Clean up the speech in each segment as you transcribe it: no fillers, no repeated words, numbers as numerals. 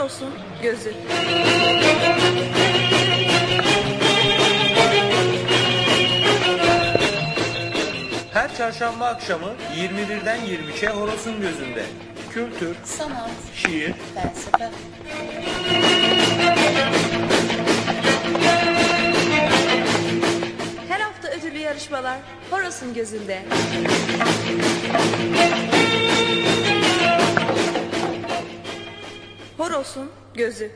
Horos'un Gözü. Her çarşamba akşamı 21'den 23'e Horos'un Gözü'nde. Kültür, sanat, şiir, felsefe. Her hafta ödüllü yarışmalar Horos'un Gözü'nde. Horos'un Gözü.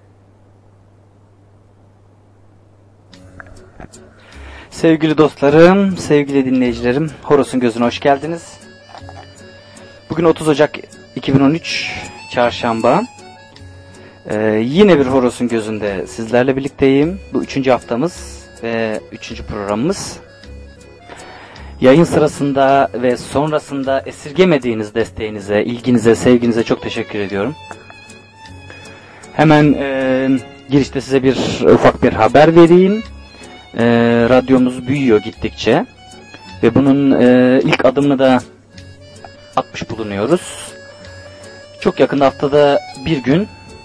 Sevgili dostlarım, sevgili dinleyicilerim, Horos'un Gözü'ne hoş geldiniz. Bugün 30 Ocak 2013 Çarşamba. Yine bir Horos'un Gözü'nde sizlerle birlikteyim. Bu 3. haftamız ve 3. programımız. Yayın sırasında ve sonrasında esirgemediğiniz desteğinize, ilginize, sevginize çok teşekkür ediyorum. Hemen girişte size ufak bir haber vereyim. Radyomuz büyüyor gittikçe ve bunun ilk adımını da atmış bulunuyoruz. Çok yakında haftada bir gün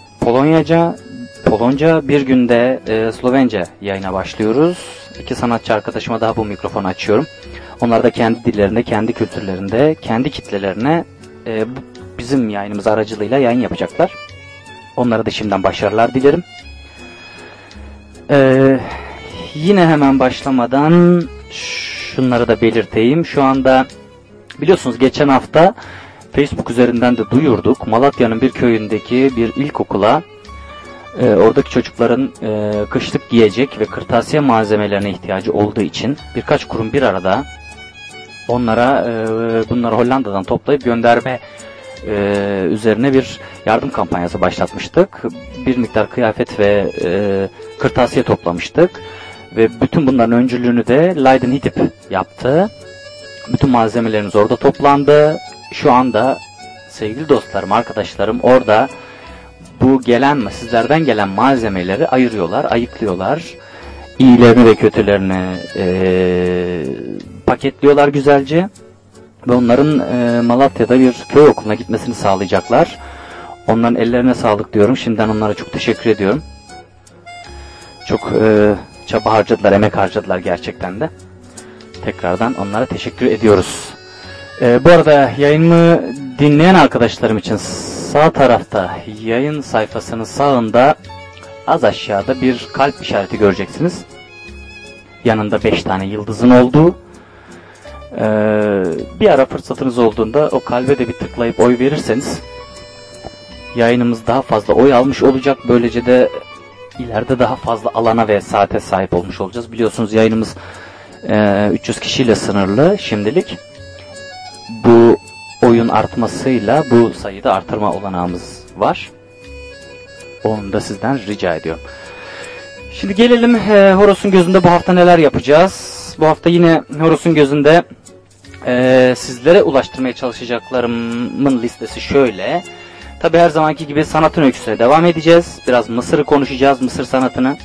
Polonca, bir günde Slovence yayına başlıyoruz. 2 sanatçı arkadaşıma daha bu mikrofonu açıyorum. Onlar da kendi dillerinde, kendi kültürlerinde, kendi kitlelerine bizim yayınımız aracılığıyla yayın yapacaklar. Onlara da şimdiden başarılar dilerim. Yine hemen başlamadan şunları da belirteyim. Şu anda biliyorsunuz geçen hafta Facebook üzerinden de duyurduk. Malatya'nın bir köyündeki bir ilkokula oradaki çocukların kışlık giyecek ve kırtasiye malzemelerine ihtiyacı olduğu için birkaç kurum bir arada onlara bunları Hollanda'dan toplayıp gönderme üzerine bir yardım kampanyası başlatmıştık. Bir miktar kıyafet ve kırtasiye toplamıştık. Ve bütün bunların öncülüğünü de Leiden Hitip yaptı. Bütün malzemelerimiz orada toplandı. Şu anda sevgili dostlarım, arkadaşlarım orada bu sizlerden gelen malzemeleri ayırıyorlar, ayıklıyorlar. İyilerini ve kötülerini paketliyorlar güzelce. Ve onların Malatya'da bir köy okuluna gitmesini sağlayacaklar. Onların ellerine sağlık diyorum. Şimdiden onlara çok teşekkür ediyorum. Çok çaba harcadılar, emek harcadılar gerçekten de. Tekrardan onlara teşekkür ediyoruz. Bu arada yayınımı dinleyen arkadaşlarım için sağ tarafta yayın sayfasının sağında az aşağıda bir kalp işareti göreceksiniz. Yanında 5 tane yıldızın olduğu. Bir ara fırsatınız olduğunda o kalbe de bir tıklayıp oy verirseniz yayınımız daha fazla oy almış olacak. Böylece de ileride daha fazla alana ve saate sahip olmuş olacağız. Biliyorsunuz yayınımız 300 kişiyle sınırlı şimdilik. Bu oyun artmasıyla bu sayıda artırma olanağımız var. Onu da sizden rica ediyorum. Şimdi gelelim Horos'un Gözü'nde bu hafta neler yapacağız? Bu hafta yine Horos'un Gözü'nde sizlere ulaştırmaya çalışacaklarımın listesi şöyle. Tabi her zamanki gibi sanatın öyküsüne devam edeceğiz. Biraz Mısır'ı konuşacağız, Mısır sanatını.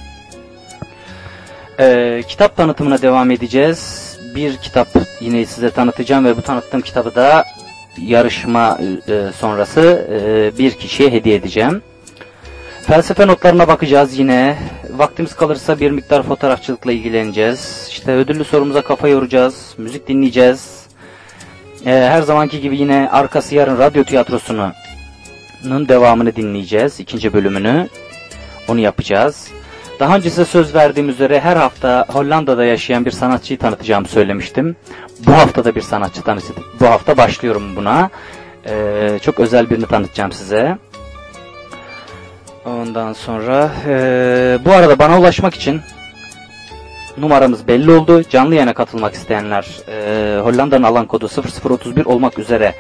Kitap tanıtımına devam edeceğiz. Bir kitap yine size tanıtacağım ve bu tanıttığım kitabı da yarışma sonrası bir kişiye hediye edeceğim. Felsefe notlarına bakacağız yine. Vaktimiz kalırsa bir miktar fotoğrafçılıkla ilgileneceğiz. İşte ödüllü sorumuza kafa yoracağız. Müzik dinleyeceğiz. Her zamanki gibi yine Arkası Yarın radyo tiyatrosunun devamını dinleyeceğiz. 2. bölümünü. Onu yapacağız. Daha önce size söz verdiğim üzere her hafta Hollanda'da yaşayan bir sanatçıyı tanıtacağımı söylemiştim. Bu hafta da bir sanatçı tanıtacağım. Bu hafta başlıyorum buna. Çok özel birini tanıtacağım size. Ondan sonra bu arada bana ulaşmak için numaramız belli oldu. Canlı yayına katılmak isteyenler Hollanda'nın alan kodu 0031 olmak üzere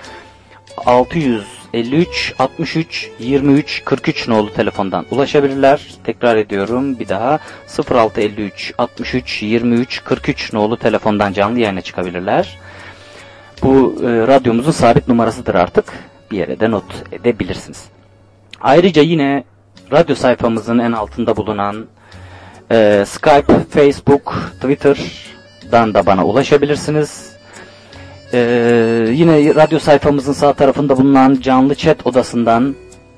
653 63 23 43 nolu telefondan ulaşabilirler. Tekrar ediyorum bir daha 0653 63 23 43 nolu telefondan canlı yayına çıkabilirler. Bu radyomuzun sabit numarasıdır artık. Bir yere de not edebilirsiniz. Ayrıca yine radyo sayfamızın en altında bulunan Skype, Facebook, Twitter'dan da bana ulaşabilirsiniz. Yine radyo sayfamızın sağ tarafında bulunan canlı chat odasından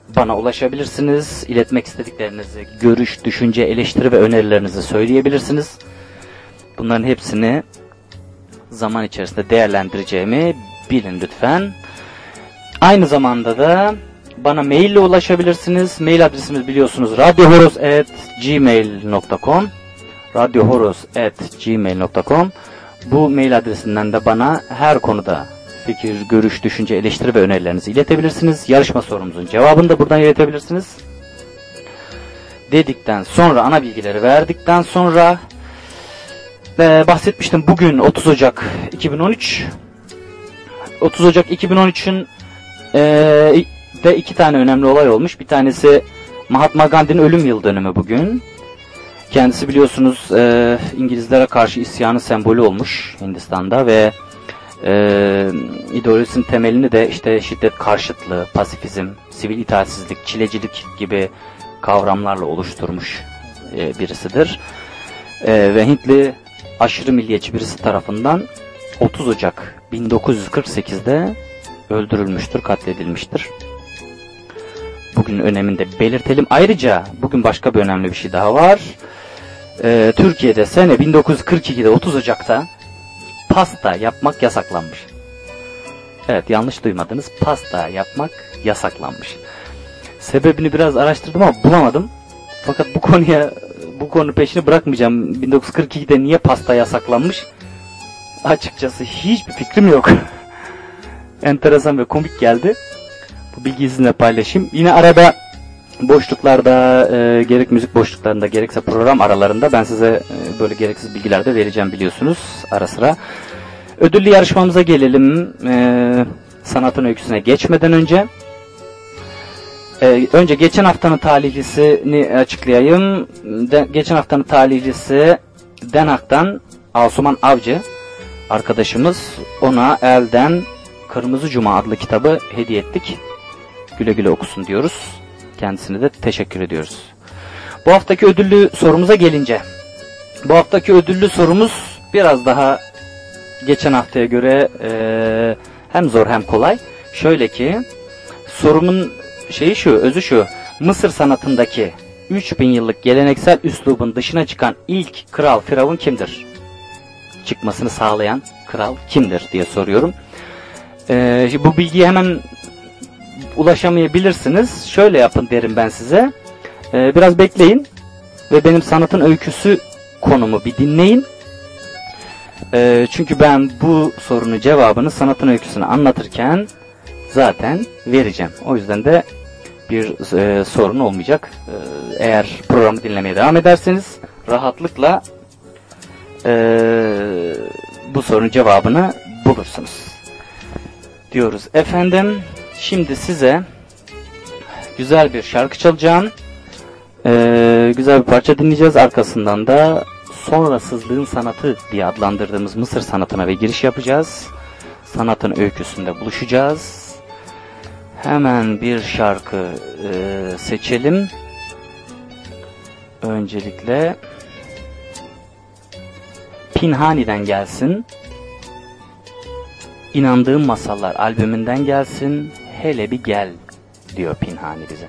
bana ulaşabilirsiniz. İletmek istediklerinizi, görüş, düşünce, eleştiri ve önerilerinizi söyleyebilirsiniz. Bunların hepsini zaman içerisinde değerlendireceğimi bilin lütfen. Aynı zamanda da bana mail ile ulaşabilirsiniz. Mail adresimiz biliyorsunuz radyohoros@gmail.com radyohoros@gmail.com. Bu mail adresinden de bana her konuda fikir, görüş, düşünce, eleştiri ve önerilerinizi iletebilirsiniz. Yarışma sorumuzun cevabını da buradan iletebilirsiniz. Dedikten sonra, ana bilgileri verdikten sonra bahsetmiştim, bugün 30 Ocak 2013. 30 Ocak 2013'ün de iki tane önemli olay olmuş. Bir tanesi Mahatma Gandhi'nin ölüm yıl dönümü bugün. Kendisi biliyorsunuz İngilizlere karşı isyanın sembolü olmuş Hindistan'da ve ideolojisinin temelini de işte şiddet karşıtlığı, pasifizm, sivil itaatsizlik, çilecilik gibi kavramlarla oluşturmuş birisidir. Ve Hintli aşırı milliyetçi birisi tarafından 30 Ocak 1948'de öldürülmüştür, katledilmiştir. Bugünün önemini de belirtelim. Ayrıca bugün başka bir önemli bir şey daha var. Türkiye'de sene 1942'de 30 Ocak'ta pasta yapmak yasaklanmış. Evet, yanlış duymadınız. Pasta yapmak yasaklanmış. Sebebini biraz araştırdım ama bulamadım. Fakat bu konu peşini bırakmayacağım. 1942'de niye pasta yasaklanmış? Açıkçası hiçbir fikrim yok. Enteresan ve komik geldi. Bu bilgiyi sizinle paylaşayım. Yine arada boşluklarda, gerek müzik boşluklarında gerekse program aralarında ben size böyle gereksiz bilgiler de vereceğim biliyorsunuz ara sıra. Ödüllü yarışmamıza gelelim. Sanatın öyküsüne geçmeden önce. Önce geçen haftanın talihlisini açıklayayım. Geçen haftanın talihlisi Den Haag'dan Asuman Avcı arkadaşımız. Ona elden Kırmızı Cuma adlı kitabı hediye ettik. Güle güle okusun diyoruz. Kendisine de teşekkür ediyoruz. Bu haftaki ödüllü sorumuza gelince. Bu haftaki ödüllü sorumuz biraz daha geçen haftaya göre hem zor hem kolay. Şöyle ki sorumun özü şu. Mısır sanatındaki 3000 yıllık geleneksel üslubun dışına çıkan ilk kral, firavun kimdir? Çıkmasını sağlayan kral kimdir diye soruyorum. Bu bilgiye hemen ulaşamayabilirsiniz. Şöyle yapın derim ben size. Biraz bekleyin ve benim sanatın öyküsü konumu bir dinleyin. Çünkü ben bu sorunun cevabını, sanatın öyküsünü anlatırken zaten vereceğim. O yüzden de bir sorun olmayacak. Eğer programı dinlemeye devam ederseniz rahatlıkla bu sorunun cevabını bulursunuz diyoruz. Efendim, şimdi size güzel bir şarkı çalacağım. Güzel bir parça dinleyeceğiz. Arkasından da sonrasızlığın sanatı diye adlandırdığımız Mısır sanatına ve giriş yapacağız. Sanatın öyküsünde buluşacağız. Hemen bir şarkı seçelim. Öncelikle Pinhani'den gelsin. İnandığım Masallar albümünden gelsin. Hele bir gel diyor Pinhani bize.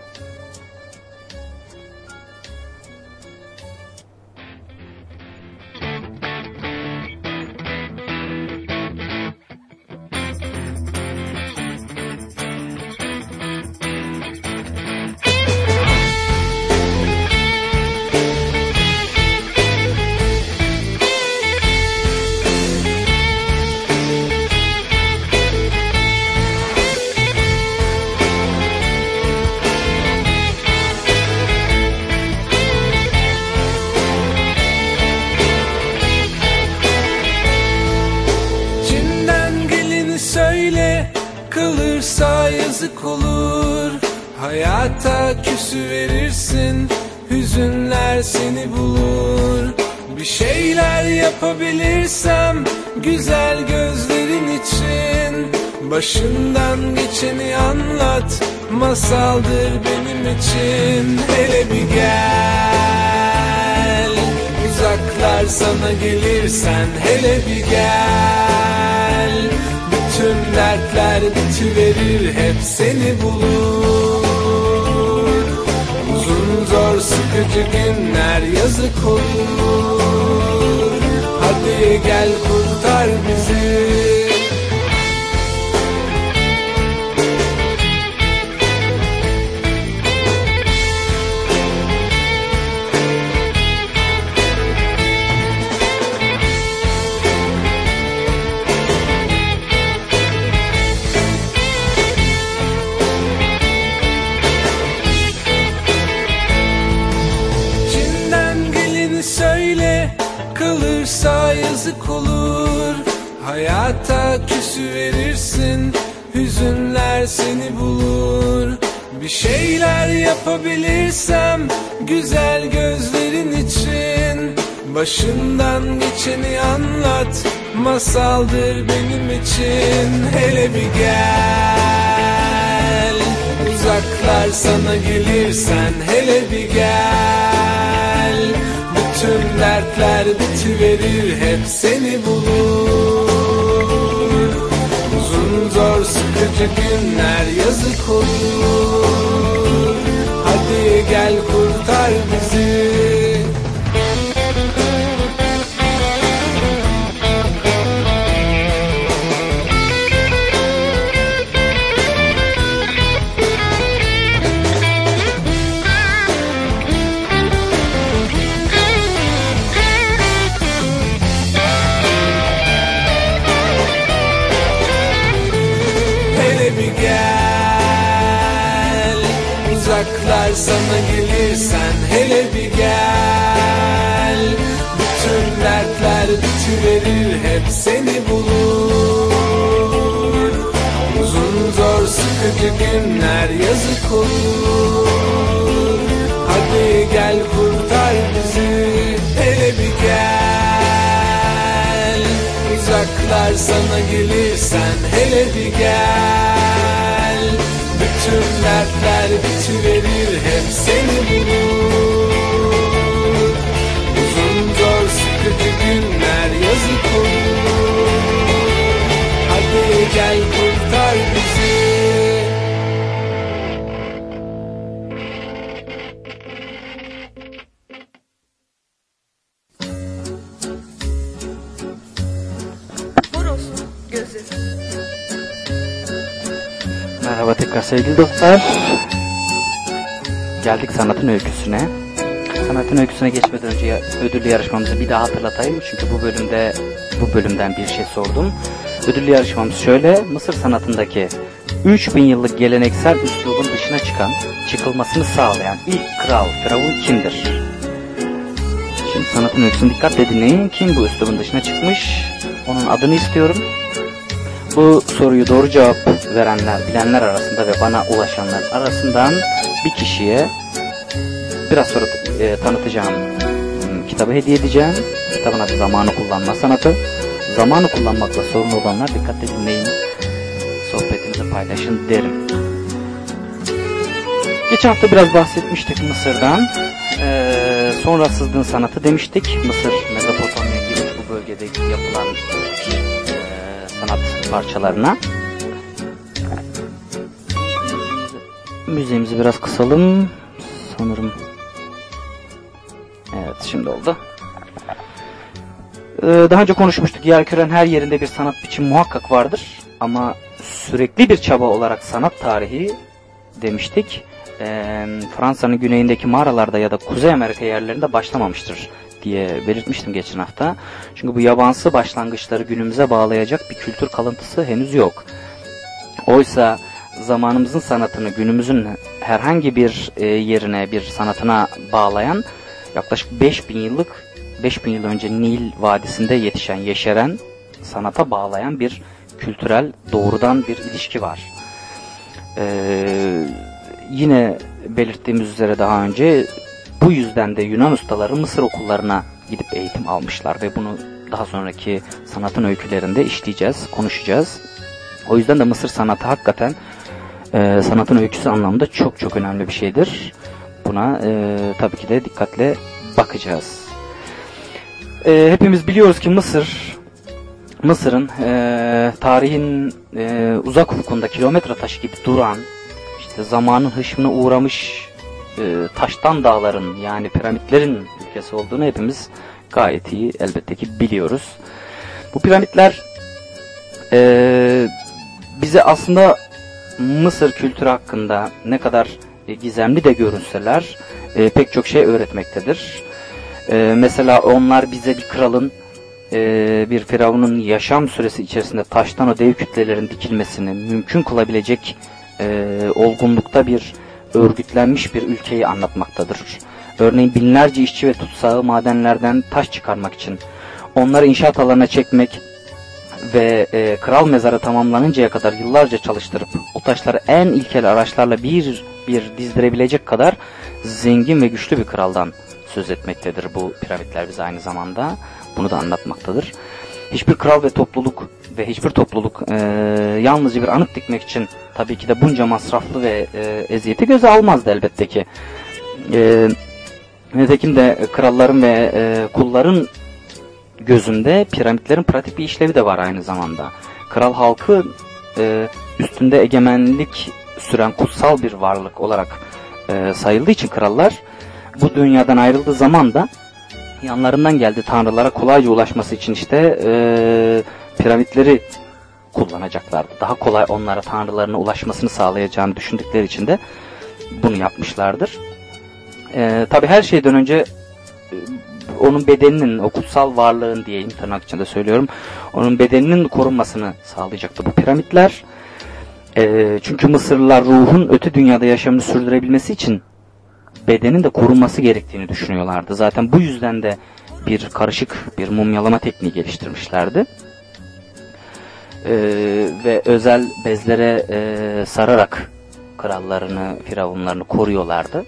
Yazık olur, hayata küsü verirsin, hüzünler seni bulur. Bir şeyler yapabilirsem güzel gözlerin için, başından geçeni anlat, masaldır benim için. Hele bir gel, uzaklar sana gelirsen hele bir gel. Tüm dertler bitiverir, hep seni bulur. yazık olur. Hadi gel kurtar bizi. Söyle, kalırsa yazık olur. Hayata küsüverirsin, hüzünler seni bulur. Bir şeyler yapabilirsem güzel gözlerin için, başından geçeni anlat, masaldır benim için. Hele bir gel, uzaklar sana gelirsen hele bir gel. Tüm dertler bitiverir, hep seni bulur. Uzun zor sıkıcı günler yazık olur. Hadi gel kurtar bizi. Uzaklar sana gelirsen hele bir gel. Bütün dertler bitiverir, hep seni bulur. Uzun zor sıkıcı günler yazık olur. Hadi gel kurtar bizi. Hele bir gel. Uzaklar sana gelirsen hele bir gel. Bütün dertler bitiverir, hep seni bulur. Uzun zor sıkıcı günler yazık olur. Hadi gel kurtar bizi. Horozun gözü. Merhaba tekrar sevgili dostlar. Geldik sanatın öyküsüne. Sanatın öyküsüne geçmeden önce ödüllü yarışmamızı bir daha hatırlatayım. Çünkü bu bölümden bir şey sordum. Ödüllü yarışmamız şöyle: Mısır sanatındaki 3000 yıllık geleneksel üslubun dışına çıkılmasını sağlayan ilk kral, firavun kimdir? Şimdi sanatın öyküsünü dikkatle dinleyin. Kim bu üslubun dışına çıkmış? Onun adını istiyorum. Bu soruyu doğru cevap verenler, bilenler arasında ve bana ulaşanlar arasından bir kişiye biraz sonra tanıtacağım kitabı hediye edeceğim. Kitabın adı Zamanı Kullanma Sanatı. Zamanı kullanmakla sorun olanlar dikkatle dinleyin, sohbetinizi paylaşın derim. Geçen hafta biraz bahsetmiştik Mısır'dan. Sonra sızdığın sanatı demiştik. Mısır, Mezopotamya gibi bu bölgede yapılan sanat parçalarına. Müziğimizi biraz kısalım. Sanırım. Evet, şimdi oldu. Daha önce konuşmuştuk. Yerkürenin her yerinde bir sanat biçimi muhakkak vardır. Ama sürekli bir çaba olarak sanat tarihi demiştik. Fransa'nın güneyindeki mağaralarda ya da Kuzey Amerika yerlerinde başlamamıştır diye belirtmiştim geçen hafta. Çünkü bu yabansı başlangıçları günümüze bağlayacak bir kültür kalıntısı henüz yok. Oysa zamanımızın sanatını günümüzün herhangi bir yerine, bir sanatına bağlayan yaklaşık 5000 yıl önce Nil Vadisi'nde yetişen, yeşeren, sanata bağlayan bir kültürel doğrudan bir ilişki var. Yine belirttiğimiz üzere daha önce bu yüzden de Yunan ustaları Mısır okullarına gidip eğitim almışlar ve bunu daha sonraki sanatın öykülerinde işleyeceğiz, konuşacağız. O yüzden de Mısır sanatı hakikaten sanatın öyküsü anlamında çok çok önemli bir şeydir. Buna tabii ki de dikkatle bakacağız. Hepimiz biliyoruz ki Mısır'ın tarihin uzak ufkunda kilometre taşı gibi duran, işte zamanın hışmına uğramış taştan dağların, yani piramitlerin ülkesi olduğunu hepimiz gayet iyi elbette ki biliyoruz. Bu piramitler bize aslında Mısır kültürü hakkında ne kadar gizemli de görünseler pek çok şey öğretmektedir. Mesela onlar bize bir kralın, bir firavunun yaşam süresi içerisinde taştan o dev kütlelerin dikilmesini mümkün kılabilecek olgunlukta bir örgütlenmiş bir ülkeyi anlatmaktadır. Örneğin binlerce işçi ve tutsağı madenlerden taş çıkarmak için onları inşaat alanına çekmek ve kral mezarı tamamlanıncaya kadar yıllarca çalıştırıp o taşları en ilkel araçlarla bir dizdirebilecek kadar zengin ve güçlü bir kraldan söz etmektedir bu piramitler bize aynı zamanda. Bunu da anlatmaktadır. Hiçbir kral ve topluluk ve hiçbir topluluk yalnızca bir anıt dikmek için tabii ki de bunca masraflı ve eziyeti göze almazdı elbette ki. Nitekim de kralların ve kulların gözünde piramitlerin pratik bir işlevi de var aynı zamanda. Kral halkı üstünde egemenlik süren kutsal bir varlık olarak sayıldığı için krallar bu dünyadan ayrıldığı zaman da yanlarından geldi tanrılara kolayca ulaşması için işte piramitleri kullanacaklardı. Daha kolay onlara tanrılarına ulaşmasını sağlayacağını düşündükleri için de bunu yapmışlardır. Tabi her şeyden önce onun bedeninin, o kutsal varlığın diyeyim tırnak içinde söylüyorum, onun bedeninin korunmasını sağlayacaktı bu piramitler. Çünkü Mısırlılar ruhun öte dünyada yaşamını sürdürebilmesi için bedenin de korunması gerektiğini düşünüyorlardı. Zaten bu yüzden de bir karışık bir mumyalama tekniği geliştirmişlerdi. Ve özel bezlere sararak krallarını, firavunlarını koruyorlardı.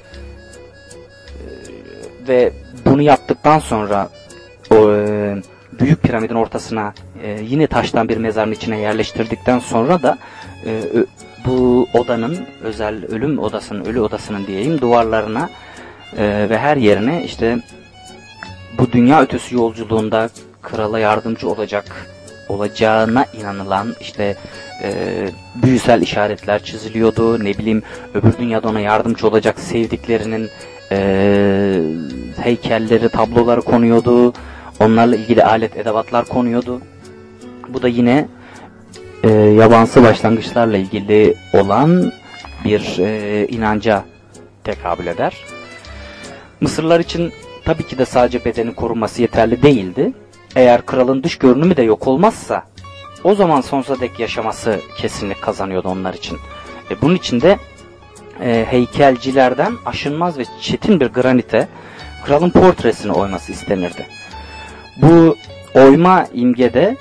Ve bunu yaptıktan sonra o büyük piramidin ortasına yine taştan bir mezarın içine yerleştirdikten sonra da bu odanın, özel ölüm odasının, ölü odasının diyeyim, duvarlarına ve her yerine işte bu dünya ötesi yolculuğunda krala yardımcı olacağına inanılan işte büyüsel işaretler çiziliyordu. Ne bileyim, öbür dünyada ona yardımcı olacak sevdiklerinin heykelleri, tabloları konuyordu. Onlarla ilgili alet edevatlar konuyordu. Bu da yine yabansı başlangıçlarla ilgili olan bir inanca tekabül eder. Mısırlılar için tabii ki de sadece bedenin korunması yeterli değildi. Eğer kralın dış görünümü de yok olmazsa o zaman sonsuza dek yaşaması kesinlik kazanıyordu onlar için. Bunun için de heykelcilerden aşınmaz ve çetin bir granite kralın portresini oyması istenirdi. Bu oyma imgede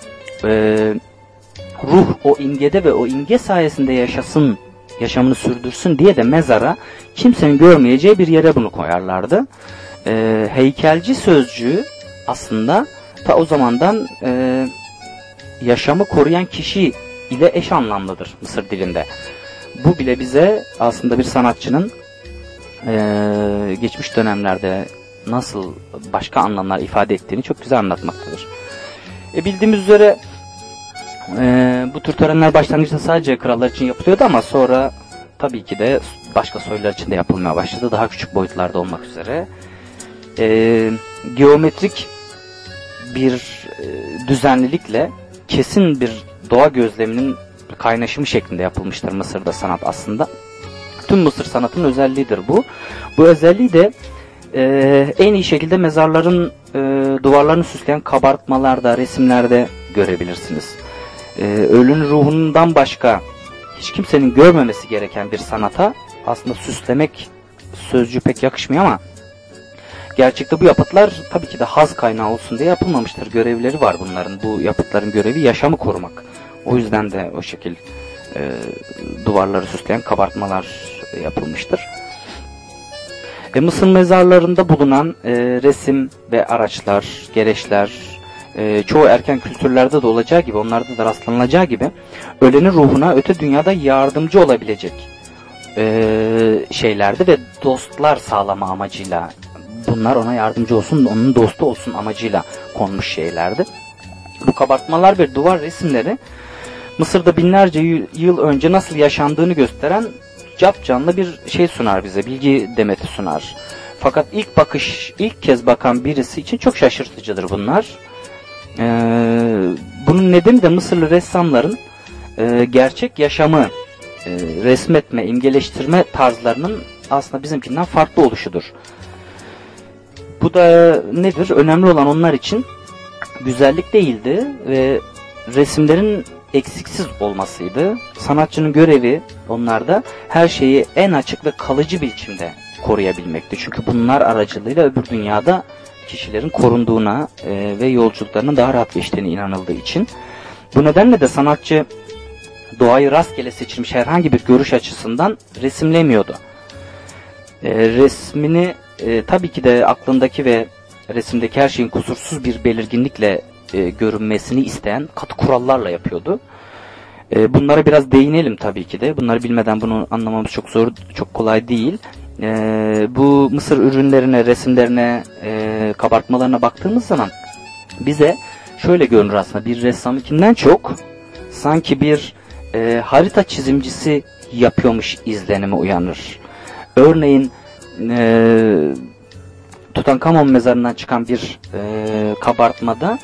ruh o imgede ve o imge sayesinde yaşasın, yaşamını sürdürsün diye de mezara kimsenin görmeyeceği bir yere bunu koyarlardı. Heykelci sözcüğü aslında ta o zamandan yaşamı koruyan kişi ile eş anlamlıdır Mısır dilinde. Bu bile bize aslında bir sanatçının geçmiş dönemlerde nasıl başka anlamlar ifade ettiğini çok güzel anlatmaktadır. Bildiğimiz üzere bu tür törenler başlangıçta sadece krallar için yapılıyordu ama sonra tabii ki de başka soylar için de yapılmaya başladı. Daha küçük boyutlarda olmak üzere. Geometrik bir düzenlilikle kesin bir doğa gözleminin kaynaşımı şeklinde yapılmıştır Mısır'da sanat aslında. Tüm Mısır sanatının özelliğidir bu. Bu özelliği de en iyi şekilde mezarların duvarlarını süsleyen kabartmalarda, resimlerde görebilirsiniz. Ölünün ruhundan başka hiç kimsenin görmemesi gereken bir sanata aslında süslemek sözcüğü pek yakışmıyor ama gerçekte bu yapıtlar tabii ki de haz kaynağı olsun diye yapılmamıştır. Görevleri var bunların. Bu yapıtların görevi yaşamı korumak. O yüzden de o şekil duvarları süsleyen kabartmalar yapılmıştır. Mısır mezarlarında bulunan resim ve araçlar, gereçler, çoğu erken kültürlerde de olacağı gibi, onlarda da rastlanılacağı gibi ölenin ruhuna öte dünyada yardımcı olabilecek şeylerdi ve dostlar sağlama amacıyla, bunlar ona yardımcı olsun, onun dostu olsun amacıyla konmuş şeylerdi. Bu kabartmalar ve duvar resimleri Mısır'da binlerce yıl önce nasıl yaşandığını gösteren capcanlı bir şey sunar bize, bilgi demeti sunar. Fakat ilk kez bakan birisi için çok şaşırtıcıdır bunlar. Bunun nedeni de Mısırlı ressamların gerçek yaşamı resmetme, imgeleştirme tarzlarının aslında bizimkinden farklı oluşudur. Bu da nedir? Önemli olan onlar için güzellik değildi ve resimlerin eksiksiz olmasıydı. Sanatçının görevi onlarda her şeyi en açık ve kalıcı biçimde koruyabilmekti. Çünkü bunlar aracılığıyla öbür dünyada kişilerin korunduğuna ve yolculuklarının daha rahat geçtiğine inanıldığı için. Bu nedenle de sanatçı doğayı rastgele seçilmiş herhangi bir görüş açısından resimlemiyordu. Resmini tabii ki de aklındaki ve resimdeki her şeyin kusursuz bir belirginlikle görünmesini isteyen katı kurallarla yapıyordu. Bunlara biraz değinelim tabii ki de. Bunları bilmeden bunu anlamamız çok zor, çok kolay değil. Bu Mısır ürünlerine, resimlerine, kabartmalarına baktığımız zaman bize şöyle görünür aslında. Bir ressamınkinden çok sanki bir harita çizimcisi yapıyormuş izlenimi uyanır. Örneğin Tutankamon mezarından çıkan bir kabartmada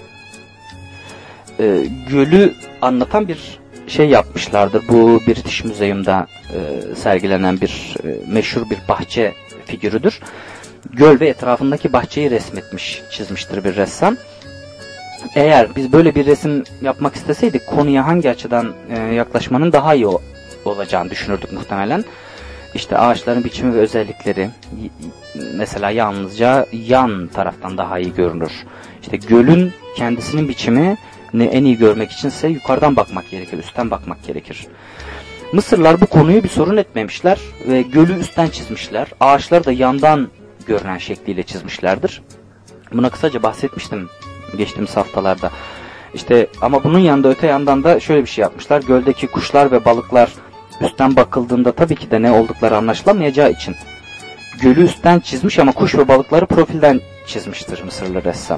gölü anlatan bir şey yapmışlardır. Bu British Museum'da sergilenen bir meşhur bir bahçe figürüdür. Göl ve etrafındaki bahçeyi resmetmiş, çizmiştir bir ressam. Eğer biz böyle bir resim yapmak isteseydik konuya hangi açıdan yaklaşmanın daha iyi olacağını düşünürdük muhtemelen. İşte ağaçların biçimi ve özellikleri mesela yalnızca yan taraftan daha iyi görünür. İşte gölün kendisinin biçimi en iyi görmek içinse yukarıdan bakmak gerekir, üstten bakmak gerekir. Mısırlılar bu konuyu bir sorun etmemişler ve gölü üstten çizmişler. Ağaçları da yandan görünen şekliyle çizmişlerdir. Buna kısaca bahsetmiştim geçtiğimiz haftalarda. İşte ama bunun yanında öte yandan da şöyle bir şey yapmışlar. Göldeki kuşlar ve balıklar üstten bakıldığında tabii ki de ne oldukları anlaşılamayacağı için gölü üstten çizmiş ama kuş ve balıkları profilden çizmiştir Mısırlı ressam.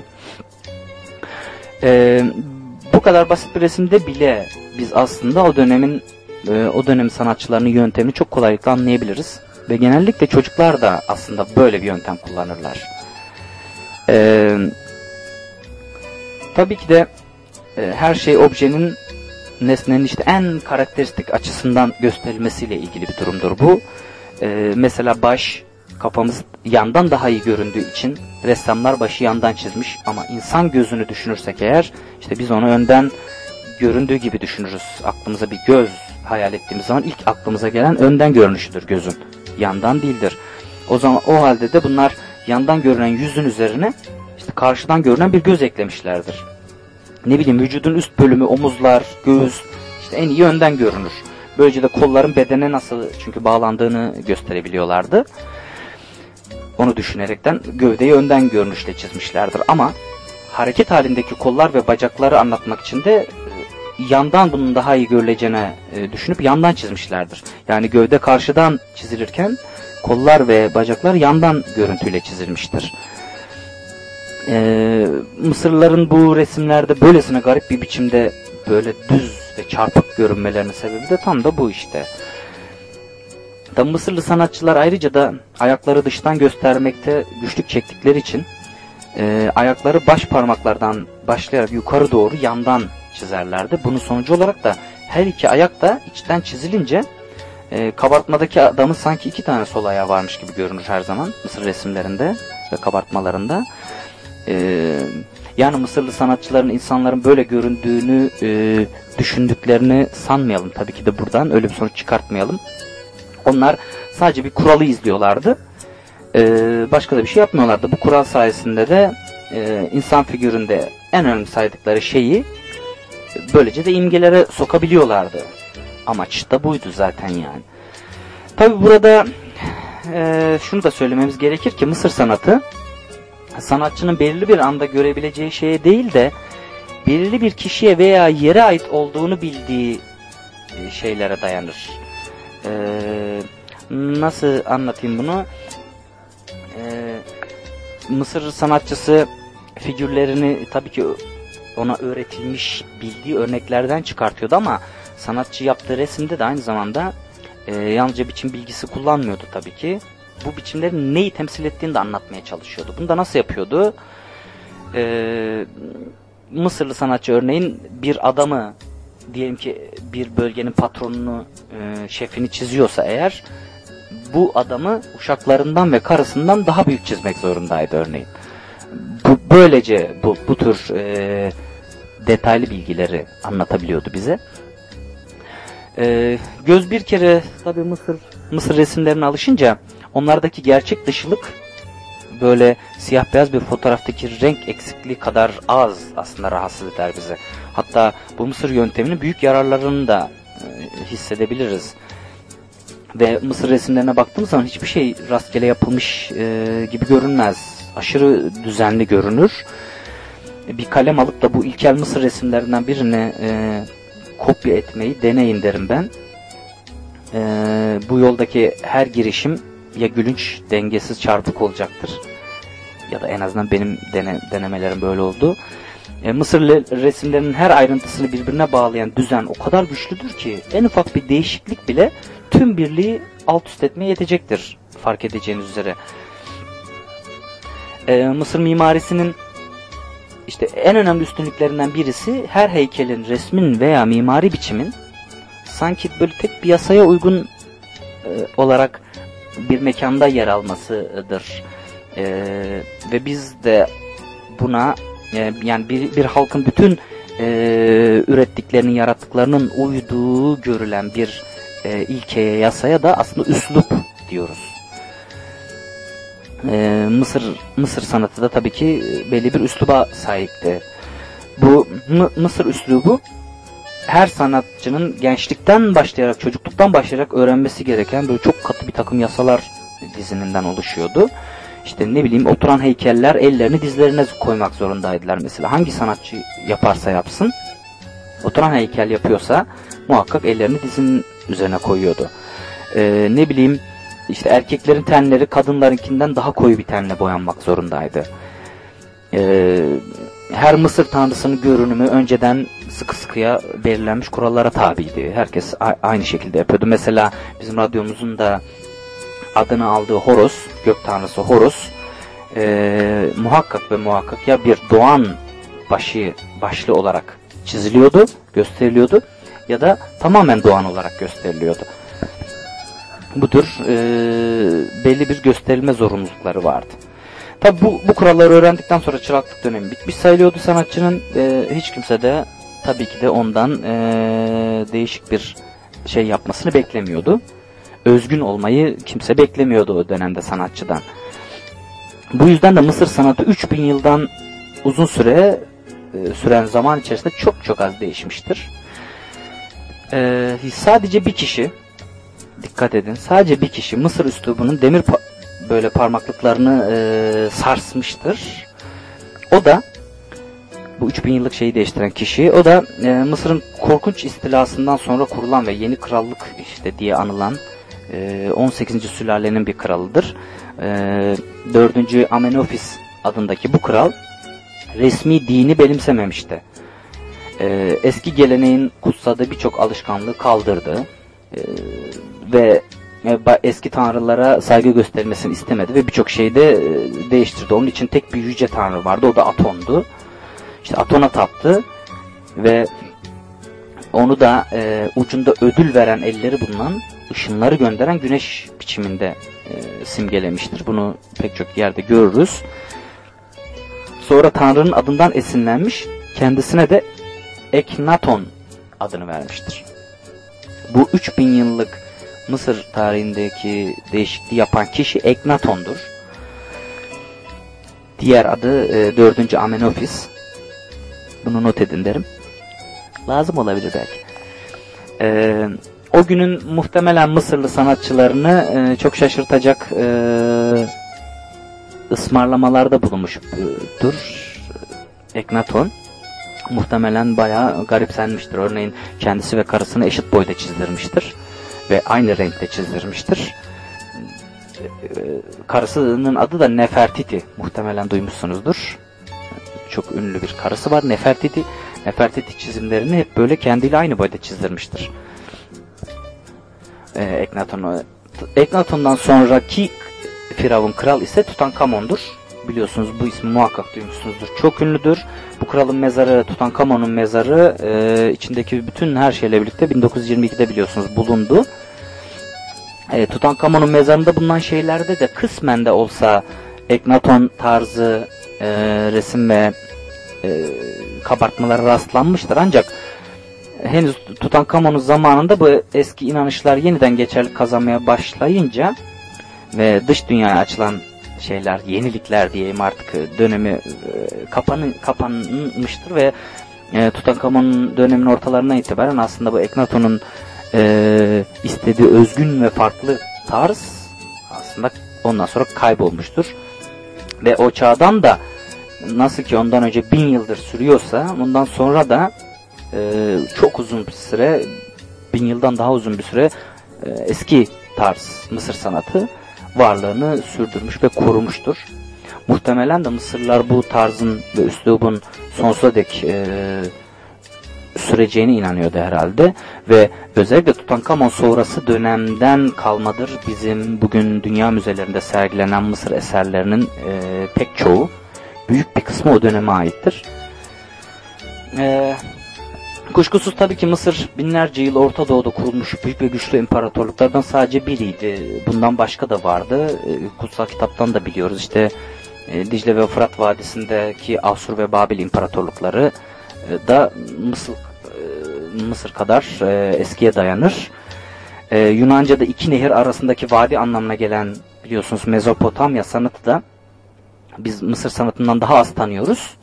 Bu kadar basit bir resimde bile biz aslında o dönemin sanatçılarının yöntemini çok kolaylıkla anlayabiliriz. Ve genellikle çocuklar da aslında böyle bir yöntem kullanırlar. Tabii ki de her şey objenin, nesnenin işte en karakteristik açısından gösterilmesiyle ilgili bir durumdur bu. Mesela baş, kafamız yandan daha iyi göründüğü için ressamlar başı yandan çizmiş ama insan gözünü düşünürsek eğer işte biz onu önden göründüğü gibi düşünürüz. Aklımıza bir göz hayal ettiğimiz zaman ilk aklımıza gelen önden görünüşüdür gözün. Yandan değildir. O halde de bunlar yandan görünen yüzün üzerine işte karşıdan görünen bir göz eklemişlerdir. Ne bileyim vücudun üst bölümü, omuzlar, göğüs işte en iyi önden görünür. Böylece de kolların bedene nasıl çünkü bağlandığını gösterebiliyorlardı. Onu düşünerekten gövdeyi önden görünüşle çizmişlerdir. Ama hareket halindeki kollar ve bacakları anlatmak için de yandan bunun daha iyi görüleceğine düşünüp yandan çizmişlerdir. Yani gövde karşıdan çizilirken kollar ve bacaklar yandan görüntüyle çizilmiştir. Mısırlıların bu resimlerde böylesine garip bir biçimde böyle düz ve çarpık görünmelerinin sebebi de tam da bu işte. Tabi Mısırlı sanatçılar ayrıca da ayakları dıştan göstermekte güçlük çektikleri için ayakları baş parmaklardan başlayarak yukarı doğru yandan çizerlerdi. Bunun sonucu olarak da her iki ayak da içten çizilince kabartmadaki adamın sanki iki tane sol ayağı varmış gibi görünür her zaman Mısır resimlerinde ve kabartmalarında. Yani Mısırlı sanatçıların insanların böyle göründüğünü düşündüklerini sanmayalım. Tabii ki de buradan öyle bir sonuç çıkartmayalım. Onlar sadece bir kuralı izliyorlardı. Başka da bir şey yapmıyorlardı. Bu kural sayesinde de insan figüründe en önemli saydıkları şeyi böylece de imgelere sokabiliyorlardı. Amaç da buydu zaten yani. Tabii burada şunu da söylememiz gerekir ki Mısır sanatı sanatçının belirli bir anda görebileceği şeye değil de belirli bir kişiye veya yere ait olduğunu bildiği şeylere dayanır. Nasıl anlatayım bunu? Mısır sanatçısı figürlerini tabii ki ona öğretilmiş bildiği örneklerden çıkartıyordu ama sanatçı yaptığı resimde de aynı zamanda yalnızca biçim bilgisi kullanmıyordu tabii ki. bu biçimlerin neyi temsil ettiğini de anlatmaya çalışıyordu. Bunu da nasıl yapıyordu? Mısırlı sanatçı örneğin bir adamı, diyelim ki bir bölgenin patronunu, şefini çiziyorsa eğer, bu adamı uşaklarından ve karısından daha büyük çizmek zorundaydı örneğin. Böylece bu tür detaylı bilgileri anlatabiliyordu bize. Göz bir kere tabii Mısır resimlerine alışınca onlardaki gerçek dışılık böyle siyah beyaz bir fotoğraftaki renk eksikliği kadar az aslında rahatsız eder bizi. Hatta bu Mısır yönteminin büyük yararlarını da hissedebiliriz. Ve Mısır resimlerine baktığımız zaman hiçbir şey rastgele yapılmış gibi görünmez. Aşırı düzenli görünür. Bir kalem alıp da bu ilkel Mısır resimlerinden birini kopya etmeyi deneyin derim ben. Bu yoldaki her girişim ya gülünç, dengesiz, çarpık olacaktır. Ya da en azından benim denemelerim böyle oldu. Mısır resimlerinin her ayrıntısını birbirine bağlayan düzen o kadar güçlüdür ki en ufak bir değişiklik bile tüm birliği alt üst etmeye yetecektir, fark edeceğiniz üzere. Mısır mimarisinin işte en önemli üstünlüklerinden birisi her heykelin, resmin veya mimari biçimin sanki böyle tek bir yasaya uygun olarak bir mekanda yer almasıdır. Ve biz de buna yani bir halkın bütün ürettiklerinin, yarattıklarının uyduğu görülen bir ilkeye, yasaya da aslında üslup diyoruz. Mısır sanatı da tabii ki belli bir üsluba sahipti. Bu Mısır üslubu her sanatçının gençlikten başlayarak, çocukluktan başlayarak öğrenmesi gereken böyle çok katı bir takım yasalar diziminden oluşuyordu. İşte ne bileyim, oturan heykeller ellerini dizlerine koymak zorundaydılar mesela. Hangi sanatçı yaparsa yapsın, oturan heykel yapıyorsa muhakkak ellerini dizinin üzerine koyuyordu. Ne bileyim, işte erkeklerin tenleri kadınlarınkinden daha koyu bir tenle boyanmak zorundaydı. Her Mısır tanrısının görünümü önceden sıkı sıkıya belirlenmiş kurallara tabiydi. Herkes aynı şekilde yapıyordu. Mesela bizim radyomuzun da adını aldığı Horos, gök tanrısı Horos, muhakkak ve muhakkak ya bir doğan başlı olarak çiziliyordu, gösteriliyordu ya da tamamen doğan olarak gösteriliyordu. Bu tür belli bir gösterilme zorunlulukları vardı. Tabi bu kuralları öğrendikten sonra çıraklık dönemi bitmiş sayılıyordu sanatçının. Hiç kimse de tabii ki de ondan değişik bir şey yapmasını beklemiyordu. Özgün olmayı kimse beklemiyordu o dönemde sanatçıdan. Bu yüzden de Mısır sanatı 3000 yıldan uzun süren zaman içerisinde çok az değişmiştir. Sadece bir kişi, dikkat edin, sadece bir kişi Mısır üslubunun demir böyle parmaklıklarını sarsmıştır. O da bu 3000 yıllık şeyi değiştiren kişi, o da Mısır'ın korkunç istilasından sonra kurulan ve yeni krallık işte diye anılan 18. sülalenin bir kralıdır. 4. Amenofis adındaki bu kral resmi dini benimsememişti. Eski geleneğin kutsadığı birçok alışkanlığı kaldırdı. Ve eski tanrılara saygı gösterilmesini istemedi ve birçok şeyi de değiştirdi. Onun için tek bir yüce tanrı vardı, o da Aton'du. İşte Aton'a taptı ve onu da ucunda ödül veren elleri bulunan, ışınları gönderen güneş biçiminde simgelemiştir. Bunu pek çok yerde görürüz. Sonra Tanrı'nın adından esinlenmiş, kendisine de Eknaton adını vermiştir. Bu 3000 yıllık Mısır tarihindeki değişikliği yapan kişi Eknaton'dur. Diğer adı 4. Amenofis. Bunu not edin derim. Lazım olabilir belki. O günün muhtemelen Mısırlı sanatçılarını çok şaşırtacak ısmarlamalarda bulunmuştur Eknaton. Muhtemelen bayağı garipsenmiştir. Örneğin kendisi ve karısını eşit boyda çizdirmiştir ve aynı renkte çizdirmiştir. Karısının adı da Nefertiti. Muhtemelen duymuşsunuzdur. Çok ünlü bir karısı var, Nefertiti. Nefertiti çizimlerini hep böyle kendiyle aynı boyda çizdirmiştir. Eknaton'dan sonraki Firavun kral ise Tutankamon'dur. Biliyorsunuz, bu ismi muhakkak duymuşsunuzdur. Çok ünlüdür. Bu kralın mezarı, Tutankamon'un mezarı içindeki bütün her şeyle birlikte 1922'de biliyorsunuz bulundu. Tutankamon'un mezarında bulunan şeylerde de kısmen de olsa Eknaton tarzı resim ve kabartmalara rastlanmıştır. Ancak henüz Tutankamon'un zamanında bu eski inanışlar yeniden geçerli kazanmaya başlayınca ve dış dünyaya açılan şeyler, yenilikler diyeyim artık, dönemi kapanmıştır ve Tutankamon'un döneminin ortalarına itibaren aslında bu Eknaton'un istediği özgün ve farklı tarz aslında ondan sonra kaybolmuştur. Ve o çağdan da nasıl ki ondan önce 1000 yıldır sürüyorsa, ondan sonra da çok uzun bir süre, 1000 yıldan daha uzun bir süre eski tarz Mısır sanatı varlığını sürdürmüş ve korumuştur. Muhtemelen de Mısırlılar bu tarzın ve üslubun sonsuza dek süreceğine inanıyordu herhalde ve özellikle Tutankamon sonrası dönemden kalmadır bizim bugün dünya müzelerinde sergilenen Mısır eserlerinin pek çoğu, büyük bir kısmı o döneme aittir. Kuşkusuz tabii ki Mısır binlerce yıl Orta Doğu'da kurulmuş büyük ve güçlü imparatorluklardan sadece biriydi. Bundan başka da vardı. Kutsal kitaptan da biliyoruz. İşte Dicle ve Fırat Vadisi'ndeki Asur ve Babil imparatorlukları da Mısır kadar eskiye dayanır. Yunanca'da iki nehir arasındaki vadi anlamına gelen biliyorsunuz Mezopotamya sanatı da biz Mısır sanatından daha az tanıyoruz.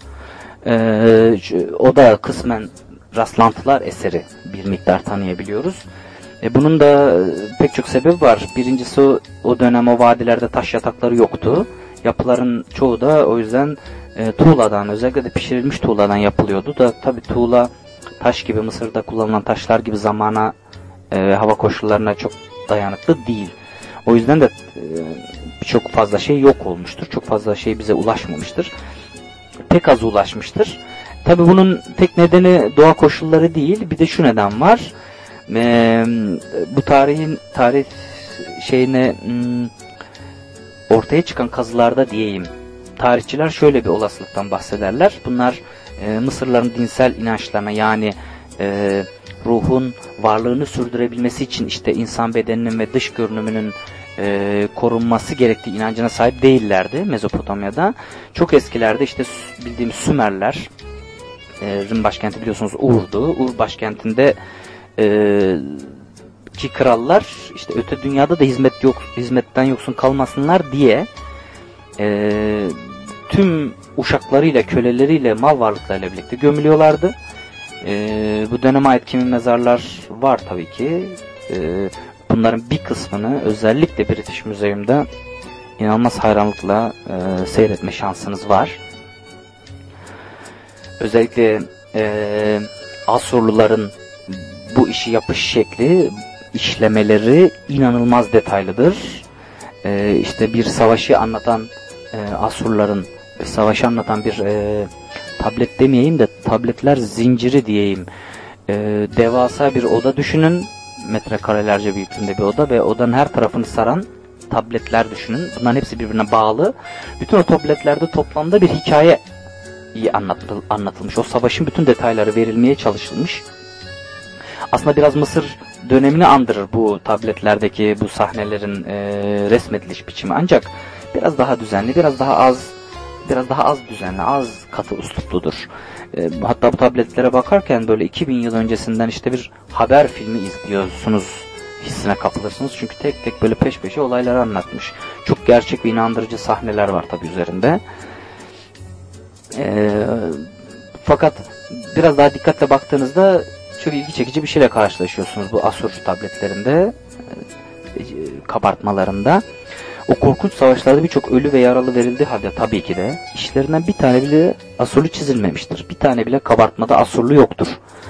O da kısmen rastlantılar eseri bir miktar tanıyabiliyoruz. Bunun da pek çok sebebi var. Birincisi o dönem o vadilerde taş yatakları yoktu. Yapıların çoğu da o yüzden tuğladan, özellikle de pişirilmiş tuğladan yapılıyordu da tabii tuğla taş gibi, Mısır'da kullanılan taşlar gibi zamana hava koşullarına çok dayanıklı değil. O yüzden de çok fazla şey yok olmuştur. Çok fazla şey bize ulaşmamıştır. Pek az ulaşmıştır. Tabii bunun tek nedeni doğa koşulları değil. Bir de şu neden var. Bu tarih şeyine ortaya çıkan kazılarda diyeyim. Tarihçiler şöyle bir olasılıktan bahsederler. Bunlar Mısırlıların dinsel inançlarına, yani ruhun varlığını sürdürebilmesi için işte insan bedeninin ve dış görünümünün korunması gerektiği inancına sahip değillerdi Mezopotamya'da. Çok eskilerde işte bildiğimiz Sümerler, Rim başkenti biliyorsunuz Ur'du. Ur başkentinde ki krallar işte öte dünyada da hizmetten yoksun kalmasınlar diye tüm uşaklarıyla, köleleriyle, mal varlıklarıyla birlikte gömülüyorlardı. Bu döneme ait kimi mezarlar var tabii ki. Bunların bir kısmını özellikle British Museum'da inanılmaz hayranlıkla seyretme şansınız var. Özellikle Asurluların bu işi yapış şekli, işlemeleri inanılmaz detaylıdır. İşte bir savaşı anlatan Asurluların savaşı anlatan bir tablet demeyeyim de tabletler zinciri diyeyim. Devasa bir oda düşünün. Metrekarelerce büyüklüğünde bir oda ve odanın her tarafını saran tabletler düşünün. Bunların hepsi birbirine bağlı. Bütün o tabletlerde toplamda bir hikaye anlatılmış. O savaşın bütün detayları verilmeye çalışılmış. Aslında biraz Mısır dönemini andırır bu tabletlerdeki bu sahnelerin resmediliş biçimi. Ancak biraz daha düzenli, biraz daha az düzenli, az katı üslupludur. Hatta bu tabletlere bakarken böyle 2000 yıl öncesinden işte bir haber filmi izliyorsunuz hissine kapılırsınız. Çünkü tek tek böyle peş peşe olayları anlatmış. Çok gerçek ve inandırıcı sahneler var tabi üzerinde. Fakat biraz daha dikkatle baktığınızda çok ilgi çekici bir şeyle karşılaşıyorsunuz bu Asur tabletlerinde, kabartmalarında. O korkunç savaşlarda birçok ölü ve yaralı verildiği halde tabii ki de işlerinden bir tane bile Asurlu çizilmemiştir. Bir tane bile kabartmada Asurlu yoktur.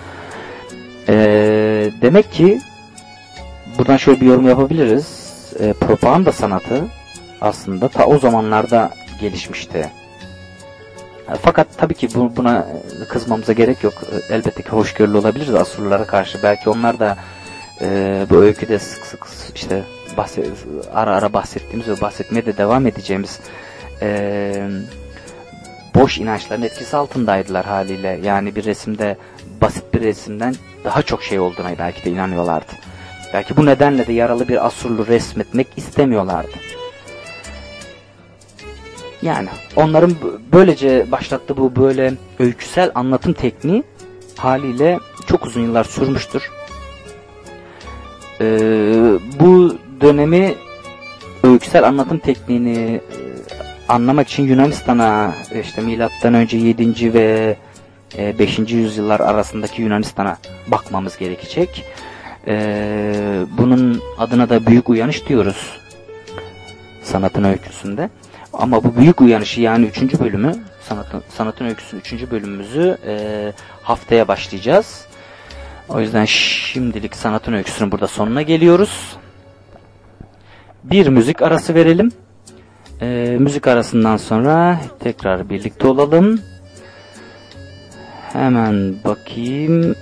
Demek ki buradan şöyle bir yorum yapabiliriz. Propaganda sanatı aslında ta o zamanlarda gelişmişti. Fakat tabii ki buna kızmamıza gerek yok. Elbette ki hoşgörülü olabiliriz Asurlulara karşı. Belki onlar da bu öyküde sık sık işte ara ara bahsettiğimiz ve bahsetmeye de devam edeceğimiz boş inançların etkisi altındaydılar haliyle. Yani bir resimde, basit bir resimden daha çok şey olduğuna belki de inanıyorlardı. Belki bu nedenle de yaralı bir Asurlu resmetmek istemiyorlardı. Yani onların böylece başlattığı bu böyle öyküsel anlatım tekniği haliyle çok uzun yıllar sürmüştür. Bu dönemi, öyküsel anlatım tekniğini anlamak için Yunanistan'a, işte milattan önce 7. ve 5. yüzyıllar arasındaki Yunanistan'a bakmamız gerekecek. Bunun adına da büyük uyanış diyoruz sanatın öyküsünde. Ama bu büyük uyanışı, yani 3. bölümü, sanatın öyküsünün 3. bölümümüzü haftaya başlayacağız. O yüzden şimdilik sanatın öyküsünün burada sonuna geliyoruz. Bir müzik arası verelim. Müzik arasından sonra tekrar birlikte olalım. Hemen bakayım.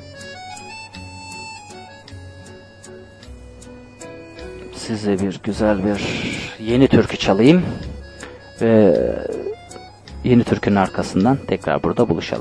Size bir güzel bir yeni türkü çalayım. Ve yeni türkünün arkasından tekrar burada buluşalım.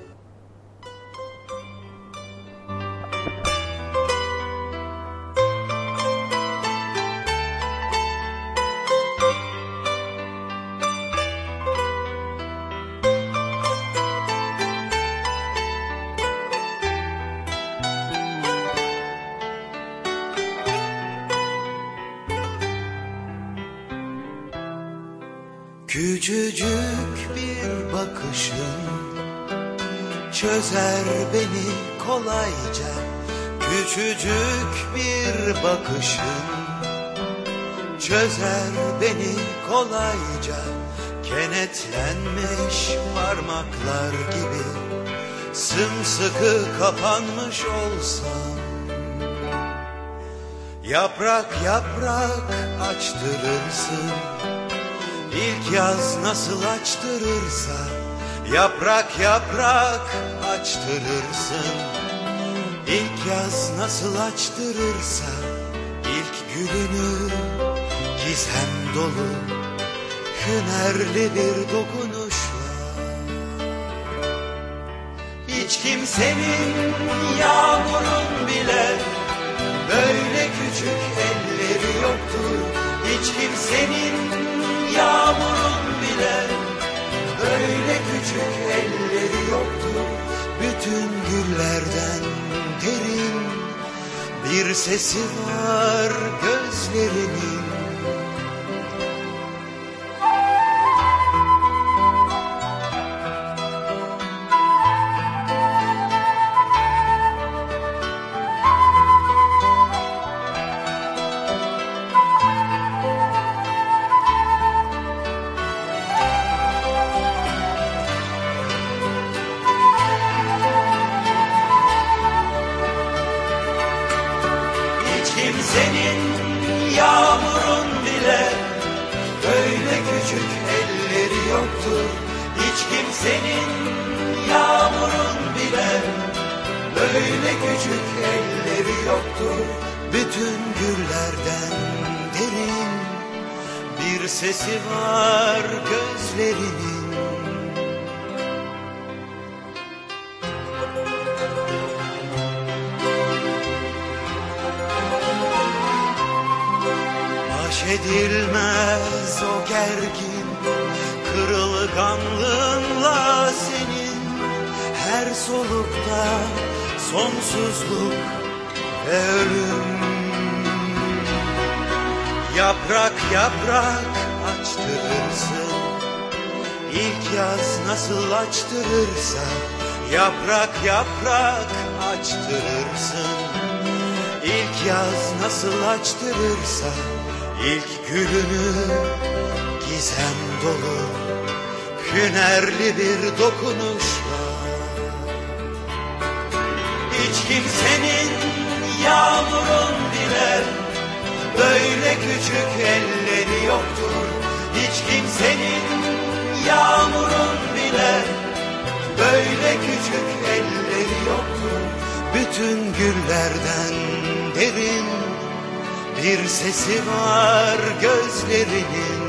Küçücük bir bakışın çözer beni kolayca. Küçücük bir bakışın çözer beni kolayca. Kenetlenmiş parmaklar gibi sımsıkı kapanmış olsam, yaprak yaprak açtırırsın. İlk yaz nasıl açtırırsa, yaprak yaprak açtırırsın. İlk yaz nasıl açtırırsa, ilk gülünü gizem dolu hünerli bir dokunuşla. Hiç kimsenin, yağmurun bile böyle küçük elleri yoktur. Hiç kimsenin, yağmurun bile böyle küçük elleri yoktur. Bütün güllerden derin bir sesi var gözlerinin. Senin yağmurun bile böyle küçük elleri yoktur. Hiç kimsenin yağmurun bile böyle küçük elleri yoktur. Bütün güllerden derin bir sesi var gözlerinin. Edilmez o gergin kırılganlığınla senin. Her solukta sonsuzluk ve ölüm. Yaprak yaprak açtırırsın. İlk yaz nasıl açtırırsa, yaprak yaprak açtırırsın. İlk yaz nasıl açtırırsa, İlk gülünü gizem dolu hünerli bir dokunuşla. Hiç kimsenin, yağmurun bile böyle küçük elleri yoktur. Hiç kimsenin, yağmurun bile böyle küçük elleri yoktur. Bütün güllerden derin bir sesi var gözlerinin.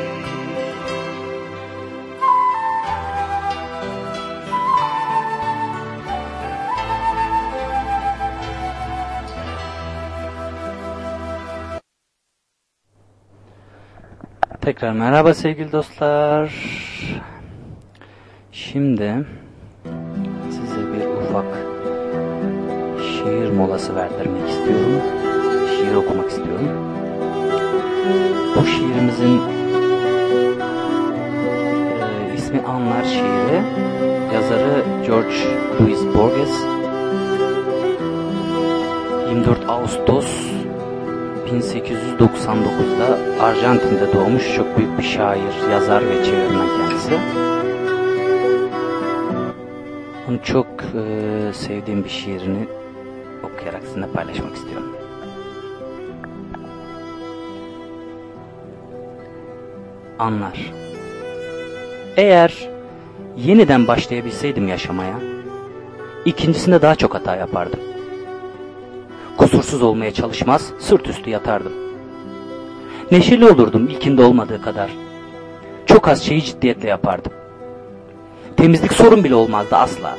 Tekrar merhaba sevgili dostlar. Şimdi size bir ufak şiir molası verdirmek istiyorum. Şiir okumak istiyorum. Bu şiirimizin ismi Anlar şiiri. Yazarı George Louis Borges. 24 Ağustos 1899'da Arjantin'de doğmuş çok büyük bir şair, yazar ve çevirmen kendisi. Onun çok sevdiğim bir şiirini okuyarak sizinle paylaşmak istiyorum. Anlar. Eğer yeniden başlayabilseydim yaşamaya, ikincisinde daha çok hata yapardım. Kusursuz olmaya çalışmaz, sırt üstü yatardım. Neşeli olurdum ilkinde olmadığı kadar. Çok az şeyi ciddiyetle yapardım. Temizlik sorun bile olmazdı asla.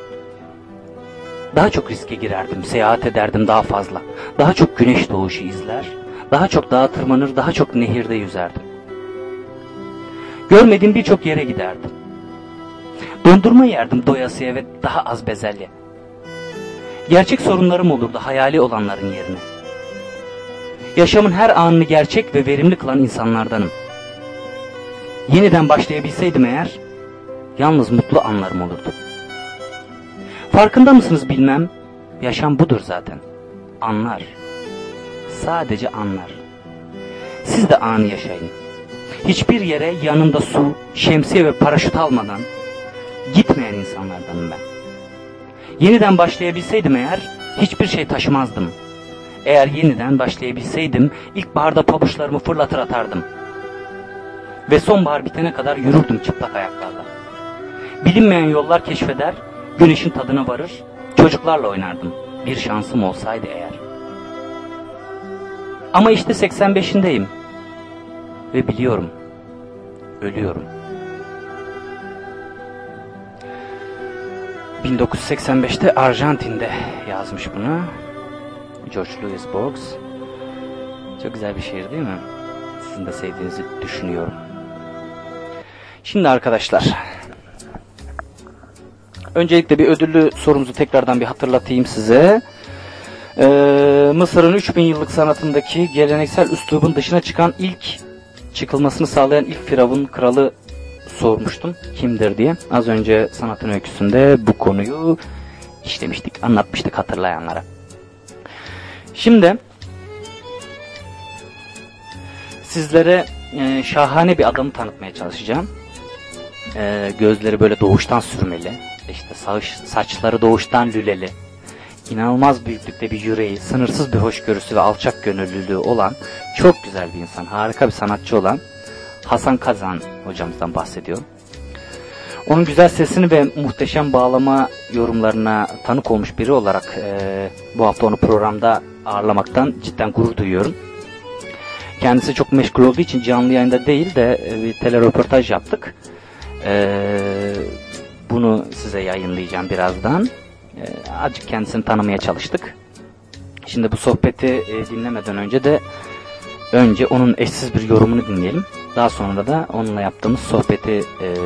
Daha çok riske girerdim, seyahat ederdim daha fazla. Daha çok güneş doğuşu izler, daha çok dağa tırmanır, daha çok nehirde yüzerdim. Görmediğim birçok yere giderdim. Dondurma yerdim doyasıya ve daha az bezelye. Gerçek sorunlarım olurdu hayali olanların yerine. Yaşamın her anını gerçek ve verimli kılan insanlardanım. Yeniden başlayabilseydim eğer, yalnız mutlu anlarım olurdu. Farkında mısınız bilmem, yaşam budur zaten. Anlar. Sadece anlar. Siz de anı yaşayın. Hiçbir yere yanında su, şemsiye ve paraşüt almadan gitmeyen insanlardanım ben. Yeniden başlayabilseydim eğer, hiçbir şey taşımazdım. Eğer yeniden başlayabilseydim, ilkbaharda pabuçlarımı fırlatır atardım. Ve sonbahar bitene kadar yürürdüm çıplak ayaklarla. Bilinmeyen yollar keşfeder, güneşin tadına varır, çocuklarla oynardım. Bir şansım olsaydı eğer. Ama işte 85'indeyim. Ve biliyorum, ölüyorum. 1985'te Arjantin'de yazmış bunu. George Louis Borges. Çok güzel bir şiir değil mi? Sizin de sevdiğinizi düşünüyorum. Şimdi arkadaşlar, öncelikle bir ödüllü sorumuzu tekrardan bir hatırlatayım size. Mısır'ın 3000 yıllık sanatındaki geleneksel üslubun dışına çıkan çıkılmasını sağlayan ilk firavun kralı sormuştum. Kimdir diye. Az önce sanatın öyküsünde bu konuyu işlemiştik, anlatmıştık hatırlayanlara. Şimdi sizlere şahane bir adamı tanıtmaya çalışacağım. Gözleri böyle doğuştan sürmeli. İşte saçları doğuştan lüleli. İnanılmaz büyüklükte bir yüreği, sınırsız bir hoşgörüsü ve alçak gönüllülüğü olan çok güzel bir insan, harika bir sanatçı olan Hasan Kazan hocamızdan bahsediyorum. Onun güzel sesini ve muhteşem bağlama yorumlarına tanık olmuş biri olarak bu hafta onu programda ağırlamaktan cidden gurur duyuyorum. Kendisi çok meşgul olduğu için canlı yayında değil de bir teleröportaj yaptık. Bunu size yayınlayacağım birazdan. Azıcık kendisini tanımaya çalıştık. Şimdi bu sohbeti dinlemeden önce onun eşsiz bir yorumunu dinleyelim. Daha sonra da onunla yaptığımız sohbeti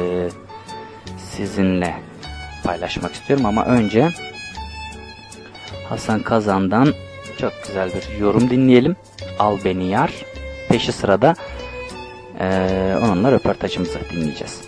sizinle paylaşmak istiyorum. Ama önce Hasan Kazan'dan çok güzel bir yorum dinleyelim. Al Beni Yar. Peşi sırada onunla röportajımızı dinleyeceğiz.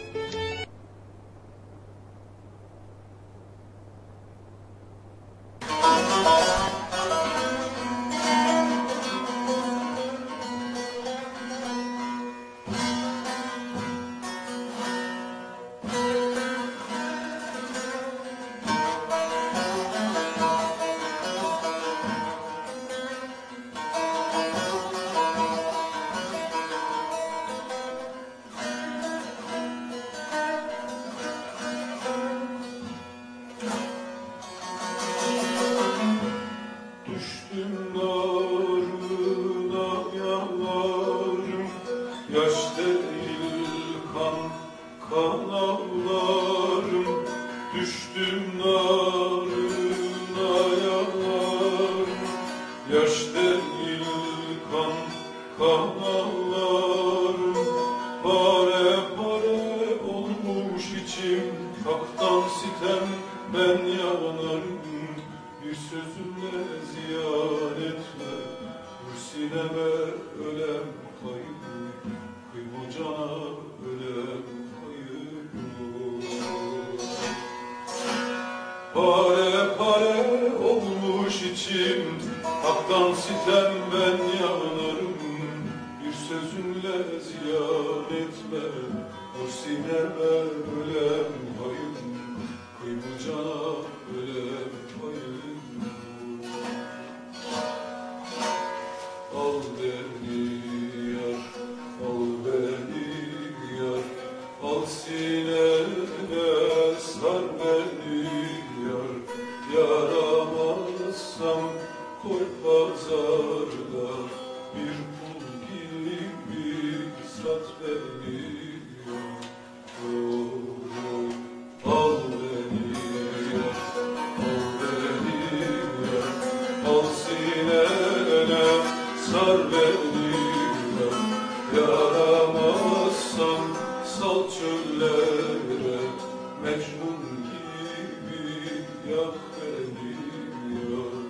Yaş değil kan ağlarım, düştüm narına yanarım. Yaş değil kan ağlarım, pare olmuş içim, haktan sitem ben yanarım. Bir sözümle ziyan etme, vur sineme ölem kayıp, kıy bu cana ölem kayıp. Pare olmuş içim, haktan sitem ben yanarım. Bir sözümle ziyan etme, vur sineme ölem kayıp, kıy bu cana ölem kayıp. Al beni yar, al beni yar, al sinene sar beni yar. Yaramazsam koy pazarda, bir pul gibi sat beni yar. Oy, al beni yar, al beni yar, al sinene sar beni yar. Yaramazsam sal çöllere, Mecnun gibi yak beni yar.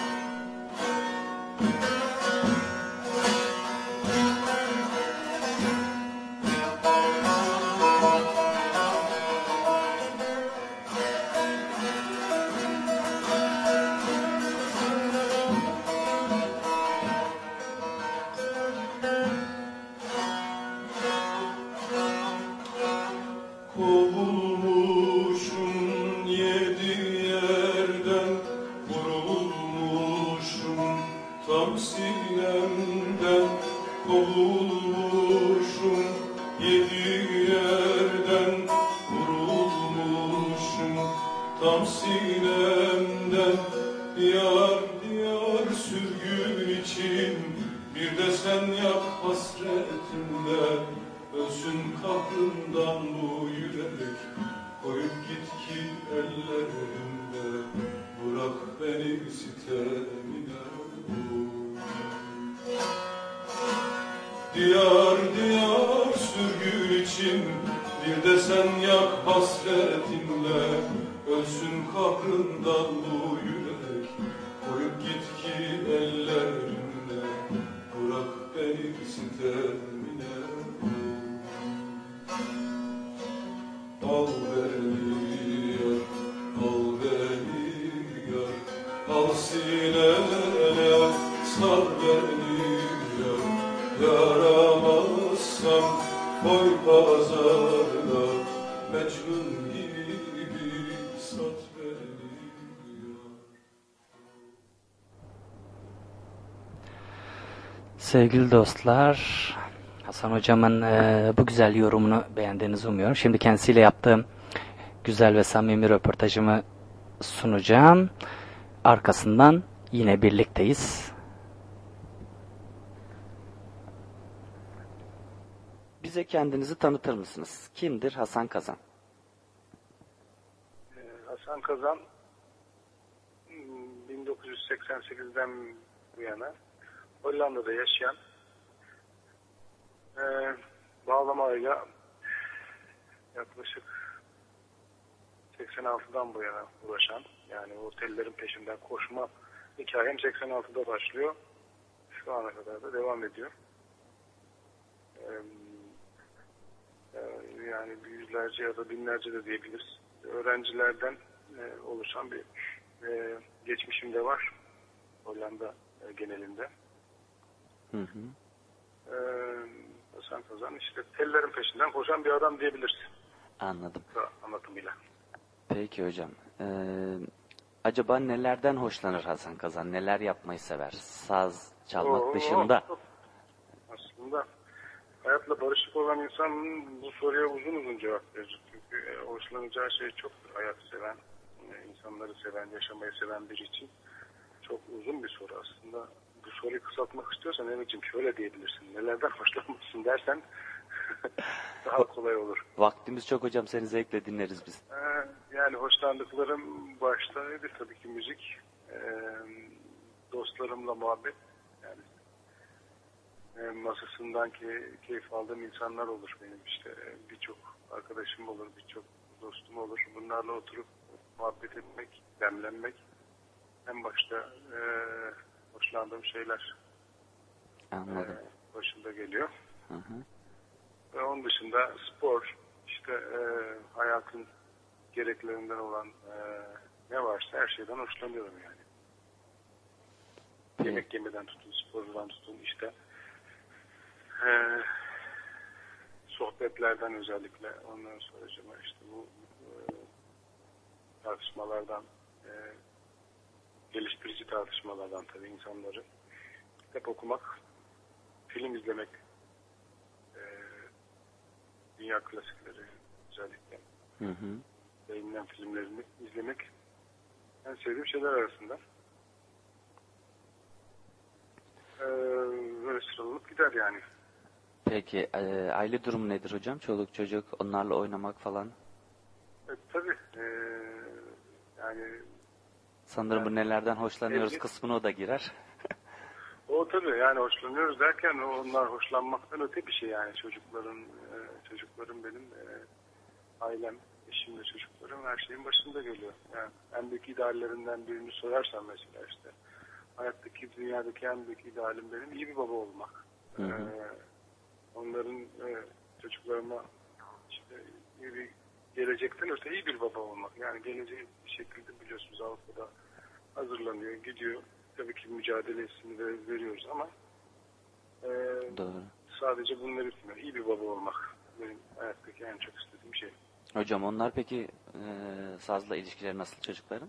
Kovulmuşum yedi yerden, vurulmuşum tam sinemden. Kovulmuşum yedi yerden, vurulmuşum tam sinemden. Diyar diyar sürgün için, bir de sen yak hasretimden. Ölsün kahrından bu yürek, koyup git ki ellerinde, bırak beni sitemine. Diyar diyar sürgün için, bir de sen yak hasretinle. Ölsün kahrından bu yürek, koyup git ki ellerinde, bırak beni sitemine. Al beni yar, al beni yar, al sinene sar beni yar. Yaramazsam koy pazarda, Mecnun gibi sat beni yar. Sevgili dostlar, Hasan Hocam'ın bu güzel yorumunu beğendiğinizi umuyorum. Şimdi kendisiyle yaptığım güzel ve samimi röportajımı sunacağım. Arkasından yine birlikteyiz. Bize kendinizi tanıtır mısınız? Kimdir Hasan Kazan? Hasan Kazan 1988'den bu yana Hollanda'da yaşayan, bağlamayla yaklaşık 86'dan bu yana uğraşan, yani otellerin peşinden koşma hikayem 86'da başlıyor. Şu ana kadar da devam ediyor. Yani yüzlerce ya da binlerce de diyebiliriz. Öğrencilerden oluşan bir geçmişim de var Hollanda genelinde. Hı. Hasan Kazan işte tellerin peşinden koşan bir adam diyebiliriz. Anladım. Anlatımıyla. Peki hocam. Acaba nelerden hoşlanır Hasan Kazan? Neler yapmayı sever? Saz çalmak dışında. Aslında hayatla barışık olan insan bu soruya uzun uzun cevap verir. Çünkü hoşlanacağı şey çok. Hayatı seven, insanları seven, yaşamayı seven biri için çok uzun bir soru aslında. bu soruyu kısaltmak istiyorsan Emre'ciğim şöyle diyebilirsin. Nelerden hoşlanmışsın dersen daha kolay olur. Vaktimiz çok hocam, seni zevkle dinleriz biz. Yani hoşlandıklarım başta nedir? Tabii ki müzik. Dostlarımla muhabbet. Yani masasından keyif aldığım insanlar olur benim işte. Birçok arkadaşım olur, birçok dostum olur. Bunlarla oturup muhabbet etmek, demlenmek en başta hoşlandığım şeyler. Anladım. Başında geliyor. Hı hı. Ve onun dışında spor, işte hayatın gereklerinden olan ne varsa her şeyden hoşlanıyorum yani. Yemek yemeden tutun, spordan tutun, işte sohbetlerden özellikle, ondan sonra işte bu tartışmalardan, geliştirici tartışmalardan tabii insanları hep okumak, film izlemek, dünya klasikleri özellikle beğenilen filmlerini izlemek en sevdiğim şeyler arasında. Böyle sıralanıp gider yani. Peki aile durumu nedir hocam? Çoluk çocuk, onlarla oynamak falan. Tabii. Yani sanırım bu nelerden hoşlanıyoruz kısmına o da girer. O tabii yani hoşlanıyoruz derken onlar hoşlanmaktan öte bir şey yani. Çocuklarım benim, ailem, eşim ve çocuklarım her şeyin başında geliyor. Yani en büyük ideallerinden birini sorarsan mesela işte hayattaki, dünyadaki en büyük idealim benim iyi bir baba olmak. Onların çocuklarıma işte iyi bir gelecekten öte iyi bir baba olmak. Yani geleceği bir şekilde biliyorsunuz Avrupa'da hazırlanıyor, gidiyor. Tabii ki mücadelesini veriyoruz ama Doğru. sadece bunları bitmiyor. İyi bir baba olmak benim hayattaki en çok istediğim şey. Hocam onlar peki sazla ilişkileri nasıl çocukların?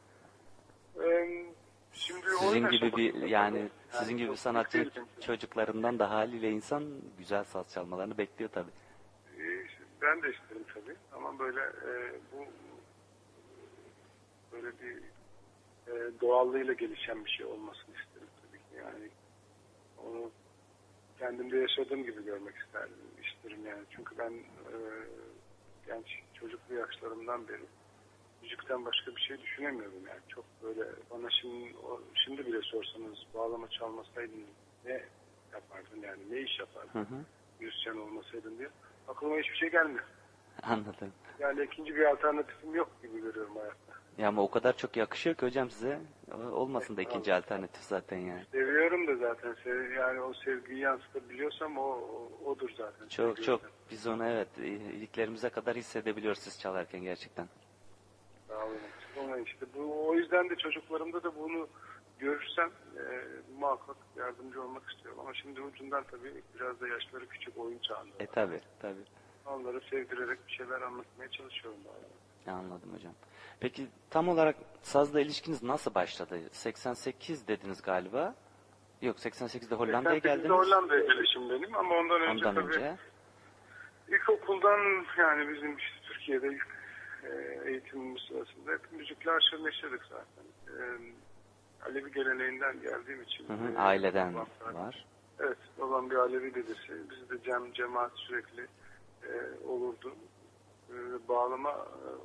Şimdi Sizin gibi bir sizin gibi bir sanatçı çocuklarından da haliyle insan güzel saz çalmalarını bekliyor tabii. Ben de isterim tabii ama böyle bu böyle bir doğallığıyla gelişen bir şey olmasını isterim tabii ki. Yani onu kendimde yaşadığım gibi görmek isterim yani. Çünkü ben genç çocuklu yaşlarımdan beri müzikten başka bir şey düşünemiyorum yani. Çok böyle bana şimdi bile sorsanız bağlama çalmasaydın ne yapardın yani, ne iş yapardın müzisyen olmasaydın diye aklıma hiçbir şey gelmiyor. Anladım. Yani ikinci bir alternatifim yok gibi görüyorum hayatta. Ya ama o kadar çok yakışıyor ki hocam size. Olmasın da ikinci alternatif zaten yani. Seviyorum da zaten. Yani o sevgiyi yansıtabiliyorsam odur zaten. Çok. Biz onu iliklerimize kadar hissedebiliyoruz siz çalarken gerçekten. Sağ olun. Sonra işte o yüzden de çocuklarımda da bunu görürsem muhakkak yardımcı olmak istiyorum. Ama şimdi ucundan tabii biraz da yaşları küçük, oyun çağında. Tabii. Onları sevdirerek bir şeyler anlatmaya çalışıyorum daha. Anladım hocam. Peki tam olarak sazla ilişkiniz nasıl başladı? 88 dediniz galiba. Yok 88'de Hollanda'ya geldiniz. 88'de Hollanda'ya gelişim benim ama ondan önce ilkokuldan yani bizim işte Türkiye'de eğitimimiz sırasında hep müzikle aşırı neşirdik zaten. Alevi geleneğinden geldiğim için. Aileden var. Evet, babam bir Alevi dedesi. Bizde cemaat sürekli olurdu. Bağlama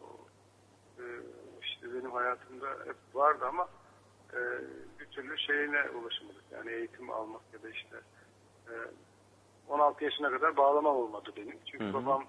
işte benim hayatımda hep vardı ama bir türlü şeyine ulaşamadık. Yani eğitim almak ya da işte 16 yaşına kadar bağlama olmadı benim. Çünkü babam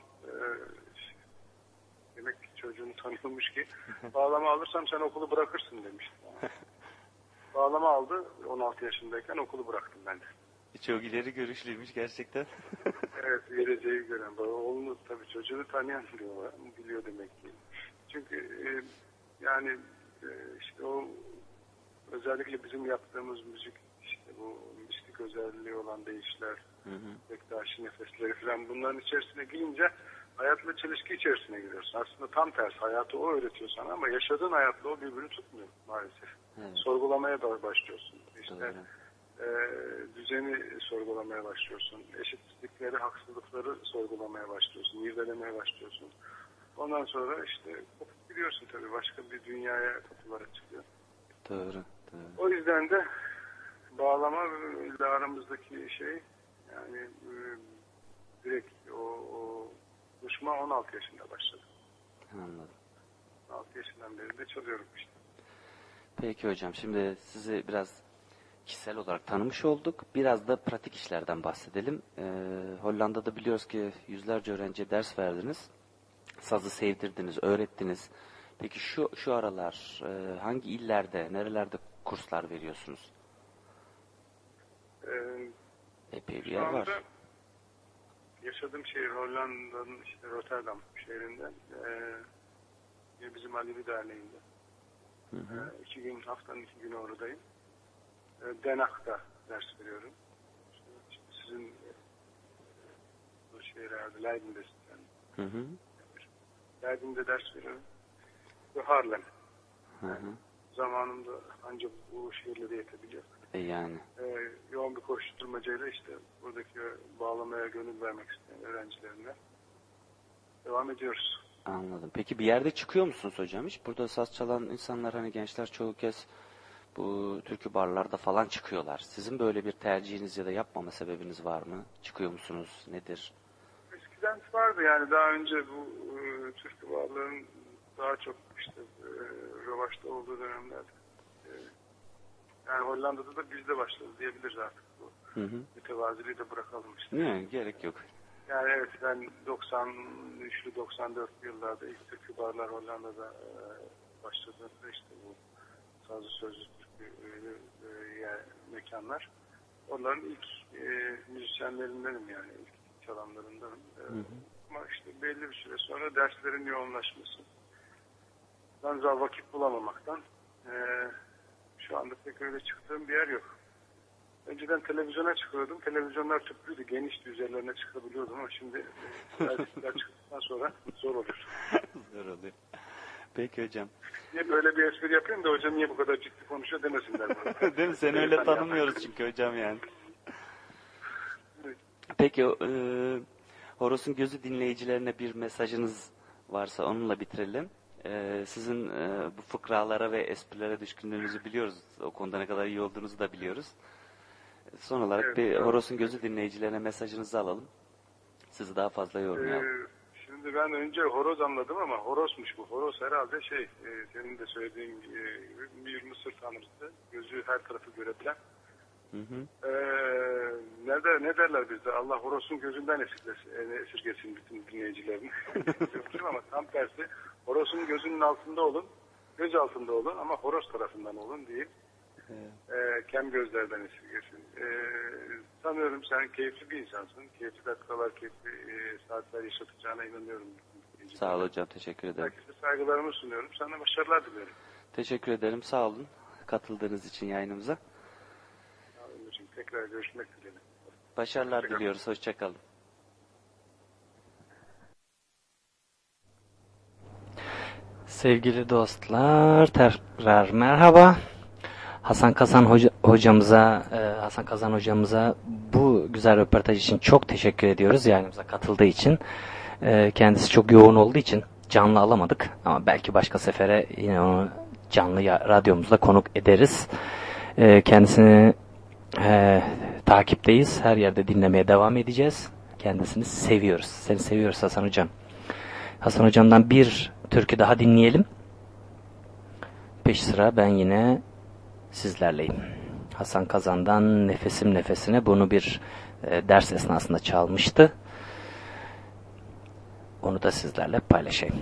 demek ki çocuğunu tanıyormuş ki bağlama alırsam sen okulu bırakırsın demişti. Bağlama aldı 16 yaşındayken, okulu bıraktım ben de. Çok ileri görüşlüymüş gerçekten. Evet, geleceği gören. Oğlunu tabii çocuğunu tanıyan biliyor demek ki. Çünkü yani işte o özellikle bizim yaptığımız müzik işte bu mistik özelliği olan deyişler, Bektaşi nefesleri falan bunların içerisine girince hayatla çelişki içerisine giriyorsun. Aslında tam tersi, hayatı o öğretiyor sana ama yaşadığın hayatla o birbirini tutmuyor maalesef. Sorgulamaya da başlıyorsun. İşte düzeni sorgulamaya başlıyorsun. Eşitsizlikleri, haksızlıkları sorgulamaya başlıyorsun. İrdelemeye başlıyorsun. Ondan sonra işte kopup gidiyorsun tabii. Başka bir dünyaya kapılar açılıyor. Doğru. O yüzden de bağlama ile aramızdaki şey yani direkt o buluşma 16 yaşında başladı. Anladım. 16 yaşından beri de çalıyorum işte. Peki hocam, şimdi sizi biraz kişisel olarak tanımış olduk. Biraz da pratik işlerden bahsedelim. Hollanda'da biliyoruz ki yüzlerce öğrenciye ders verdiniz. Sazı sevdirdiniz, öğrettiniz. Peki şu aralar hangi illerde, nerelerde kurslar veriyorsunuz? Epey bir yer var. Yaşadığım şehir Hollanda'nın işte Rotterdam şehrinden bizim Alevi Derneği'nde. 2 gün, haftanın 2 günü oradayım. Den Haag'da ders veriyorum. İşte sizin bu şehirlerde Leiden'desiniz. Leiden'de ders veriyorum. Ve Harlem. Zamanımda ancak bu şehirlere yetebiliyor. Yani. Yoğun bir koşturmacayla işte buradaki bağlamaya gönül vermek isteyen öğrencilerine devam ediyoruz. Anladım. Peki bir yerde çıkıyor musunuz hocam hiç? Burada saz çalan insanlar, hani gençler çoğu kez bu türkü barlarda falan çıkıyorlar. Sizin böyle bir tercihiniz ya da yapmama sebebiniz var mı? Çıkıyor musunuz? Nedir? Eskiden vardı yani, daha önce bu türkü barların daha çok işte revaçta olduğu dönemlerde. Yani Hollanda'da da bizde başladı diyebiliriz artık bu. Mütevaziliği de bırakalım işte. Ne, gerek yok. Yani evet, ben 93'lü 94 yıllarda ilk türkü barlar Hollanda'da başladığında işte bu sazlı sözlü türkü mekanlar. Onların ilk müzisyenlerindenim yani, ilk çalanlarındanım. Ama işte belli bir süre sonra derslerin yoğunlaşması, ben daha vakit bulamamaktan şu anda pek öyle çıktığım bir yer yok. Önceden televizyona çıkıyordum. Televizyonlar tüplüydü, genişti, üzerlerine çıkabiliyordum ama şimdi dersler çıktıktan sonra zor olur. Zor oluyor. Peki hocam. Niye böyle bir espri yapayım da hocam niye bu kadar ciddi konuşuyor demesinler bana. Değil mi? Seni öyle tanımıyoruz çünkü hocam yani. Peki Horoz'un Gözü dinleyicilerine bir mesajınız varsa onunla bitirelim. Sizin bu fıkralara ve esprilere düşkünlüğünüzü biliyoruz. O konuda ne kadar iyi olduğunuzu da biliyoruz. Son olarak Evet, bir Horoz'un Gözü dinleyicilerine mesajınızı alalım. Sizi daha fazla yormayalım. Şimdi ben önce horoz anladım ama horozmuş bu. Horoz herhalde senin de söylediğin bir Mısır tanrısı. Gözü her tarafı görebilen. Ne derler bizde? Allah horozun gözünden esirgesin bütün dinleyicilerini. Ama tam tersi, horozun gözünün altında olun, göz altında olun ama horoz tarafından olun değil. Kem gözlerden esirgesin. Sanıyorum sen keyifli bir insansın. Keyifli dakikalar, keyifli saatler yaşatacağına inanıyorum. Sağ ol hocam, teşekkür ederim. Herkese saygılarımı sunuyorum. Sana başarılar diliyorum. Teşekkür ederim, sağ olun katıldığınız için yayınımıza. Tekrar görüşmek dileğiyle. Başarılar diliyoruz, hoşçakalın. Sevgili dostlar, tekrar merhaba. Hasan Kazan hocamıza bu güzel röportaj için çok teşekkür ediyoruz, yayınımıza katıldığı için. Kendisi çok yoğun olduğu için canlı alamadık ama belki başka sefere yine onu canlı radyomuzda konuk ederiz. Kendisini takipteyiz. Her yerde dinlemeye devam edeceğiz. Kendisini seviyoruz. Seni seviyoruz Hasan hocam. Hasan hocamdan bir türkü daha dinleyelim. Peş sıra ben yine sizlerleyim. Hasan Kazan'dan Nefesim Nefesine, bunu bir ders esnasında çalmıştı. Onu da sizlerle paylaşayım.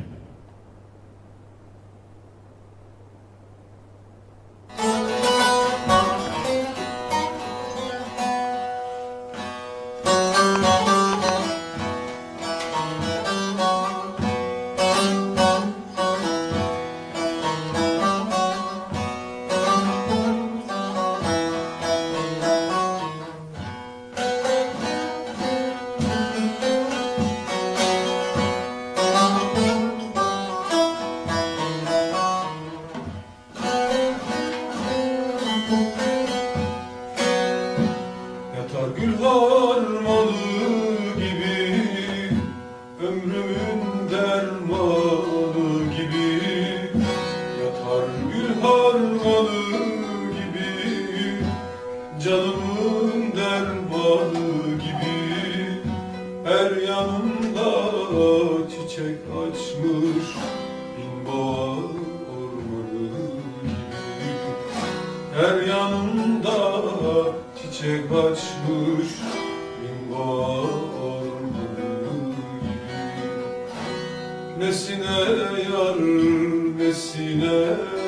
açmış bin bahar gülü gibi. Nesine yar nesine,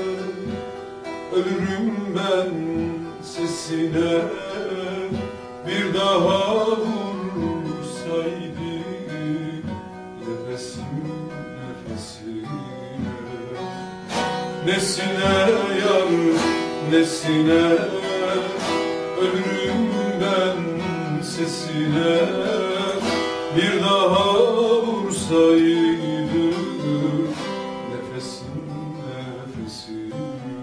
ölürüm ben sesine. Bir daha vursaydı nefesim nefesine. Nesine yar nesine, ölürüm ben sesine. Bir daha vursaydı nefesim nefesine.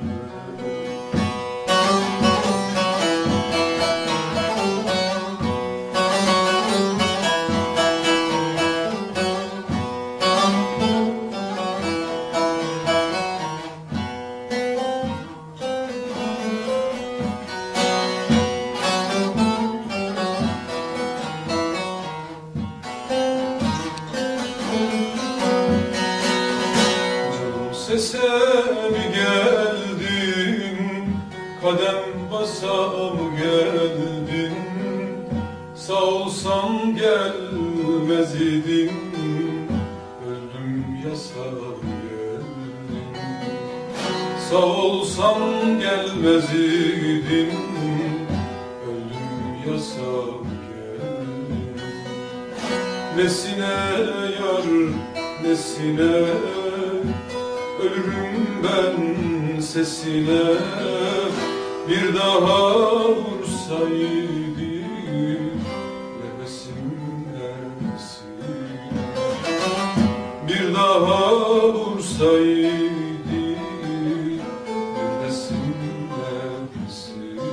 Sese mi geldin, kadem basa mı geldin? Sağ olsam gelmez idin, öldüm ya sağ geldin. Sağ olsam gelmez idin, öldüm ya sağ geldin. Nesine yar nesine, ölürüm ben sesine. Bir daha vursaydı nefesim nefesine. Bir daha vursaydı nefesim nefesine.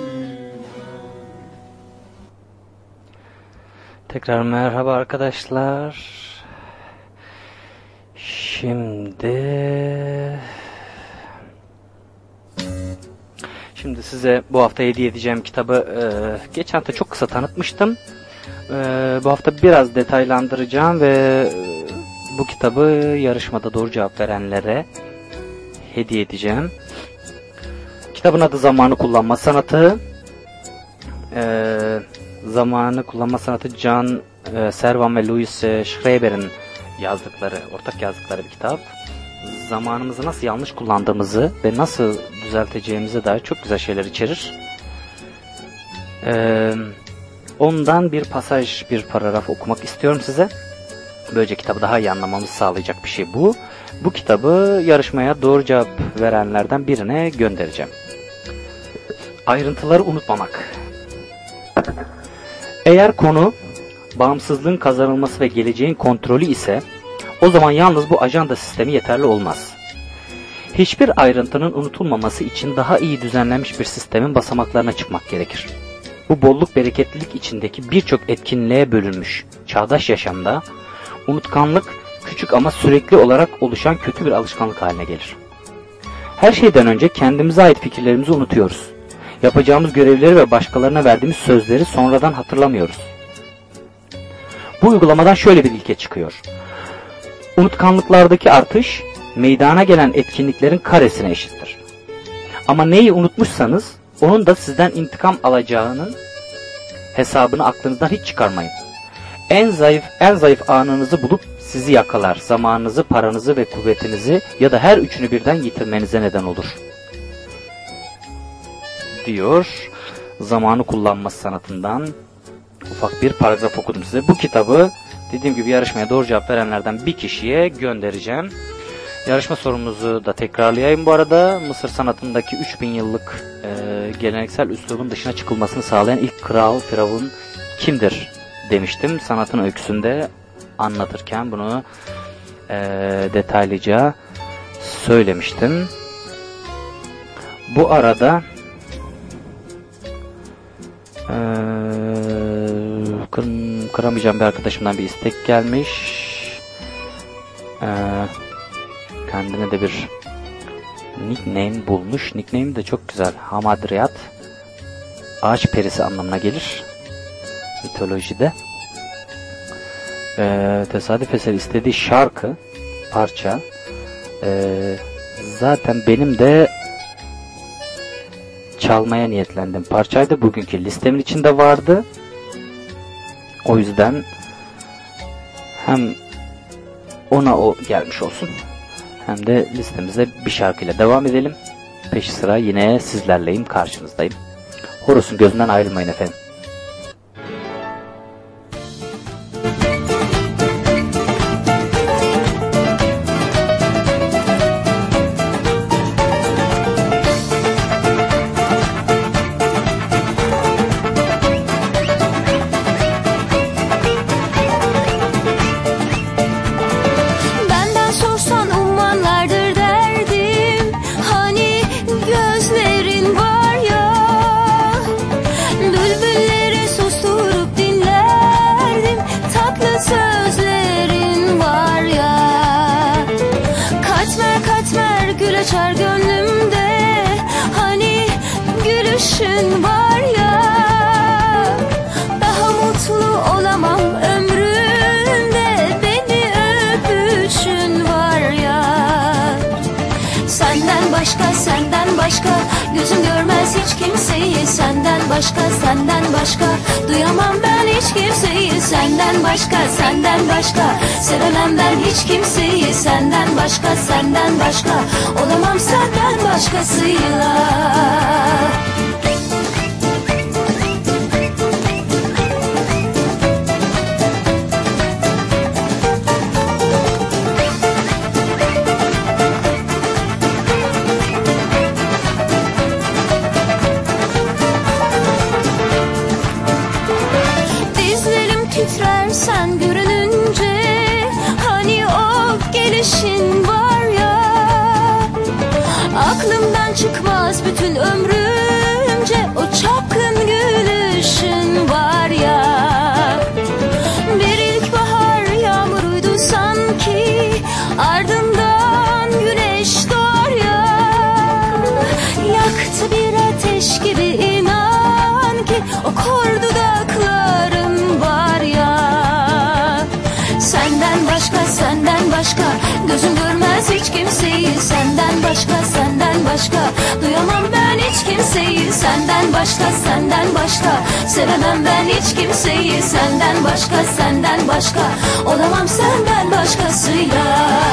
Tekrar merhaba arkadaşlar. Şimdi size bu hafta hediye edeceğim kitabı geçen hafta çok kısa tanıtmıştım. Bu hafta biraz detaylandıracağım ve bu kitabı yarışmada doğru cevap verenlere hediye edeceğim. Kitabın adı Zamanı Kullanma Sanatı. Zamanı Kullanma Sanatı John Servan ve Louis Schreiber'in ortak yazdıkları bir kitap. Zamanımızı nasıl yanlış kullandığımızı ve nasıl düzelteceğimize dair çok güzel şeyler içerir. Ondan bir pasaj, bir paragraf okumak istiyorum size. Böylece kitabı daha iyi anlamamızı sağlayacak bir şey bu. Bu kitabı yarışmaya doğru cevap verenlerden birine göndereceğim. Ayrıntıları unutmamak. Eğer konu bağımsızlığın kazanılması ve geleceğin kontrolü ise o zaman yalnız bu ajanda sistemi yeterli olmaz. Hiçbir ayrıntının unutulmaması için daha iyi düzenlenmiş bir sistemin basamaklarına çıkmak gerekir. Bu bolluk bereketlilik içindeki birçok etkinliğe bölünmüş çağdaş yaşamda unutkanlık küçük ama sürekli olarak oluşan kötü bir alışkanlık haline gelir. Her şeyden önce kendimize ait fikirlerimizi unutuyoruz. Yapacağımız görevleri ve başkalarına verdiğimiz sözleri sonradan hatırlamıyoruz. Bu uygulamadan şöyle bir ilke çıkıyor. Unutkanlıklardaki artış meydana gelen etkinliklerin karesine eşittir. Ama neyi unutmuşsanız onun da sizden intikam alacağının hesabını aklınızdan hiç çıkarmayın. En zayıf anınızı bulup sizi yakalar, zamanınızı, paranızı ve kuvvetinizi ya da her üçünü birden yitirmenize neden olur. Diyor. Zamanı kullanma sanatından ufak bir paragraf okudum size. Bu kitabı dediğim gibi yarışmaya doğru cevap verenlerden bir kişiye göndereceğim. Yarışma sorumuzu da tekrarlayayım bu arada. Mısır sanatındaki 3000 yıllık geleneksel üslubun dışına çıkılmasını sağlayan ilk kral, firavun kimdir demiştim. Sanatın öyküsünde anlatırken bunu detaylıca söylemiştim. Bu arada kıramayacağım bir arkadaşımdan bir istek gelmiş. Kendine de bir nickname bulmuş. Nickname de çok güzel. Hamadriyat. Ağaç perisi anlamına gelir mitolojide. Tesadüf eseri istediği şarkı, parça. Zaten benim de çalmaya niyetlendim parçaydı. Bugünkü listemin içinde vardı. O yüzden hem ona o gelmiş olsun hem de listemize bir şarkıyla devam edelim. Peşi sıra yine sizlerleyim, karşınızdayım. Horus'un gözünden ayrılmayın efendim. Açar gönlümde hani gülüşün var ya, daha mutlu olamam ömrümde, beni öpüşün var ya. Senden başka gözüm görmez hiç kimseyi, senden başka duyamam ben hiç kimseyi, senden başka sevemem ben hiç kimseyi, senden başka olamam senden başkasıyla. Sen görününce hani o gelişin var ya, aklımdan çıkmaz bütün ömrümce o çapkın gülüşün var ya. Bir ilkbahar yağmuruydu sanki, ardından güneş doğar ya, yaktı bir ateş gibi inan ki o kor dudaklarım var ya. Senden başka gözüm görmez hiç kimseyi, senden başka duyamam ben hiç kimseyi, senden başka sevemem ben hiç kimseyi, senden başka olamam senden başkasıyla.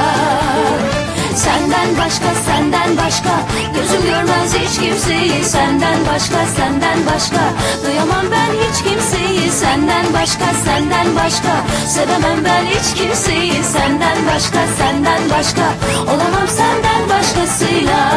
Senden başka gözüm görmez hiç kimseyi, senden başka duyamam ben hiç kimseyi, senden başka sevemem ben hiç kimseyi, senden başka olamam senden başkasıyla.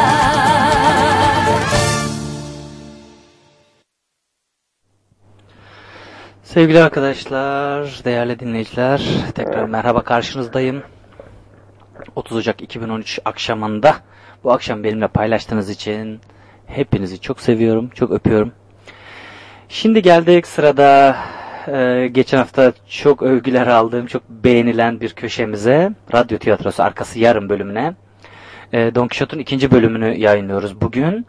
Sevgili arkadaşlar, değerli dinleyiciler, tekrar merhaba, karşınızdayım. 30 Ocak 2013 akşamında bu akşam benimle paylaştığınız için hepinizi çok seviyorum, çok öpüyorum. Şimdi geldik sırada geçen hafta çok övgüler aldığım, çok beğenilen bir köşemize, Radyo Tiyatrosu Arkası Yarın bölümüne. Don Quixote'un 2. bölümünü yayınlıyoruz bugün.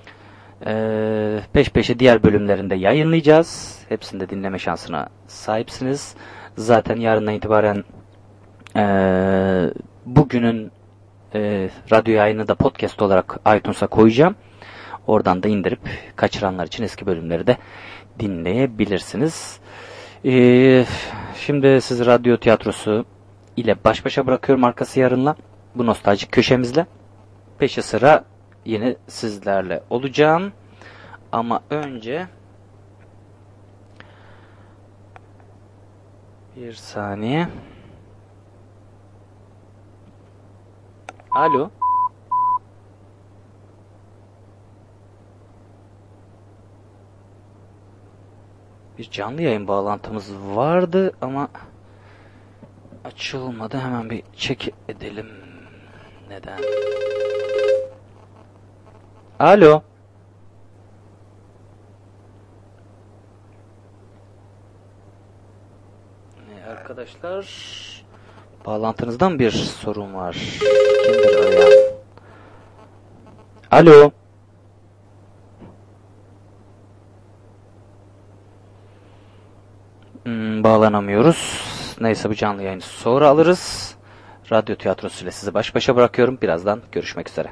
Peş peşe diğer bölümlerinde yayınlayacağız. Hepsinde dinleme şansına sahipsiniz. Zaten yarından itibaren bugünün radyo yayını da podcast olarak iTunes'a koyacağım. Oradan da indirip kaçıranlar için eski bölümleri de dinleyebilirsiniz. Şimdi sizi radyo tiyatrosu ile baş başa bırakıyorum Arkası Yarın'la. Bu nostaljik köşemizle. Peşi sıra yine sizlerle olacağım. Ama önce bir saniye. Alo. Bir canlı yayın bağlantımız vardı ama açılmadı. Hemen bir check edelim. Neden? Alo. Arkadaşlar, bağlantınızdan bir sorun var. Kimdir arayan? Alo. Bağlanamıyoruz. Neyse, bu canlı yayını sonra alırız. Radyo tiyatrosu ile sizi baş başa bırakıyorum. Birazdan görüşmek üzere.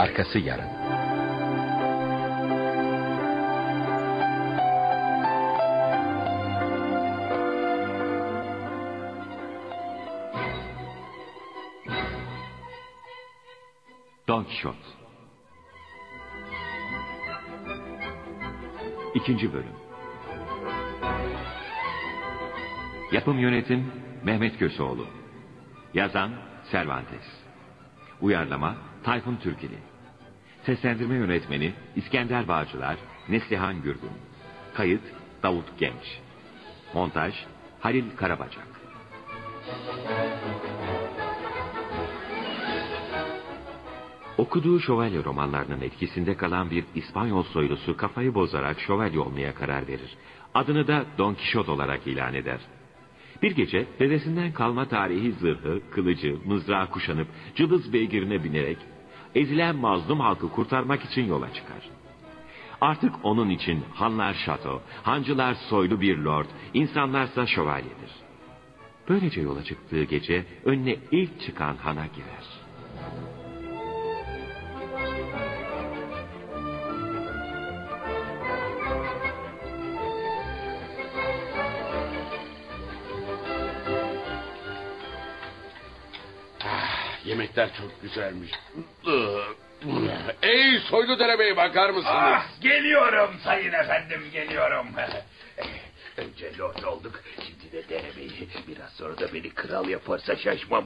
arkası yarın. Don Kişot 2. Bölüm. Yapım yönetim Mehmet Köseoğlu. Yazan Cervantes. Uyarlama Tayfun Türkili. Seslendirme yönetmeni İskender Bağcılar, Neslihan Gürgün. Kayıt Davut Genç. Montaj Halil Karabacak. Okuduğu şövalye romanlarının etkisinde kalan bir İspanyol soylusu kafayı bozarak şövalye olmaya karar verir. Adını da Don Kişot olarak ilan eder. Bir gece dedesinden kalma tarihi zırhı, kılıcı, mızrağı kuşanıp cılız beygirine binerek ezilen mazlum halkı kurtarmak için yola çıkar. Artık onun için hanlar şato, hancılar soylu bir lord, insanlarsa şövalyedir. Böylece yola çıktığı gece önüne ilk çıkan hana girer. Yemekler çok güzelmiş. Ey soylu derebey, bakar mısınız? Ah, geliyorum sayın efendim, geliyorum. Önce lord olduk, şimdi de derebeyi. Biraz sonra da beni kral yaparsa şaşmam.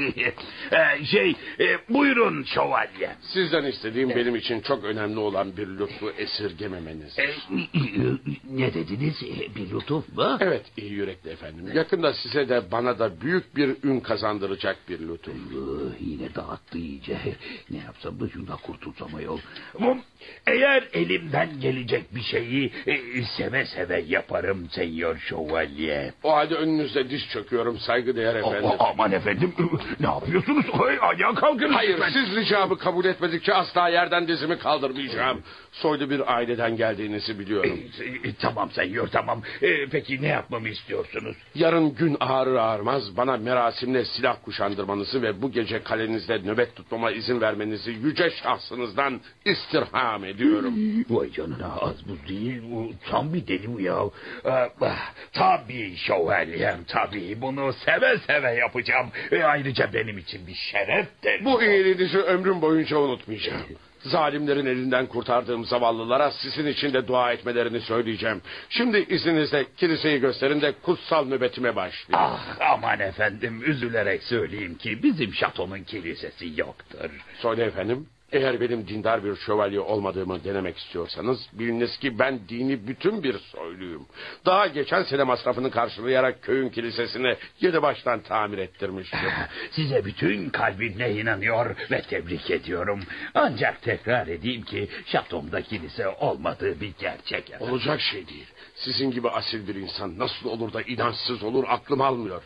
Buyurun şövalye. Sizden istediğim benim için çok önemli olan bir lütfu esirgememeniz. Ne dediniz? Bir lütuf mu? Evet, iyi yürekli efendim. Yakında size de bana da büyük bir ün kazandıracak bir lütuf. Yine dağıttı iyice. Ne yapsam da şundan kurtulsam ayol. Eğer elimden gelecek bir şeyi seve seve yaparım senyor şövalye. O halde önünüzde diz çöküyorum saygıdeğer efendim. Aman efendim, ne yapıyorsunuz? Ayağa kalkın. Hayır, lütfen. siz ricamı kabul etmedikçe asla yerden dizimi kaldırmayacağım. Soylu bir aileden geldiğinizi biliyorum. Tamam senyor, tamam. Peki ne yapmamı istiyorsunuz? Yarın gün ağrır ağarmaz bana merasimle silah kuşandırmanızı ve bu gece kalenizde nöbet tutmama izin vermenizi yüce şahsınızdan istirham ediyorum. Vay canına, az buz değil. Bu tam bir deli bu ya. Tabii şövalyem, tabii. Bunu seve seve yapacağım. Ayrıca benim için bir şereftir. Bu iyiliğinizi ömrüm boyunca unutmayacağım. Zalimlerin elinden kurtardığım zavallılara sizin için de dua etmelerini söyleyeceğim. Şimdi izninizle kiliseyi gösterin de kutsal nöbetime başlayayım. Aman efendim, üzülerek söyleyeyim ki bizim şatonun kilisesi yoktur. Söyle efendim. Eğer benim dindar bir şövalye olmadığımı denemek istiyorsanız biliniz ki ben dini bütün bir soyluyum. Daha geçen sene masrafını karşılayarak köyün kilisesini yeni baştan tamir ettirmiştim. Size bütün kalbimle inanıyor ve tebrik ediyorum. Ancak tekrar edeyim ki şatomda kilise olmadığı bir gerçek. Olacak şey değil. Sizin gibi asil bir insan nasıl olur da inançsız olur aklım almıyor.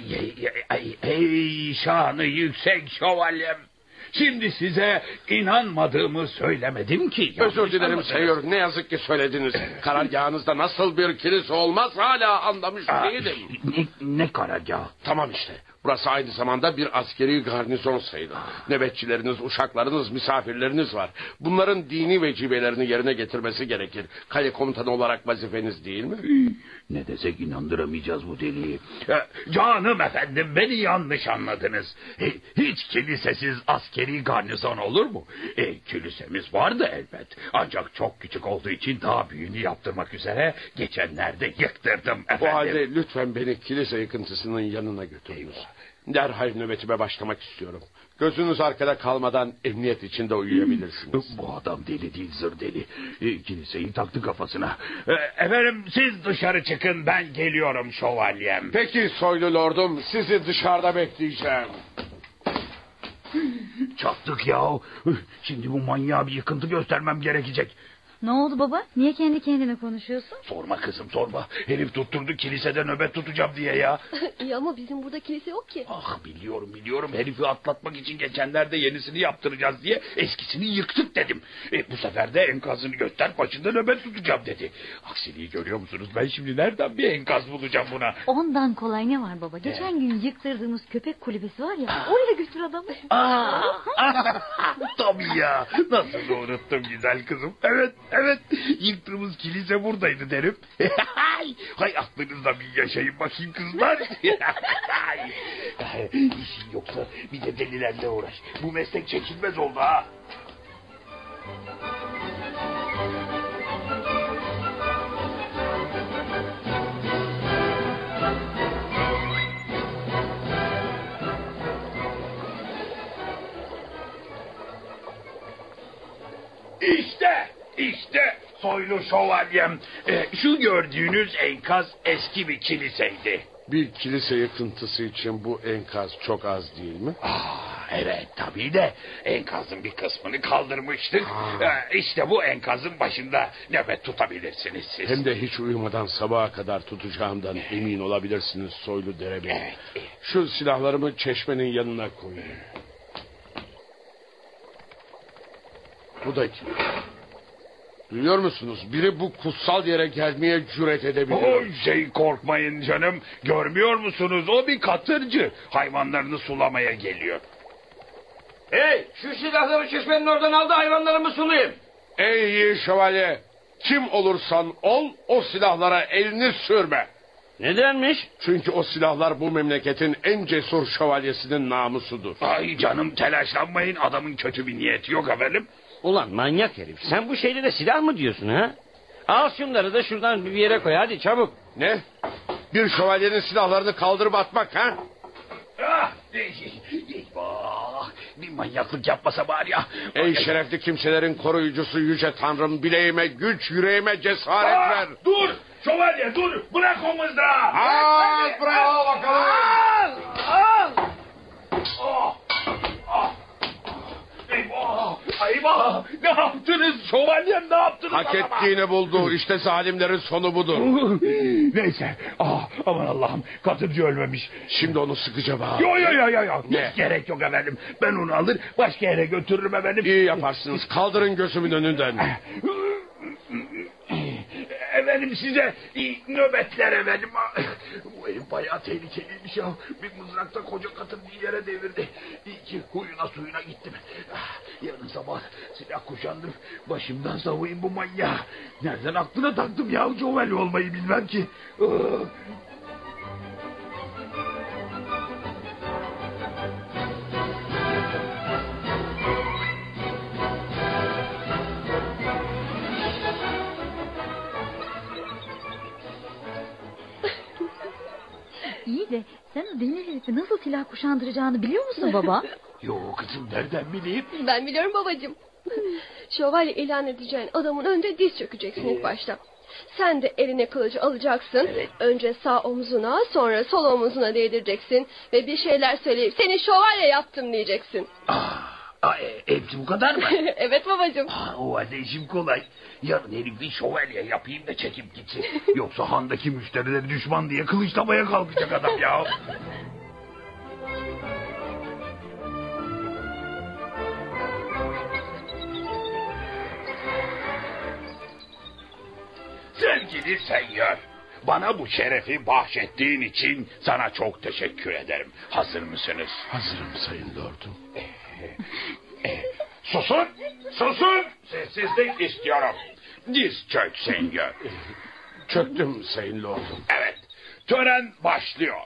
Ey şanı yüksek şövalyem. Şimdi size inanmadığımı söylemedim ki. Özür dilerim senyor, ne yazık ki söylediniz. Karargahınızda nasıl bir kilise olmaz hala anlamış değilim. Ne karargah? Tamam işte. Burası aynı zamanda bir askeri garnizon sayılır. Nöbetçileriniz, uşaklarınız, misafirleriniz var. Bunların dini vecibelerini yerine getirmesi gerekir. Kale komutanı olarak vazifeniz değil mi? Ne desek inandıramayacağız bu deliği. Canım efendim, beni yanlış anladınız. Hiç kilisesiz askeri garnizon olur mu? Kilisemiz vardı elbet. Ancak çok küçük olduğu için daha büyüğünü yaptırmak üzere geçenlerde yıktırdım efendim. O halde lütfen beni kilise yıkıntısının yanına götürünüz. Derhal nöbetime başlamak istiyorum. Gözünüz arkada kalmadan emniyet içinde uyuyabilirsiniz. Bu adam deli değil, zır deli. Kiliseyi taktı kafasına. Efendim siz dışarı çıkın, ben geliyorum şövalyem. Peki soylu lordum, sizi dışarıda bekleyeceğim. Çattık ya. Şimdi bu manyağa bir yıkıntı göstermem gerekecek. Ne oldu baba? Niye kendi kendine konuşuyorsun? Sorma kızım sorma. Herif tutturdu kilisede nöbet tutacağım diye ya. İyi ama bizim burada kilise yok ki. Ah biliyorum. Herifi atlatmak için geçenlerde yenisini yaptıracağız diye eskisini yıktık dedim. Bu sefer de enkazını göster başında nöbet tutacağım dedi. Aksiliği görüyor musunuz? Ben şimdi nereden bir enkaz bulacağım buna? Ondan kolay ne var baba? Geçen gün yıktırdığımız köpek kulübesi var ya, oraya götür adamı. Tabii ya. Nasıl da unuttum güzel kızım. Evet. Yıktığımız kilise buradaydı derim. Hay aklınızda bir yaşayın bakayım kızlar. İşin yoksa bir de delilerle uğraş. Bu meslek çekilmez oldu ha. İşte soylu şövalyem. Şu gördüğünüz enkaz eski bir kiliseydi. Bir kilise yıkıntısı için bu enkaz çok az değil mi? Evet tabii de enkazın bir kısmını kaldırmıştık. İşte bu enkazın başında nöbet tutabilirsiniz siz. Hem de hiç uyumadan sabaha kadar tutacağımdan emin olabilirsiniz soylu derebey. Evet. Şu silahlarımı çeşmenin yanına koyayım. Bu da kim? Duyuyor musunuz? Biri bu kutsal yere gelmeye cüret edebilir. Korkmayın canım. Görmüyor musunuz? O bir katırcı. Hayvanlarını sulamaya geliyor. Hey, şu silahları çeşmenin oradan al da hayvanlarımı sulayayım. Ey iyi şövalye, kim olursan ol o silahlara elini sürme. Nedenmiş? Çünkü o silahlar bu memleketin en cesur şövalyesinin namusudur. Ay canım telaşlanmayın, adamın kötü bir niyeti yok efendim. Ulan manyak herif, sen bu şeylere silah mı diyorsun ha? Al şunları da şuradan bir yere koy, hadi çabuk. Ne? Bir şövalyenin silahlarını kaldırıp atmak ha? Eyvah! Bir manyaklık yapmasa bari ya. Ey şerefli kimselerin koruyucusu yüce tanrım, bileğime güç, yüreğime cesaret ver. Dur! Şövalye dur! Bırak o mızrağı! Al bravo bakalım! Al! Eyvah! Ne yaptınız? Şövalyem ne yaptınız? Hak ettiğini buldu. İşte zalimlerin sonu budur. Neyse. Aman Allah'ım. Katırcı ölmemiş. Şimdi onu sıkıca bağır. Yo. Ne? Hiç gerek yok efendim. Ben onu alır başka yere götürürüm efendim. İyi yaparsınız. Kaldırın gözümün önünden. Efendim size nöbetler efendim. Bu herif bayağı tehlikeliymiş ya. Bir mızrakta koca katır bir yere devirdi. İyi ki huyuna suyuna gittim. Yarın sabah silah kuşandım. Başımdan savayım bu manyağı. Nereden aklına taktım ya şövalye olmayı bilmem ki. İyi de sen o deli herifi nasıl silah kuşandıracağını biliyor musun baba? Yok kızım nereden bileyim? Ben biliyorum babacığım. Şövalye ilan edeceğin adamın önünde diz çökeceksin ilk başta. Sen de eline kılıcı alacaksın. Evet. Önce sağ omzuna sonra sol omzuna değdireceksin. Ve bir şeyler söyleyip seni şövalye yaptım diyeceksin. Hepsi bu kadar mı? Evet babacığım. O halde işim kolay. Yarın herifi şövalye yapayım da çekip gitsin. Yoksa handaki müşterileri düşman diye kılıçlamaya kalkacak adam ya. Sevgili seyyar, bana bu şerefi bahşettiğin için sana çok teşekkür ederim. Hazır mısınız? Hazırım sayın lordum. Susun! Sessizlik istiyorum. Diz çök seyyar. Çöktüm sayın lordum. Evet, tören başlıyor.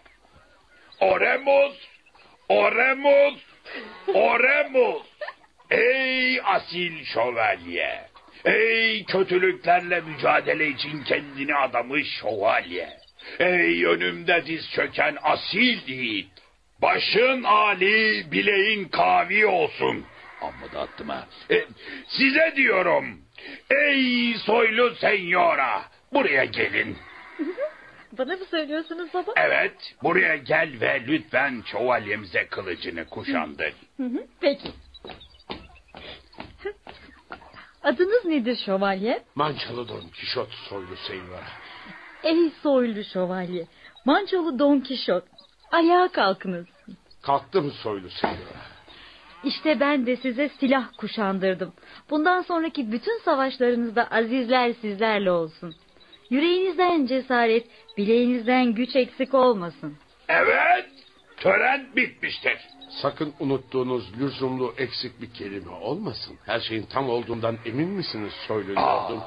Oremus! Ey asil şövalye! Ey kötülüklerle mücadele için kendini adamış şövalye! Ey önümde diz çöken asil yiğit! Başın âli, bileğin kavi olsun. Amma da attım ha. Size diyorum, ey soylu senyora, buraya gelin. Bana mı söylüyorsunuz baba? Evet, buraya gel ve lütfen şövalyemize kılıcını kuşandır. Peki. Adınız nedir şövalye? Mançalı Don Kişot soylu Seynora. Ey soylu şövalye. Mançolu Don Kişot. Ayağa kalkınız. Kalktım soylu Seynora. İşte ben de size silah kuşandırdım. Bundan sonraki bütün savaşlarınızda azizler sizlerle olsun. Yüreğinizden cesaret, bileğinizden güç eksik olmasın. Evet, tören bitmiştir. Sakın unuttuğunuz lüzumlu eksik bir kelime olmasın. Her şeyin tam olduğundan emin misiniz soylu lordum?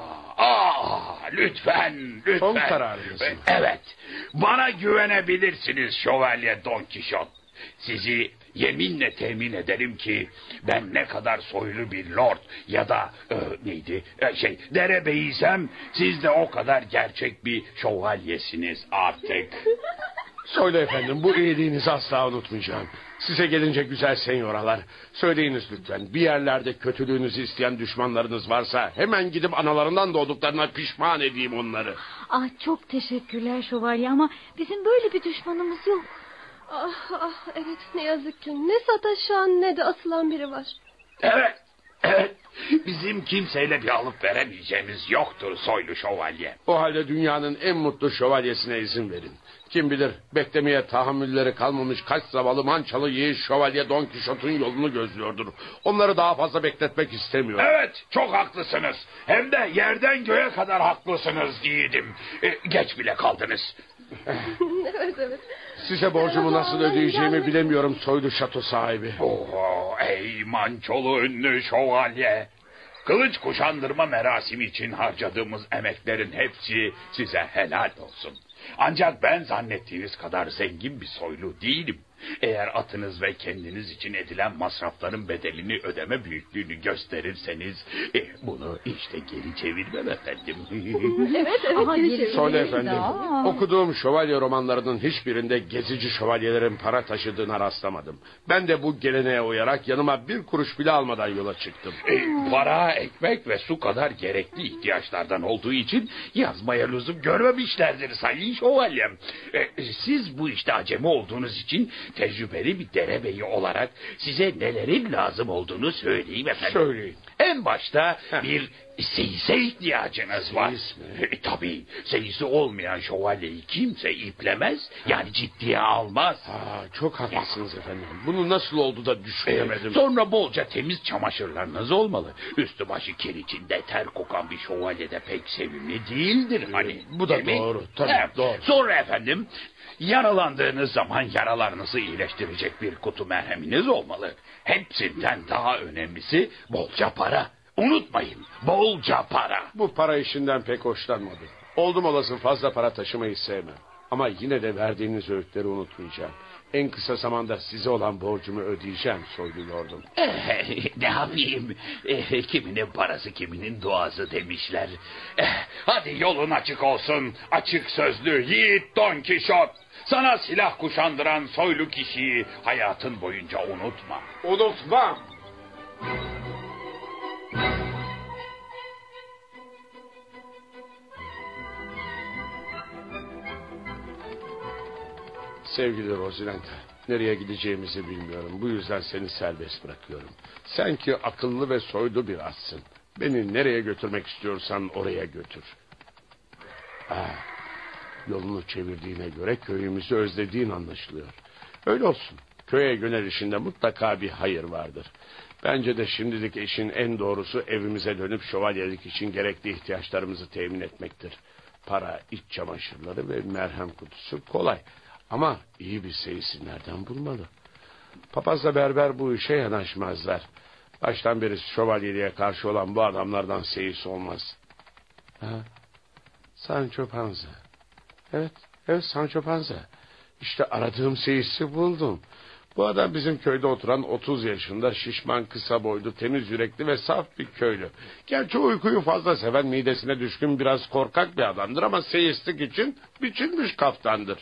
Lütfen. Son kararınız mı? Evet, bana güvenebilirsiniz Şövalye Don Kişot. Sizi yeminle temin ederim ki ben ne kadar soylu bir lord ya da derebeyiysem siz de o kadar gerçek bir şövalyesiniz artık. Soylu efendim, bu iyiliğinizi asla unutmayacağım. Size gelince güzel senyoralar, söyleyiniz lütfen, bir yerlerde kötülüğünüzü isteyen düşmanlarınız varsa hemen gidip analarından doğduklarına pişman edeyim onları. Ah, çok teşekkürler şövalye ama bizim böyle bir düşmanımız yok. Evet, ne yazık ki ne sataşan ne de asılan biri var. Evet. Bizim kimseyle bir alıp veremeyeceğimiz yoktur soylu şövalye. O halde dünyanın en mutlu şövalyesine izin verin. Kim bilir, beklemeye tahammülleri kalmamış kaç zavallı Mançalı yiğit şövalye Don Kişot'un yolunu gözlüyordur. Onları daha fazla bekletmek istemiyorum. Evet, çok haklısınız. Hem de yerden göğe kadar haklısınız yiğidim. Geç bile kaldınız. Evet. Size borcumu nasıl ödeyeceğimi bilemiyorum soylu şato sahibi. Ey Mançolu ünlü şövalye. Kılıç kuşandırma merasimi için harcadığımız emeklerin hepsi size helal olsun. Ancak ben zannettiğiniz kadar zengin bir soylu değilim. Eğer atınız ve kendiniz için edilen masrafların bedelini ödeme büyüklüğünü gösterirseniz bunu işte geri çevirmem efendim. Evet, geri çevirmem. Söyle efendim, okuduğum şövalye romanlarının hiçbirinde gezici şövalyelerin para taşıdığına rastlamadım. Ben de bu geleneğe uyarak yanıma bir kuruş bile almadan yola çıktım. Para, ekmek ve su kadar gerekli ihtiyaçlardan olduğu için yazmaya lüzum görmemişlerdir sayın şövalyem. Siz bu işte acemi olduğunuz için tecrübeli bir derebeyi olarak size nelerin lazım olduğunu söyleyeyim efendim. Söyleyin. En başta bir seyise ihtiyacınız var. Tabii seyisi olmayan şövalyeyi kimse iplemez, yani ciddiye almaz. Çok haklısınız efendim. Bunu nasıl oldu da düşünemedim. Sonra bolca temiz çamaşırlarınız olmalı. Üstü başı kir içinde ter kokan bir şövalye de pek sevimli değildir hani. Bu da doğru. Tabii doğru. Sonra efendim, yaralandığınız zaman yaralarınızı iyileştirecek bir kutu merheminiz olmalı. Hepsinden daha önemlisi bolca para. Unutmayın, bolca para. Bu para işinden pek hoşlanmadım. Oldum olası fazla para taşımayı sevmem. Ama yine de verdiğiniz öğütleri unutmayacağım. En kısa zamanda size olan borcumu ödeyeceğim soylu lordum. Ne yapayım? Kiminin parası kiminin duası demişler. Hadi yolun açık olsun, açık sözlü yiğit Don Kişot. Sana silah kuşandıran soylu kişiyi hayatın boyunca unutma. Unutmam. Sevgili Rosinante, nereye gideceğimizi bilmiyorum. Bu yüzden seni serbest bırakıyorum. Sen ki akıllı ve soylu bir atsın. Beni nereye götürmek istiyorsan oraya götür. Yolunu çevirdiğine göre köyümüzü özlediğin anlaşılıyor. Öyle olsun. Köye yönelişinde mutlaka bir hayır vardır. Bence de şimdilik işin en doğrusu evimize dönüp şövalyelik için gerekli ihtiyaçlarımızı temin etmektir. Para, iç çamaşırları ve merhem kutusu kolay. Ama iyi bir seyisi nereden bulmalı? Papazla berber bu işe yanaşmazlar. Baştan beri şövalyeliğe karşı olan bu adamlardan seyis olmaz. Sancho Panza. Evet Sancho Panza. İşte aradığım seyisi buldum. Bu adam bizim köyde oturan 30 yaşında şişman, kısa boylu, temiz yürekli ve saf bir köylü. Gerçi uykuyu fazla seven, midesine düşkün, biraz korkak bir adamdır ama seyislik için biçilmiş kaftandır.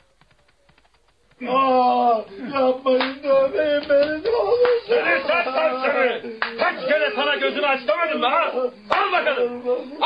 Yapmayın, dövmeyin beni, ne olursun. Seni sen serseri! Kaç kere sana gözünü aç demedim mi ha? Al bakalım!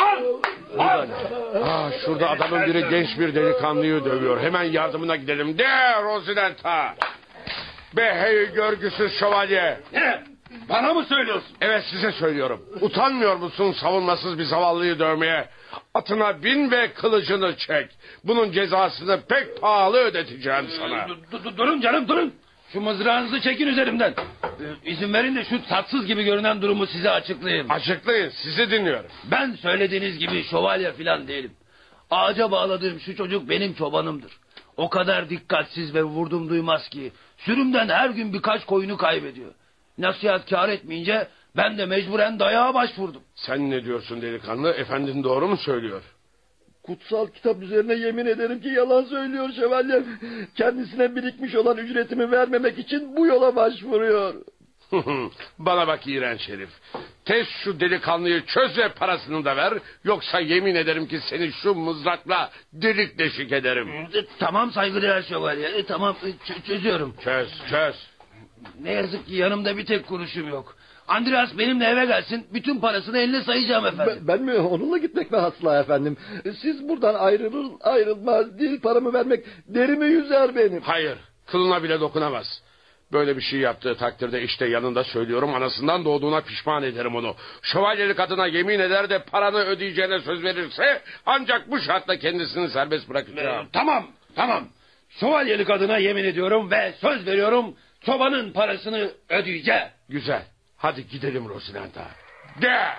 Al! Şurada adamın biri genç bir delikanlıyı dövüyor. Hemen yardımına gidelim. De Rosinante! Be hey görgüsüz şövalye! Bana mı söylüyorsun? Evet, size söylüyorum. Utanmıyor musun savunmasız bir zavallıyı dövmeye? Atına bin ve kılıcını çek. Bunun cezasını pek pahalı ödeteceğim sana. Durun canım, durun. Şu mızrağınızı çekin üzerimden. İzin verin de şu tatsız gibi görünen durumu size açıklayayım. Açıklayın, sizi dinliyorum. Ben söylediğiniz gibi şövalye falan değilim. Ağaca bağladığım şu çocuk benim çobanımdır. O kadar dikkatsiz ve vurdum duymaz ki sürümden her gün birkaç koyunu kaybediyor. Nasihat kâr etmeyince ben de mecburen dayağa başvurdum. Sen ne diyorsun delikanlı? Efendin doğru mu söylüyor? Kutsal kitap üzerine yemin ederim ki yalan söylüyor şövalyem. Kendisine birikmiş olan ücretimi vermemek için bu yola başvuruyor. Bana bak iğrenç herif. Tez şu delikanlıyı çöz ve parasını da ver. Yoksa yemin ederim ki seni şu mızrakla delik deşik ederim. Tamam saygıdeğer şövalye. Tamam çözüyorum. Çöz. Ne yazık ki yanımda bir tek kuruşum yok. Andreas benimle eve gelsin. Bütün parasını eline sayacağım efendim. Ben mi? Onunla gitmek mi asla efendim? Siz buradan ayrılmaz değil paramı vermek derimi yüzer benim. Hayır, kılına bile dokunamaz. Böyle bir şey yaptığı takdirde işte yanında söylüyorum, anasından doğduğuna pişman ederim onu. Şövalyelik adına yemin eder de paranı ödeyeceğine söz verirse ancak bu şartla kendisini serbest bırakacağım. Tamam. Şövalyelik adına yemin ediyorum ve söz veriyorum, çobanın parasını ödeyeceğim. Güzel. Hadi gidelim Rosinanta. Gel.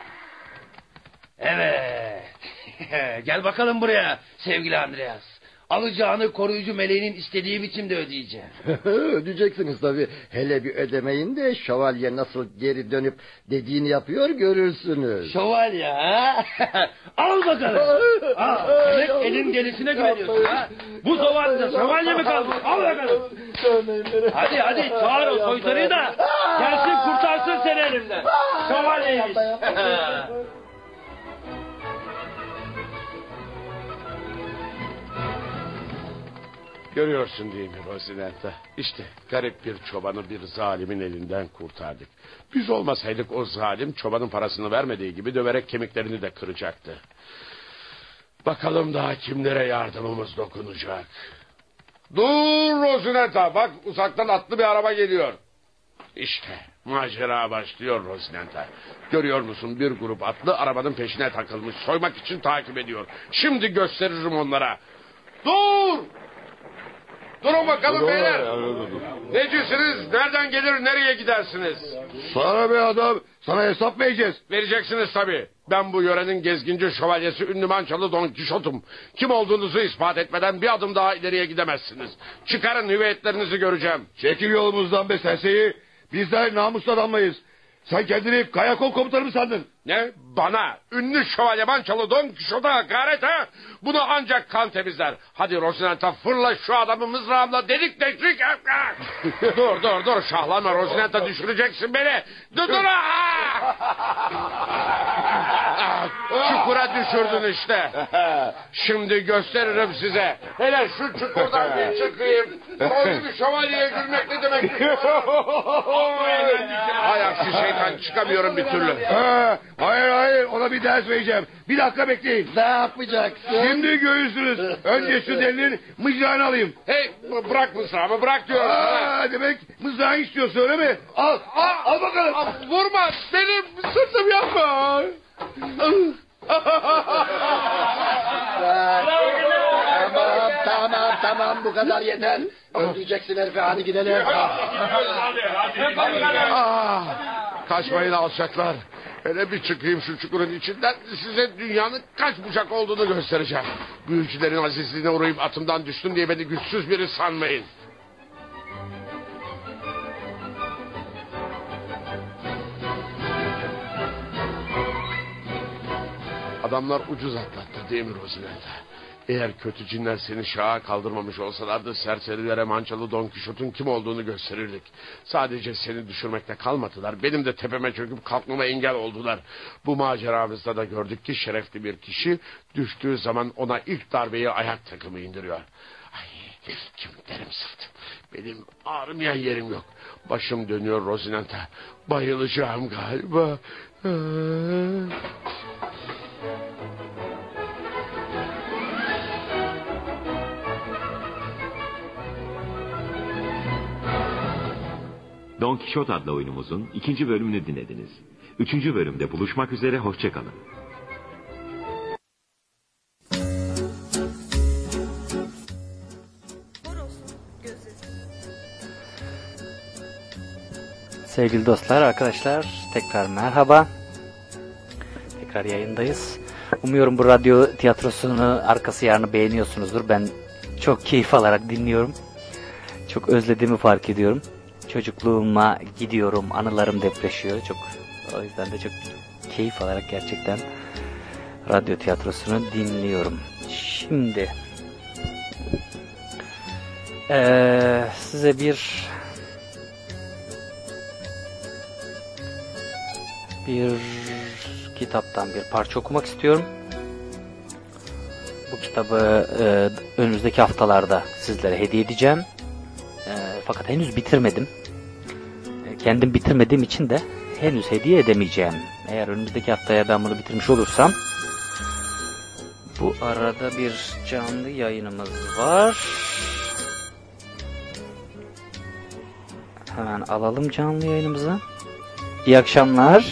Evet. Gel bakalım buraya sevgili Andreas. Alacağını koruyucu meleğinin istediği biçimde ödeyeceğim. Ödeyeceksiniz tabii. Hele bir ödemeyin de şövalye nasıl geri dönüp dediğini yapıyor görürsünüz. Şövalye ha? Al bakalım. Demek elin gerisine güveniyorsun ha? Bu zavallıda şövalye mi kaldı? Al bakalım. Hadi çağır o soytarıyı da gelsin kurtarsın seni elimden. Şövalyeymiş. Görüyorsun değil mi Rosinanta? İşte garip bir çobanı bir zalimin elinden kurtardık. Biz olmasaydık o zalim çobanın parasını vermediği gibi döverek kemiklerini de kıracaktı. Bakalım daha kimlere yardımımız dokunacak. Dur Rosinanta, bak uzaktan atlı bir araba geliyor. İşte macera başlıyor Rosinanta. Görüyor musun, bir grup atlı arabanın peşine takılmış, soymak için takip ediyor. Şimdi gösteririm onlara. Dur! Durun bakalım beyler. Necisiniz? Nereden gelir, nereye gidersiniz? Sana be adam, sana hesap vereceğiz. Vereceksiniz tabii. Ben bu yörenin gezginci şövalyesi ünlü Mançalı Don Kişot'um. Kim olduğunuzu ispat etmeden bir adım daha ileriye gidemezsiniz. Çıkarın, hüviyetlerinizi göreceğim. Çekil yolumuzdan be serseyi. Bizler namuslu adamlayız. Sen kendini Kayakol komutanı mı sandın? Ne? Bana, ünlü şövalye Mançalı Don Kişot'a hakaret ha? Bunu ancak kan temizler. Hadi Rosinanta, fırla şu adamı mızrağımla delik delik. Dur şahlama Rosinanta, düşüreceksin beni. Dur. Çukura düşürdün işte. Şimdi gösteririm size. Hele şu çukurdan bir çıkayım. O gibi şövalyeye gülmek ne demek? Hay aksi şeytan, çıkamıyorum bir türlü. Hayır, ona bir ders vereceğim. Bir dakika bekleyin. Ne yapacaksın? Şimdi görürsünüz. Önce şu delinin mızrağını alayım. Hey, bırak mızrağımı, bırak diyorum sana. Demek mızrağı istiyorsun öyle mi? Al bakalım. Vurma, benim sırtım yapma. Tamam, bu kadar yeter. Öldüreceksin herifi, hadi gidelim. Kaçmayın alçaklar. Hele bir çıkayım şu çukurun içinden, size dünyanın kaç bucak olduğunu göstereceğim. Büyücülerin azizliğine uğrayıp atımdan düştüm diye beni güçsüz biri sanmayın. Adamlar ucuz atlattı değil mi Rosinanta? Eğer kötü cinler seni şaha kaldırmamış olsalardı serserilere Mançalı Don Kişot'un kim olduğunu gösterirdik. Sadece seni düşürmekte kalmadılar. Benim de tepeme çöküp kalkmama engel oldular. Bu maceramızda da gördük ki şerefli bir kişi düştüğü zaman ona ilk darbeyi ayak takımı indiriyor. Ay, kemiklerim sırtım. Benim ağrımayan yerim yok. Başım dönüyor Rosinanta. Bayılacağım galiba. Don Don Quixote adlı oyunumuzun 2. bölümünü dinlediniz. 3. bölümde buluşmak üzere, hoşça kalın. Sevgili dostlar, arkadaşlar, tekrar merhaba. Tekrar yayındayız. Umuyorum bu radyo tiyatrosunu, arkası yarını beğeniyorsunuzdur. Ben çok keyif alarak dinliyorum. Çok özlediğimi fark ediyorum. Çocukluğuma gidiyorum, anılarım depreşiyor. O yüzden de çok keyif alarak gerçekten radyo tiyatrosunu dinliyorum. Şimdi size bir kitaptan bir parça okumak istiyorum. Bu kitabı önümüzdeki haftalarda sizlere hediye edeceğim. Fakat henüz bitirmedim. Kendim bitirmediğim için de henüz hediye edemeyeceğim. Eğer önümüzdeki haftaya ben bunu bitirmiş olursam. Bu arada bir canlı yayınımız var. Hemen alalım canlı yayınımızı. İyi akşamlar.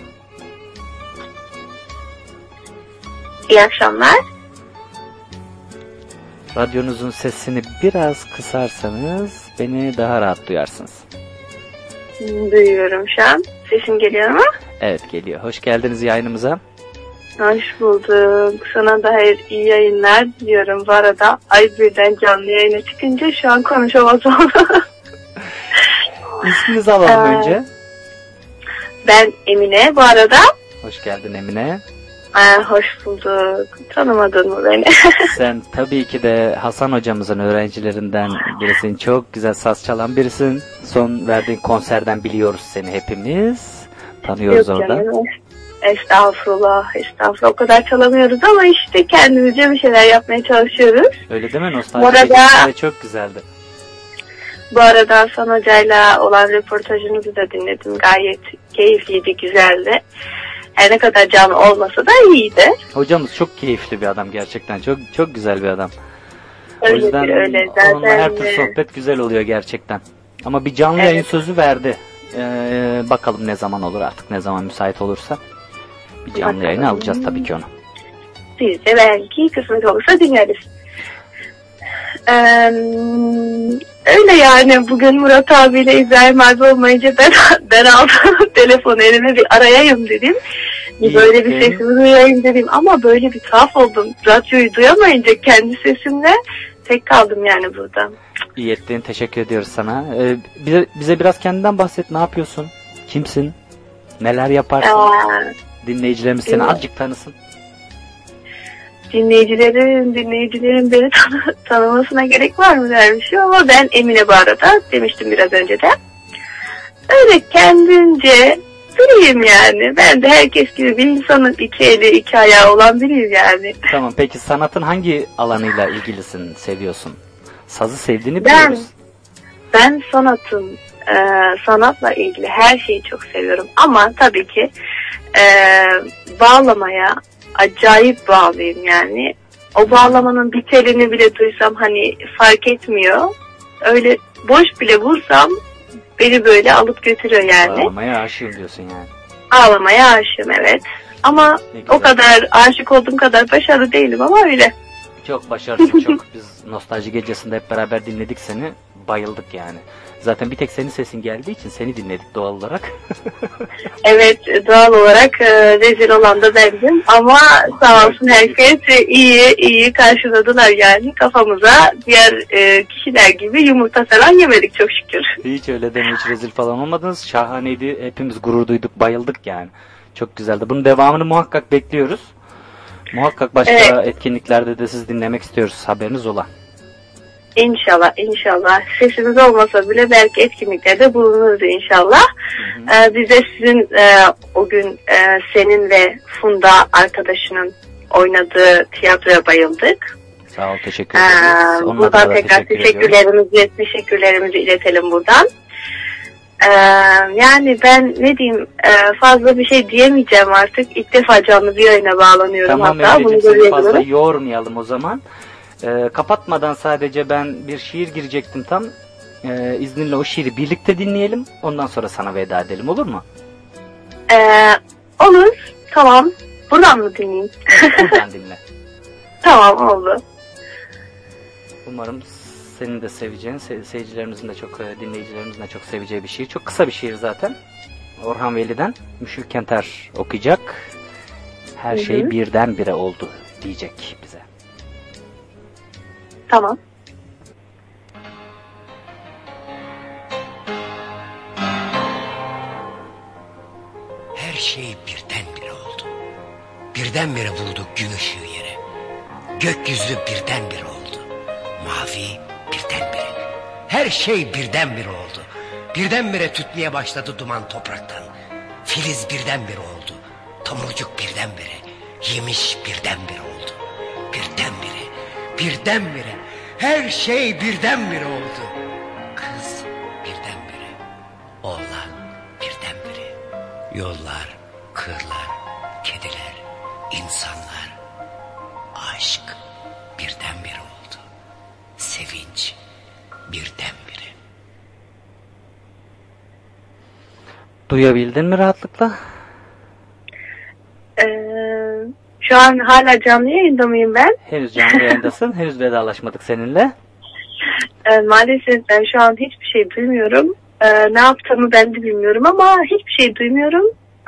İyi akşamlar. Radyonuzun sesini biraz kısarsanız beni daha rahat duyarsınız. Duyuyorum şu an. Sesim geliyor mu? Evet, geliyor. Hoş geldiniz yayınımıza. Hoş bulduk. Sana da iyi yayınlar diliyorum. Bu arada ay birden canlı yayına çıkınca şu an konuşamaz oldum. İsminizi alalım önce. Ben Emine bu arada. Hoş geldin Emine. Hoş bulduk. Tanımadın mı beni? Sen tabii ki de Hasan hocamızın öğrencilerinden birisin. Çok güzel saz çalan birisin. Son verdiğin konserden biliyoruz seni hepimiz. Tanıyoruz Yok orada. Canım. Estağfurullah. O kadar çalamıyoruz ama işte kendimizce bir şeyler yapmaya çalışıyoruz. Öyle değil mi? Nostalji çok güzeldi. Bu arada Hasan hocayla olan röportajınızı da dinledim. Gayet keyifliydi, güzeldi. Her ne kadar canlı olmasa da iyiydi. Hocamız çok keyifli bir adam gerçekten. Çok güzel bir adam. Öyledir, o yüzden öyle. Zaten onunla her tür sohbet güzel oluyor gerçekten. Ama bir canlı yayın sözü verdi. Bakalım ne zaman olur artık, ne zaman müsait olursa. Bir canlı yayını alacağız tabii ki onu. Biz de belki kısmet olursa dinleriz. Öyle yani bugün Murat abiyle İbrahim abi olmayınca ben aldım telefonu elime, bir arayayım dedim. Böyle bir sesimi duyayım dedim ama böyle bir tuhaf oldum. Radyoyu duyamayınca kendi sesimle tek kaldım yani burada. İyi ettin, teşekkür ediyoruz sana. Bize biraz kendinden bahset, ne yapıyorsun? Kimsin? Neler yaparsın? Dinleyicilerimiz seni azıcık tanısın. Dinleyicilerin beni tanımasına gerek var mı dermişim ama ben Emine bu arada, demiştim biraz önce de. Öyle kendince biriyim yani. Ben de herkes gibi bir insanın, iki eli iki ayağı olan biriyim yani. Tamam, peki sanatın hangi alanıyla ilgilisin, seviyorsun? Sazı sevdiğini biliyoruz. Ben sanatla ilgili her şeyi çok seviyorum ama tabii ki bağlamaya acayip bağlıyım yani. O bağlamanın bir telini bile duysam hani fark etmiyor. Öyle boş bile bulsam beni böyle alıp götürüyor yani. Bağlamaya aşığım diyorsun yani. Ağlamaya aşığım, evet. Ama o kadar aşık olduğum kadar başarılı değilim ama öyle. Çok başarılısın çok. Biz Nostalji Gecesi'nde hep beraber dinledik seni. Bayıldık yani. Zaten bir tek senin sesin geldiği için seni dinledik doğal olarak. Evet, doğal olarak rezil olan da bendim ama sağ olsun herkes iyi karşıladılar yani. Kafamıza diğer kişiler gibi yumurta falan yemedik çok şükür. Hiç öyle deme, hiç rezil falan olmadınız. Şahaneydi, hepimiz gurur duyduk, bayıldık yani. Çok güzeldi. Bunun devamını muhakkak bekliyoruz. Muhakkak başka etkinliklerde de siz dinlemek istiyoruz, haberiniz ola. İnşallah. Sesimiz olmasa bile belki etkinliklerde bulunuruz inşallah. Biz de sizin o gün senin ve Funda arkadaşının oynadığı tiyatroya bayıldık. Sağ ol, teşekkür ederiz. Buradan tekrar teşekkürlerimizi iletelim buradan. Yani ben ne diyeyim, fazla bir şey diyemeyeceğim artık. İlk defa canlı bir yayına bağlanıyorum. Tamam, hatta bunu seni fazla yormayalım o zaman. Kapatmadan sadece ben bir şiir girecektim tam. İzninle o şiiri birlikte dinleyelim. Ondan sonra sana veda edelim, olur mu? Olur. Tamam. Buradan mı dinleyeyim? Buradan dinle. Tamam, oldu. Umarım senin de seveceğin, seyircilerimizin de çok, dinleyicilerimizin de çok seveceği bir şiir. Çok kısa bir şiir zaten. Orhan Veli'den Müşfik Kenter okuyacak. Her şey birdenbire oldu diyecek bize. Tamam. Her şey birdenbire oldu. Birdenbire bulduk gün ışığı yeri. Gökyüzü birdenbire oldu. Mavi birdenbire. Her şey birdenbire oldu. Birdenbire tütmeye başladı duman topraktan. Filiz birdenbire oldu. Tomurcuk birdenbire. Yemiş birdenbire oldu. Birdenbire. Birdenbire. Her şey birdenbire oldu. Kız birdenbire. Oğlan birdenbire. Yollar, kırlar, kediler, insanlar. Aşk birdenbire oldu. Sevinç birdenbire. Duyabildin mi rahatlıkla? Şu an hala canlı yayında mıyım ben? Henüz canlı yayındasın. Henüz vedalaşmadık seninle. Maalesef ben şu an hiçbir şey duymuyorum. Ne yaptığımı ben de bilmiyorum ama hiçbir şey duymuyorum.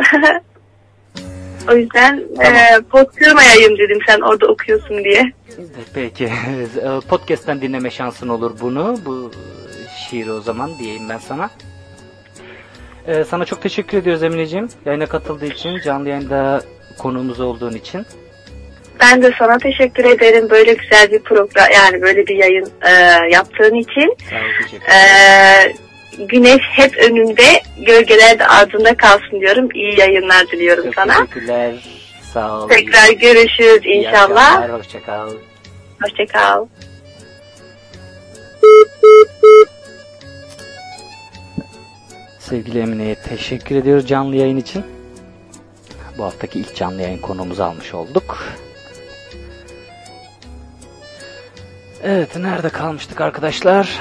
O yüzden pot kırmayayım dedim sen orada okuyorsun diye. Peki. Podcast'ten dinleme şansın olur bunu. Bu şiiri o zaman diyeyim ben sana. Sana çok teşekkür ediyoruz Emineciğim. Yayına katıldığı için, canlı yayında konuğumuz olduğun için. Ben de sana teşekkür ederim böyle güzel bir program, yani böyle bir yayın yaptığın için. Güneş hep önünde, gölgeler de ardında kalsın diyorum. İyi yayınlar diliyorum çok sana. Teşekkürler. Sağ ol. Tekrar görüşürüz inşallah. Hoşça kal. Hoşça kal. Sevgili Emine'ye teşekkür ediyoruz canlı yayın için. Bu haftaki ilk canlı yayın konuğumuzu almış olduk. Evet, nerede kalmıştık arkadaşlar?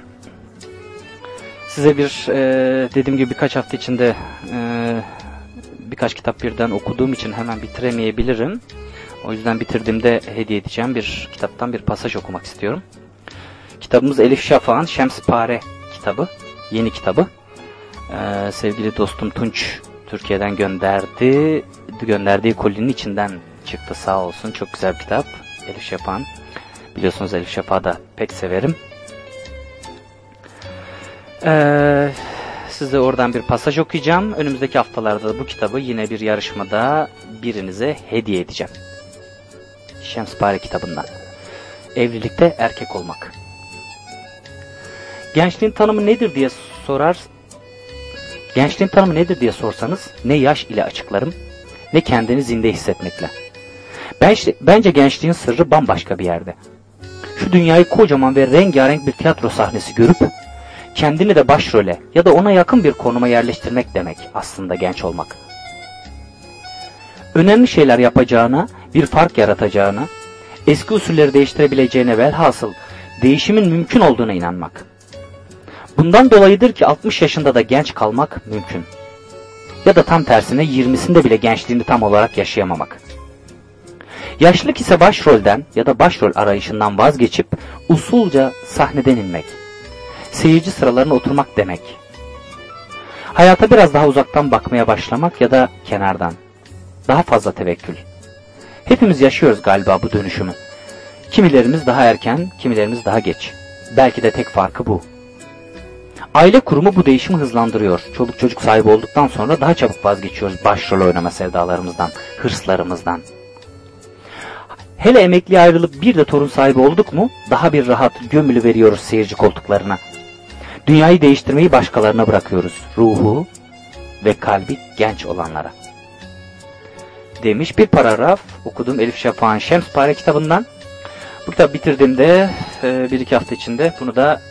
Size dediğim gibi birkaç hafta içinde birkaç kitap birden okuduğum için hemen bitiremeyebilirim. O yüzden bitirdiğimde hediye edeceğim bir kitaptan bir pasaj okumak istiyorum. Kitabımız Elif Şafak'ın Şemspare kitabı. Yeni kitabı. Sevgili dostum Tunç Türkiye'den gönderdiği kolinin içinden çıktı sağ olsun. Çok güzel bir kitap. Elif Şafak'ın. Biliyorsunuz Elif Şafak'ı da pek severim. Size oradan bir pasaj okuyacağım. Önümüzdeki haftalarda da bu kitabı yine bir yarışmada birinize hediye edeceğim. Şemspare kitabından. Evlilikte erkek olmak. Gençliğin tanımı nedir diye sorsanız ne yaş ile açıklarım, ne kendini zinde hissetmekle. Bence gençliğin sırrı bambaşka bir yerde. Şu dünyayı kocaman ve rengarenk bir tiyatro sahnesi görüp kendini de başrole ya da ona yakın bir konuma yerleştirmek demek aslında genç olmak. Önemli şeyler yapacağına, bir fark yaratacağına, eski usulleri değiştirebileceğine, velhasıl değişimin mümkün olduğuna inanmak. Bundan dolayıdır ki 60 yaşında da genç kalmak mümkün. Ya da tam tersine 20'sinde bile gençliğini tam olarak yaşayamamak. Yaşlılık ise başrolden ya da başrol arayışından vazgeçip usulca sahneden inmek. Seyirci sıralarına oturmak demek. Hayata biraz daha uzaktan bakmaya başlamak ya da kenardan. Daha fazla tevekkül. Hepimiz yaşıyoruz galiba bu dönüşümü. Kimilerimiz daha erken, kimilerimiz daha geç. Belki de tek farkı bu. Aile kurumu bu değişimi hızlandırıyor. Çoluk çocuk sahibi olduktan sonra daha çabuk vazgeçiyoruz başrol oynama sevdalarımızdan, hırslarımızdan. Hele emekliye ayrılıp bir de torun sahibi olduk mu daha bir rahat gömülü veriyoruz seyirci koltuklarına. Dünyayı değiştirmeyi başkalarına bırakıyoruz. Ruhu ve kalbi genç olanlara. Demiş bir paragraf okudum Elif Şafak'ın Şemspare kitabından. Bu kitabı bitirdiğimde bir iki hafta içinde bunu da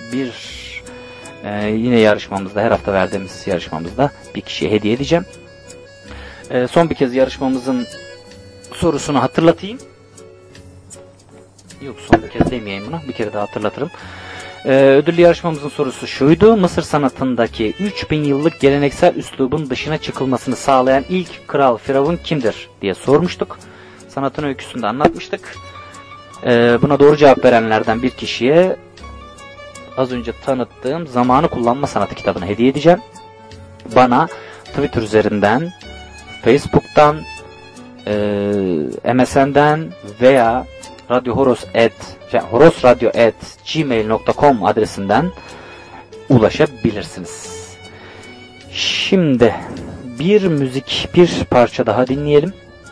yine yarışmamızda, her hafta verdiğimiz yarışmamızda bir kişiye hediye edeceğim. Son bir kez yarışmamızın sorusunu hatırlatayım. Yok, son bir kez demeyeyim buna. Bir kere daha hatırlatırım. Ödüllü yarışmamızın sorusu şuydu. Mısır sanatındaki 3000 yıllık geleneksel üslubun dışına çıkılmasını sağlayan ilk kral firavun kimdir diye sormuştuk. Sanatın öyküsünde anlatmıştık. Buna doğru cevap verenlerden bir kişiye az önce tanıttığım Zamanı Kullanma Sanatı kitabını hediye edeceğim. Bana Twitter üzerinden, Facebook'tan, MSN'den veya horosradio@gmail.com adresinden ulaşabilirsiniz. Şimdi bir parça daha dinleyelim.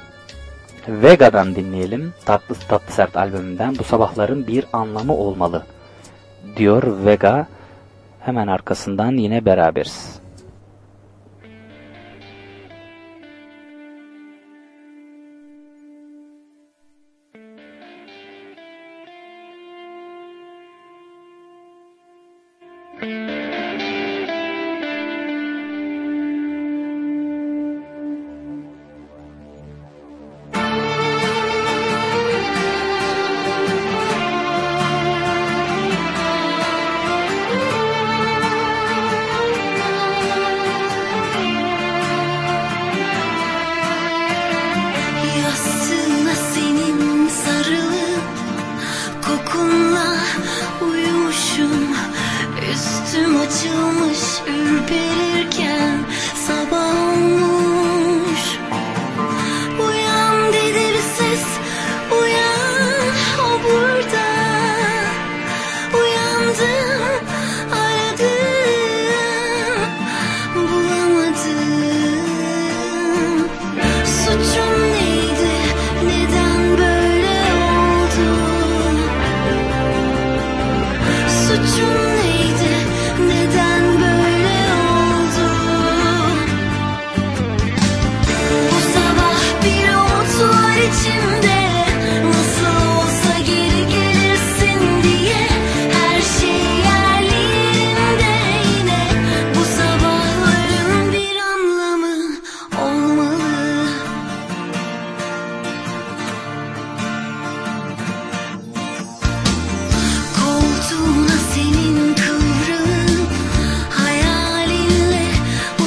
Vega'dan dinleyelim. Tatlı Sert albümünden Bu Sabahların Bir Anlamı Olmalı diyor Vega. Hemen arkasından yine beraberiz.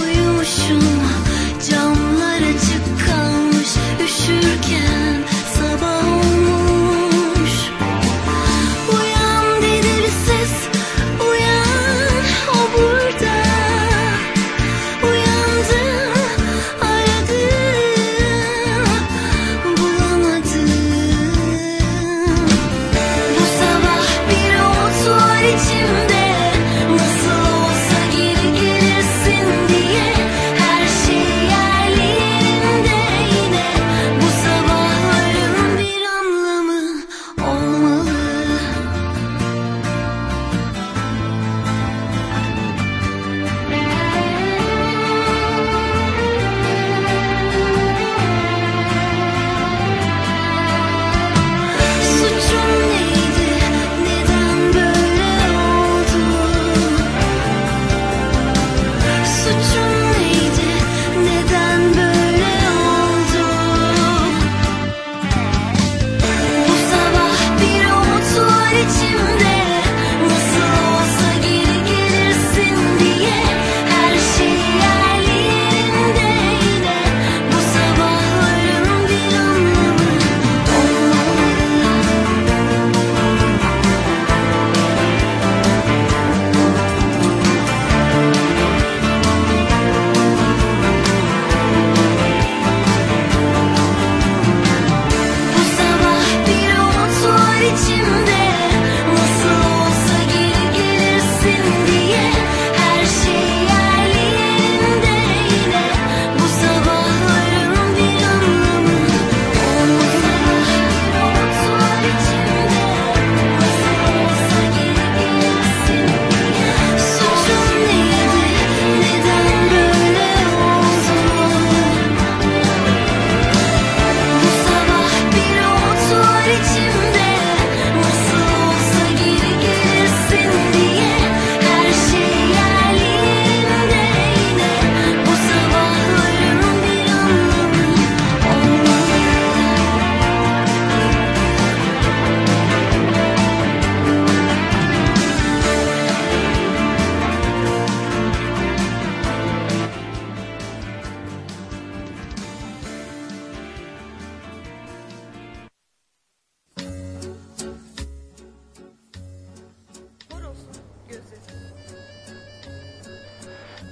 Camlar açık kalmış üşürken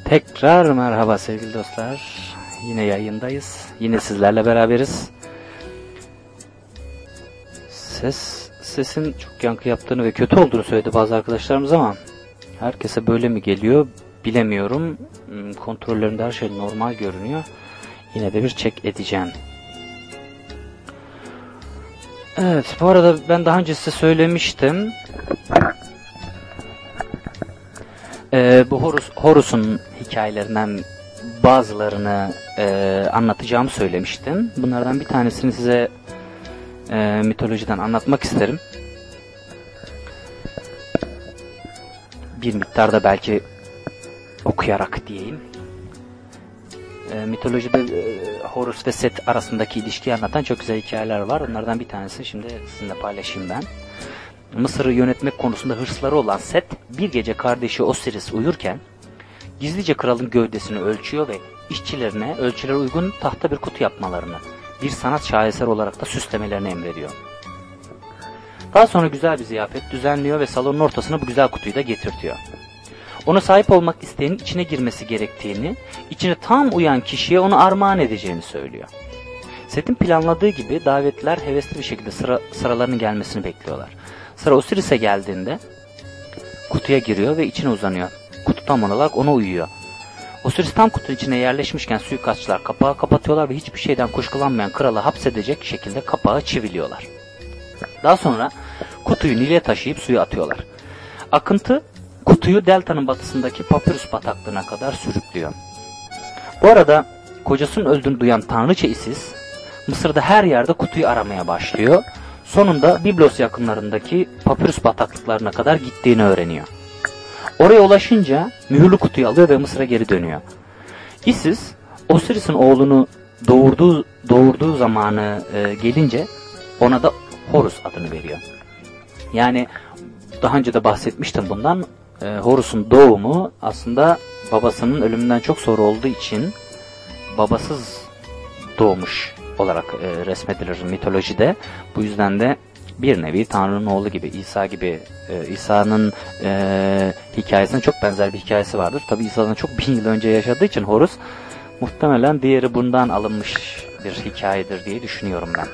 Tekrar merhaba sevgili dostlar. Yine yayındayız. Yine sizlerle beraberiz. Sesin çok yankı yaptığını ve kötü olduğunu söyledi bazı arkadaşlarımız ama herkese böyle mi geliyor bilemiyorum. Kontrollerinde her şey normal görünüyor. Yine de bir check edeceğim. Evet, bu arada ben daha önce size söylemiştim. Bu Horus'un hikayelerinden bazılarını anlatacağımı söylemiştim. Bunlardan bir tanesini size mitolojiden anlatmak isterim. Bir miktarda belki okuyarak diyeyim. Mitolojide Horus ve Set arasındaki ilişkiyi anlatan çok güzel hikayeler var. Onlardan bir tanesi şimdi sizinle paylaşayım ben. Mısır'ı yönetmek konusunda hırsları olan Set, bir gece kardeşi Osiris uyurken gizlice kralın gövdesini ölçüyor ve işçilerine ölçülere uygun tahta bir kutu yapmalarını, bir sanat şaheser olarak da süslemelerini emrediyor. Daha sonra güzel bir ziyafet düzenliyor ve salonun ortasına bu güzel kutuyu da getirtiyor. Ona sahip olmak isteyenin içine girmesi gerektiğini, içine tam uyan kişiye onu armağan edeceğini söylüyor. Set'in planladığı gibi davetliler hevesli bir şekilde sıralarının gelmesini bekliyorlar. Sıra Osiris'e geldiğinde kutuya giriyor ve içine uzanıyor. Kutu tam olarak ona uyuyor. Osiris tam kutunun içine yerleşmişken suikastçılar kapağı kapatıyorlar ve hiçbir şeyden kuşkulanmayan kralı hapsedecek şekilde kapağı çiviliyorlar. Daha sonra kutuyu Nil'e taşıyıp suya atıyorlar. Akıntı kutuyu deltanın batısındaki Papyrus bataklığına kadar sürüklüyor. Bu arada kocasının öldüğünü duyan tanrıça Isis, Mısır'da her yerde kutuyu aramaya başlıyor. Sonunda Biblos yakınlarındaki Papyrus bataklıklarına kadar gittiğini öğreniyor. Oraya ulaşınca mühürlü kutuyu alıyor ve Mısır'a geri dönüyor. Isis, Osiris'in oğlunu doğurduğu zamanı gelince ona da Horus adını veriyor. Yani daha önce de bahsetmiştim bundan. Horus'un doğumu aslında babasının ölümünden çok sonra olduğu için babasız doğmuş olarak resmedilir mitolojide. Bu yüzden de bir nevi Tanrı'nın oğlu gibi, İsa gibi, İsa'nın hikayesine çok benzer bir hikayesi vardır. Tabi İsa'dan çok 1000 yıl önce yaşadığı için Horus, muhtemelen diğeri bundan alınmış bir hikayedir diye düşünüyorum ben.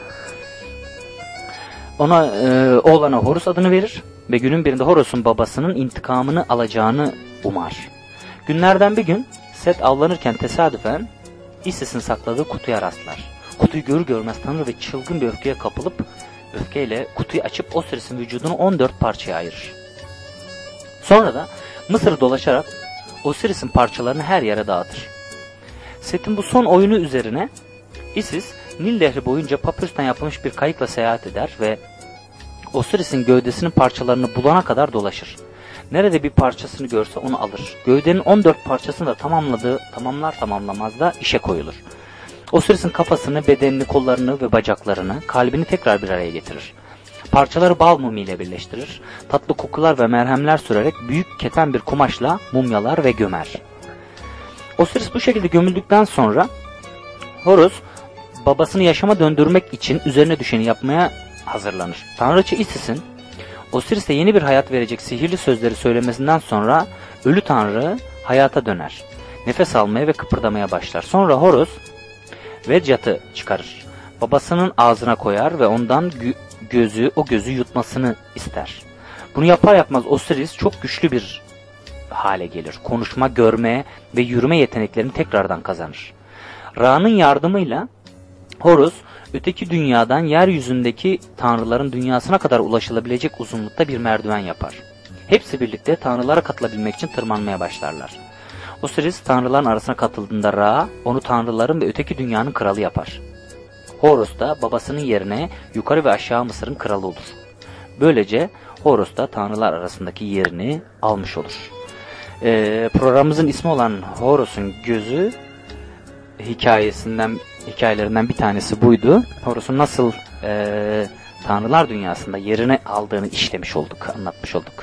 Ona oğlana Horus adını verir ve günün birinde Horus'un babasının intikamını alacağını umar. Günlerden bir gün Set avlanırken tesadüfen Isis'in sakladığı kutuya rastlar. Kutuyu görür görmez tanır ve çılgın bir öfkeye kapılıp öfkeyle kutuyu açıp Osiris'in vücudunu 14 parçaya ayırır. Sonra da Mısır'ı dolaşarak Osiris'in parçalarını her yere dağıtır. Set'in bu son oyunu üzerine Isis Nil Nehri boyunca papyrus'tan yapılmış bir kayıkla seyahat eder ve Osiris'in gövdesinin parçalarını bulana kadar dolaşır. Nerede bir parçasını görse onu alır. Gövdenin 14 parçasını da tamamlar tamamlamaz da işe koyulur. Osiris'in kafasını, bedenini, kollarını ve bacaklarını, kalbini tekrar bir araya getirir. Parçaları bal mumu ile birleştirir. Tatlı kokular ve merhemler sürerek büyük keten bir kumaşla mumyalar ve gömer. Osiris bu şekilde gömüldükten sonra Horus babasını yaşama döndürmek için üzerine düşeni yapmaya hazırlanır. Tanrıça Isis'in Osiris'e yeni bir hayat verecek sihirli sözleri söylemesinden sonra ölü tanrı hayata döner. Nefes almaya ve kıpırdamaya başlar. Sonra Horus Vedyat'ı çıkarır. Babasının ağzına koyar ve ondan o gözü yutmasını ister. Bunu yapar yapmaz Osiris çok güçlü bir hale gelir. Konuşma, görme ve yürüme yeteneklerini tekrardan kazanır. Ra'nın yardımıyla Horus öteki dünyadan yeryüzündeki tanrıların dünyasına kadar ulaşılabilecek uzunlukta bir merdiven yapar. Hepsi birlikte tanrılara katılabilmek için tırmanmaya başlarlar. Osiris tanrıların arasına katıldığında Ra onu tanrıların ve öteki dünyanın kralı yapar. Horus da babasının yerine yukarı ve aşağı Mısır'ın kralı olur. Böylece Horus da tanrılar arasındaki yerini almış olur. Programımızın ismi olan Horus'un gözü hikayelerinden bir tanesi buydu. Horus'un nasıl tanrılar dünyasında yerini aldığını işlemiş olduk, anlatmış olduk.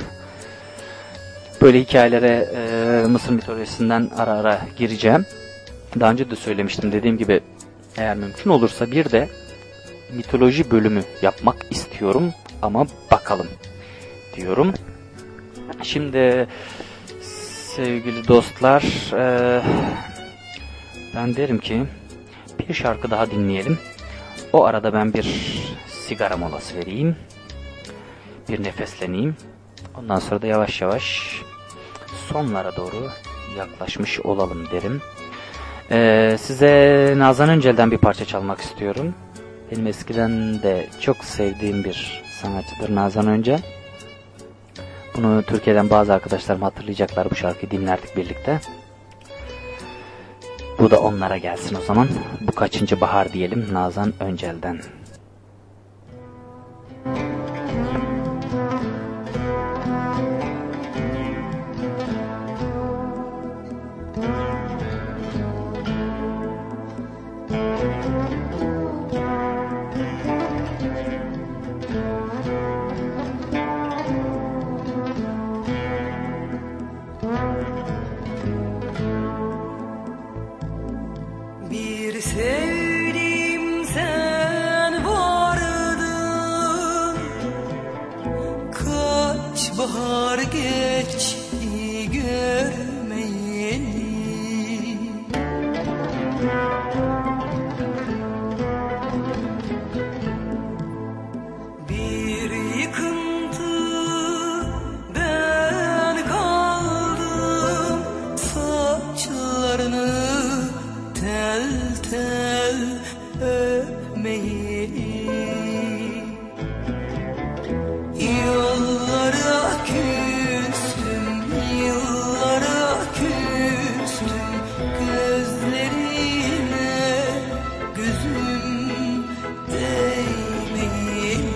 Böyle hikayelere Mısır mitolojisinden ara ara gireceğim. Daha önce de söylemiştim, dediğim gibi eğer mümkün olursa bir de mitoloji bölümü yapmak istiyorum ama bakalım diyorum. Şimdi sevgili dostlar, ben derim ki bir şarkı daha dinleyelim. O arada ben bir sigara molası vereyim. Bir nefesleneyim. Ondan sonra da yavaş yavaş sonlara doğru yaklaşmış olalım derim. Size Nazan Öncel'den bir parça çalmak istiyorum. Benim eskiden de çok sevdiğim bir sanatçıdır Nazan Öncel. Bunu Türkiye'den bazı arkadaşlarım hatırlayacaklar, bu şarkıyı dinlerdik birlikte. Bu da onlara gelsin o zaman. Bu kaçıncı bahar diyelim Nazan Öncel'den. Bir sevdiğim sen vardın, kaç bahar geçti görmeyeli. Bir yıkıntı ben kaldım, saçlarını tel tel öpmeyeli. Yollara küstüm, yıllara küstüm, gözlerine gözüm değmeyeli.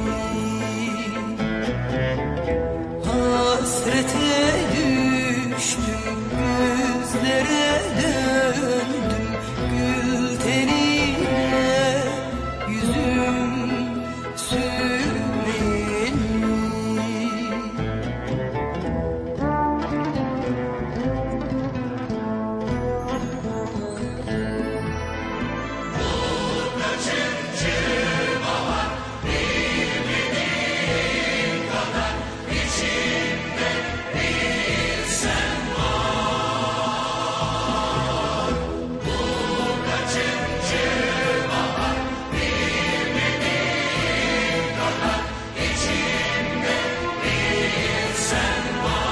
Hasrete düştüm, gözlere döndüm, gül tenine yüzüm sürmeyeli. Kaçıncı bahar bilmediğin kadar içimde bir sen var. Bu kaçıncı bahar bilmediğin kadar içimde bir sen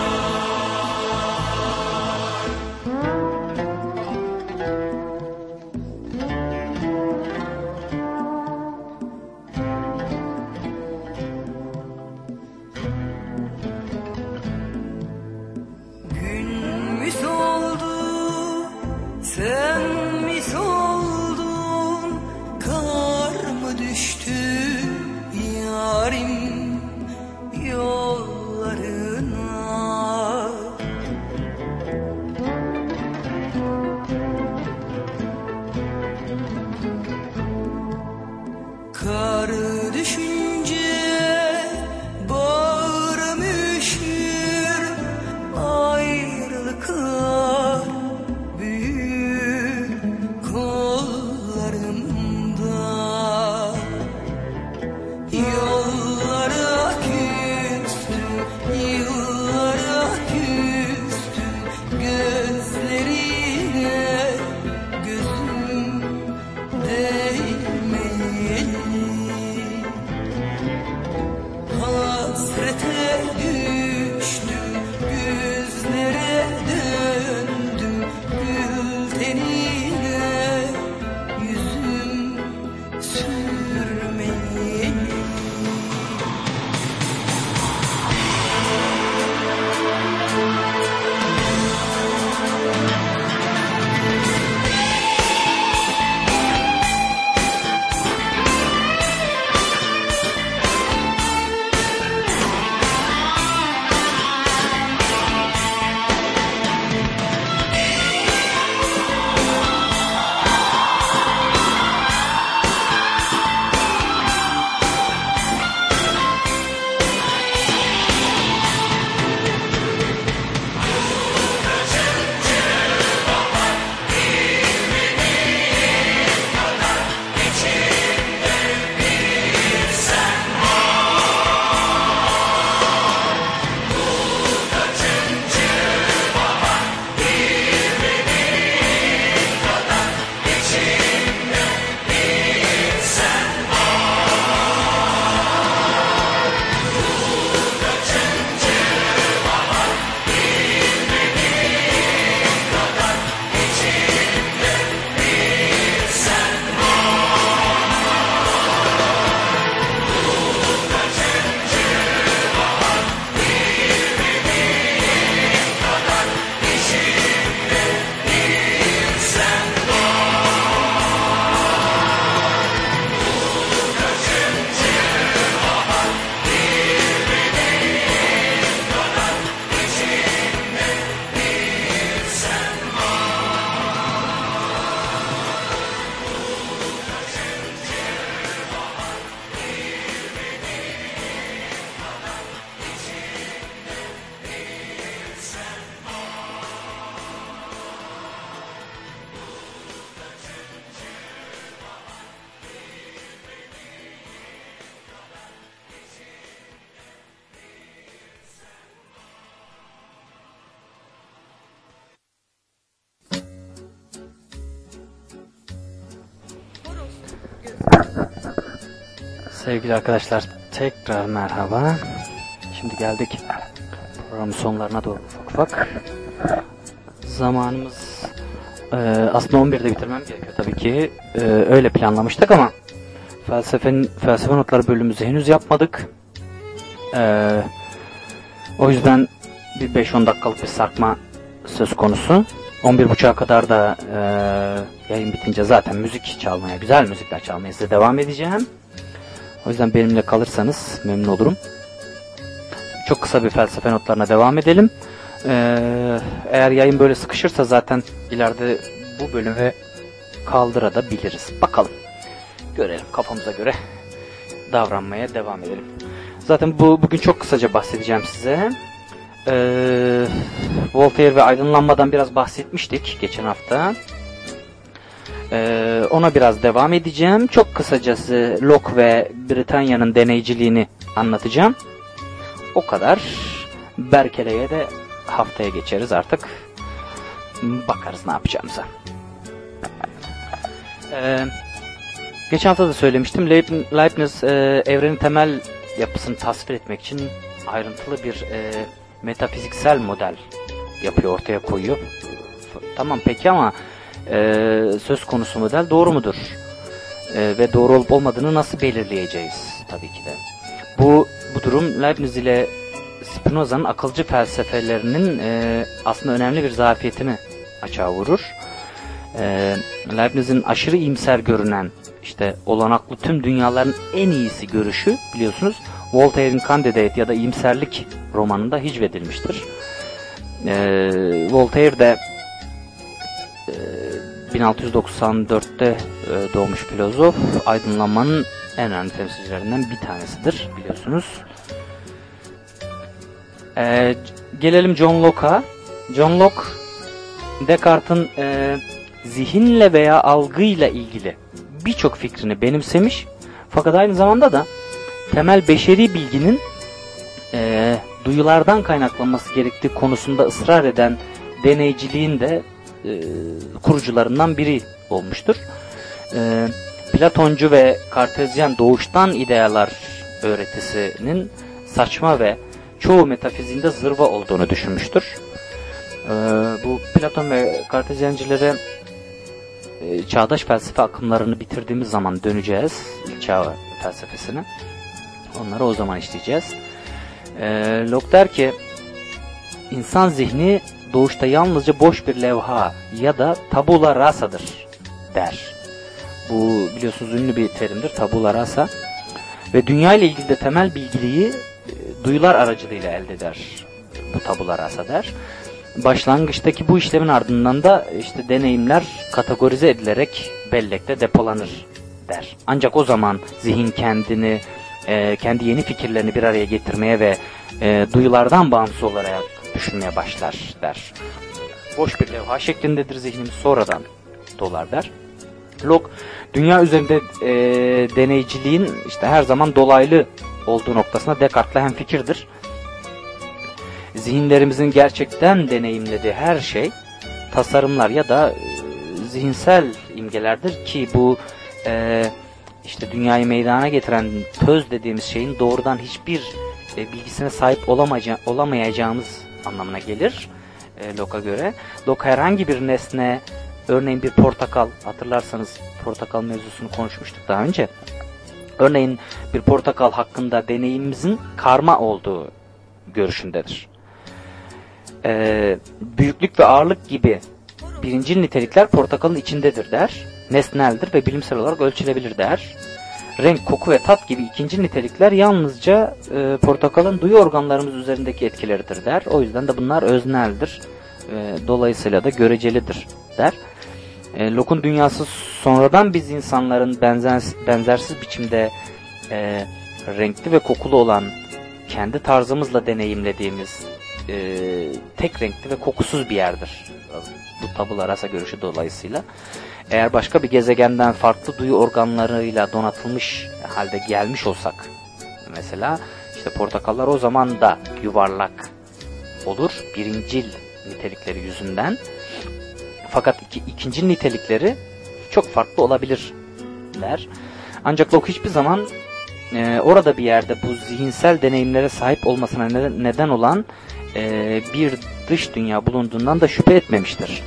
Gün mü soldu, sen mi soldun, kar mı düştü yarim yollarına? Kar düşünce bağrım üşür, ayrılıklar büyür kollarımda. Yollara küstüm, yıllara küstüm, gözlerine gözüm değmeyeli. Sevgili arkadaşlar, tekrar merhaba. Şimdi geldik programın sonlarına doğru ufak ufak. Zamanımız aslında 11'de bitirmem gerekiyor tabii ki. Öyle planlamıştık ama felsefe notları bölümümüzü henüz yapmadık. O yüzden bir 5-10 dakikalık bir sarkma söz konusu. 11.30'a kadar da yayın bitince zaten müzik çalmaya, güzel müzikler çalmaya size devam edeceğim. O yüzden benimle kalırsanız memnun olurum. Çok kısa bir felsefe notlarına devam edelim. Eğer yayın böyle sıkışırsa zaten ileride bu bölümü kaldırabiliriz. Bakalım. Görelim, kafamıza göre davranmaya devam edelim. Zaten bugün çok kısaca bahsedeceğim size. Voltaire ve aydınlanmadan biraz bahsetmiştik geçen hafta. Ona biraz devam edeceğim. Çok kısacası Locke ve Britanya'nın deneyciliğini anlatacağım. O kadar. Berkeley'e de haftaya geçeriz artık. Bakarız ne yapacağımıza. Geçen hafta da söylemiştim. Leibniz evrenin temel yapısını tasvir etmek için ayrıntılı bir metafiziksel model yapıyor, ortaya koyuyor. Tamam peki ama söz konusu model doğru mudur? Ve doğru olup olmadığını nasıl belirleyeceğiz? Tabii ki de. Bu durum Leibniz ile Spinoza'nın akılcı felsefelerinin aslında önemli bir zafiyetini açığa vurur. Leibniz'in aşırı iyimser görünen, işte olanaklı tüm dünyaların en iyisi görüşü biliyorsunuz Voltaire'in Candide ya da İyimserlik romanında hicvedilmiştir. Voltaire de 1694'te doğmuş filozof, aydınlanmanın en önemli temsilcilerinden bir tanesidir biliyorsunuz. Gelelim John Locke'a. John Locke, Descartes'in zihinle veya algıyla ilgili birçok fikrini benimsemiş. Fakat aynı zamanda da temel beşeri bilginin duyulardan kaynaklanması gerektiği konusunda ısrar eden deneyciliğin de kurucularından biri olmuştur. Platoncu ve Kartezyen doğuştan idealar öğretisinin saçma ve çoğu metafiziğinde zırva olduğunu düşünmüştür. Bu Platon ve Kartezyencilere çağdaş felsefe akımlarını bitirdiğimiz zaman döneceğiz. İlk çağ felsefesine. Onları o zaman işleyeceğiz. Locke der ki insan zihni doğuşta yalnızca boş bir levha ya da tabula rasa'dır der. Bu biliyorsunuz ünlü bir terimdir, tabula rasa. Ve dünya ile ilgili de temel bilgiliği duyular aracılığıyla elde eder. Bu tabula rasa der. Başlangıçtaki bu işlemin ardından da işte deneyimler kategorize edilerek bellekte depolanır der. Ancak o zaman zihin kendi yeni fikirlerini bir araya getirmeye ve duyulardan bağımsız olarak düşünmeye başlar der. Boş bir levha şeklindedir zihnimiz, sonradan dolar der. Locke dünya üzerinde deneyciliğin işte her zaman dolaylı olduğu noktasına Descartes'le hemfikirdir. Zihinlerimizin gerçekten deneyimlediği her şey tasarımlar ya da zihinsel imgelerdir ki bu işte dünyayı meydana getiren töz dediğimiz şeyin doğrudan hiçbir bilgisine sahip olamayacağımız anlamına gelir Locke'a göre. Locke herhangi bir nesne, örneğin bir portakal, hatırlarsanız portakal mevzusunu konuşmuştuk daha önce. Örneğin bir portakal hakkında deneyimimizin karma olduğu görüşündedir. Büyüklük ve ağırlık gibi birincil nitelikler portakalın içindedir der. Nesneldir ve bilimsel olarak ölçülebilir der. Renk, koku ve tat gibi ikinci nitelikler yalnızca portakalın duyu organlarımız üzerindeki etkileridir der. O yüzden de bunlar özneldir. Dolayısıyla da görecelidir der. Locke'un dünyası sonradan biz insanların benzersiz biçimde renkli ve kokulu olan kendi tarzımızla deneyimlediğimiz tek renkli ve kokusuz bir yerdir. Bu tabula rasa görüşü dolayısıyla. Eğer başka bir gezegenden farklı duyu organlarıyla donatılmış halde gelmiş olsak mesela işte portakallar o zaman da yuvarlak olur birincil nitelikleri yüzünden. Fakat ikinci nitelikleri çok farklı olabilirler. Ancak Locke hiçbir zaman orada bir yerde bu zihinsel deneyimlere sahip olmasına neden olan bir dış dünya bulunduğundan da şüphe etmemiştir.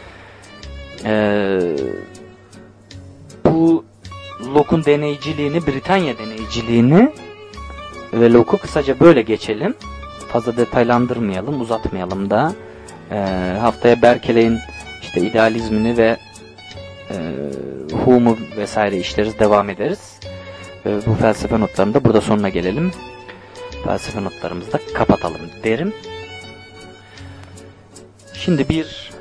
Bu Locke'un deneyciliğini, Britanya deneyciliğini ve Locke'u kısaca böyle geçelim. Fazla detaylandırmayalım, uzatmayalım da. Haftaya Berkeley'in işte idealizmini ve Hume'u vesaire işleriz, devam ederiz. Bu felsefe notlarını da burada sonuna gelelim. Felsefe notlarımızı da kapatalım derim. Şimdi bir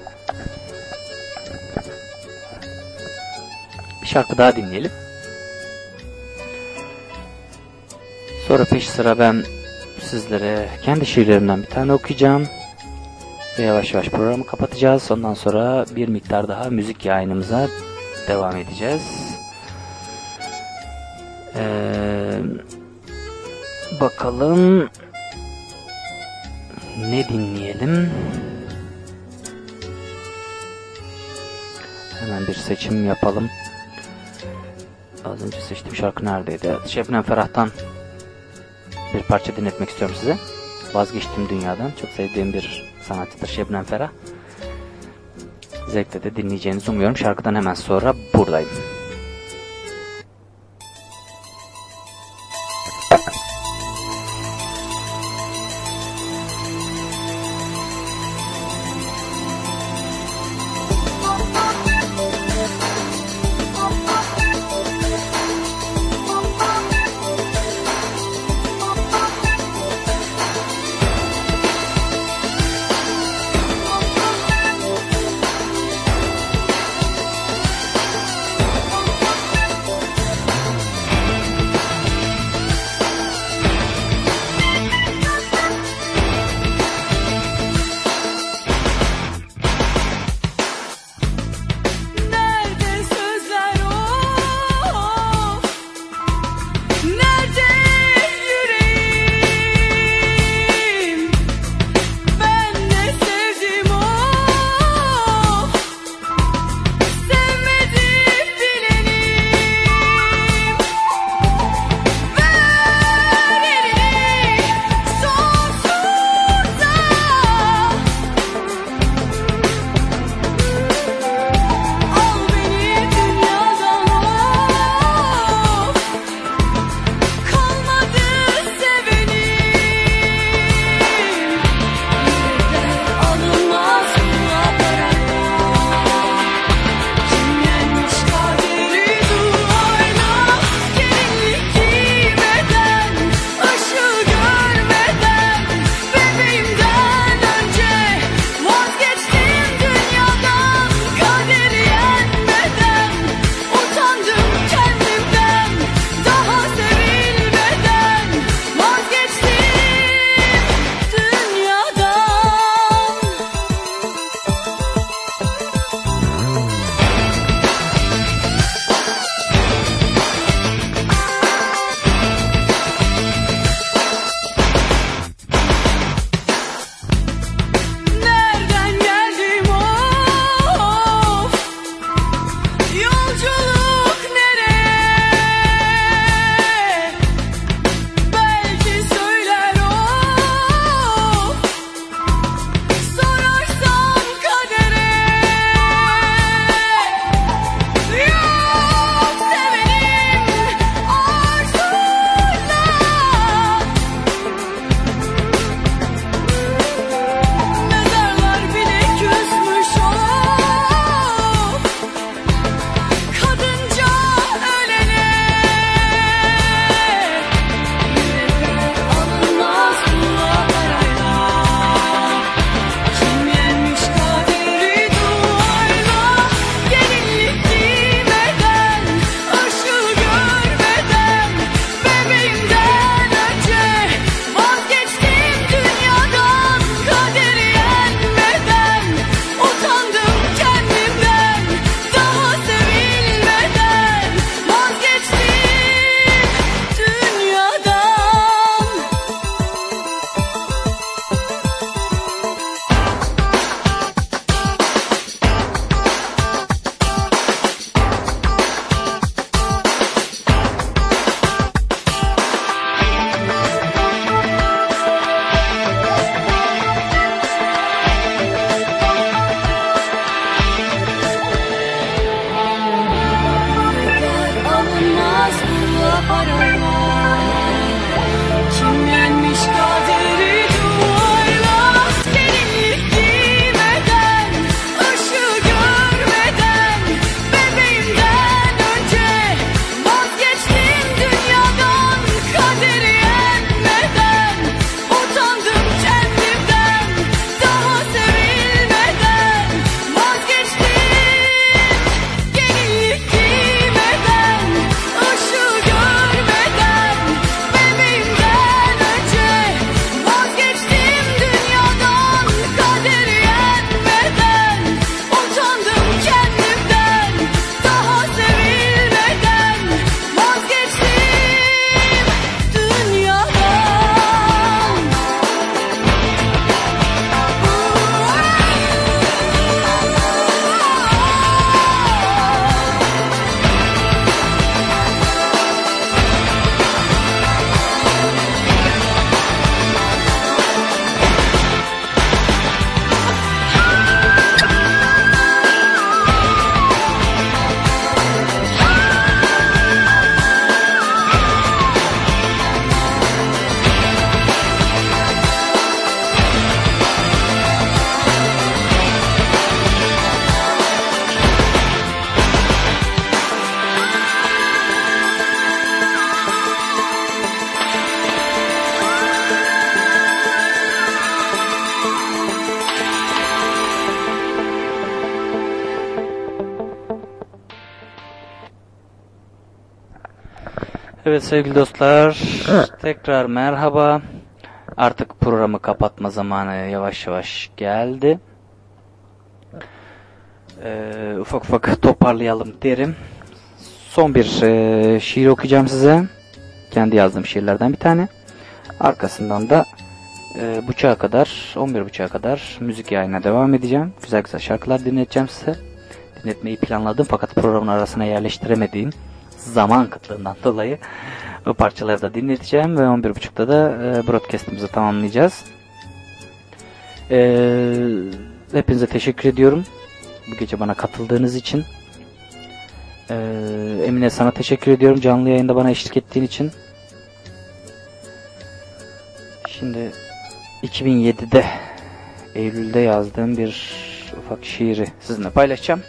şarkı daha dinleyelim. Sonra peş sıra ben sizlere kendi şiirlerimden bir tane okuyacağım. Ve yavaş yavaş programı kapatacağız. Ondan sonra bir miktar daha müzik yayınımıza devam edeceğiz. Bakalım ne dinleyelim? Hemen bir seçim yapalım. Az önce seçtiğim şarkı neredeydi? Şebnem Ferah'tan bir parça dinletmek istiyorum size. Vazgeçtim Dünyadan. Çok sevdiğim bir sanatçıdır Şebnem Ferah. Zevkle de dinleyeceğinizi umuyorum. Şarkıdan hemen sonra buradayım. Evet sevgili dostlar, tekrar merhaba. Artık programı kapatma zamanı yavaş yavaş geldi. Ufak ufak toparlayalım derim. Son bir şiir okuyacağım size. Kendi yazdığım şiirlerden bir tane. Arkasından da 11.30'a kadar müzik yayına devam edeceğim. Güzel güzel şarkılar dinleteceğim size. Dinletmeyi planladım fakat programın arasına yerleştiremediğim zaman kıtlığından dolayı o parçaları da dinleteceğim ve 11.30'da da broadcast'imizi tamamlayacağız. Hepinize teşekkür ediyorum bu gece bana katıldığınız için. Emine sana teşekkür ediyorum canlı yayında bana eşlik ettiğin için. Şimdi 2007'de Eylül'de yazdığım bir ufak şiiri sizinle paylaşacağım.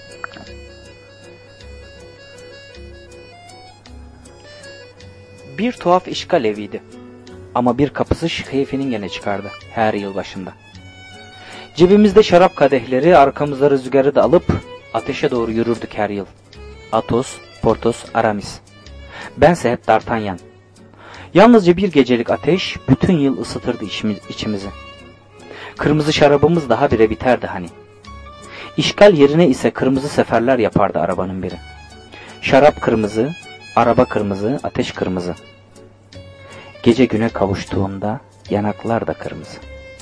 Bir tuhaf işgal eviydi. Ama bir kapısı keyfinin gene çıkardı her yıl başında. Cebimizde şarap kadehleri, arkamıza rüzgarı da alıp ateşe doğru yürürdük her yıl. Athos, Porthos, Aramis. Bense hep D'Artagnan. Yalnızca bir gecelik ateş bütün yıl ısıtırdı içimizi. Kırmızı şarabımız daha bire biterdi hani. İşgal yerine ise kırmızı seferler yapardı arabanın biri. Şarap kırmızı, araba kırmızı, ateş kırmızı. Gece güne kavuştuğunda yanaklar da kırmızı.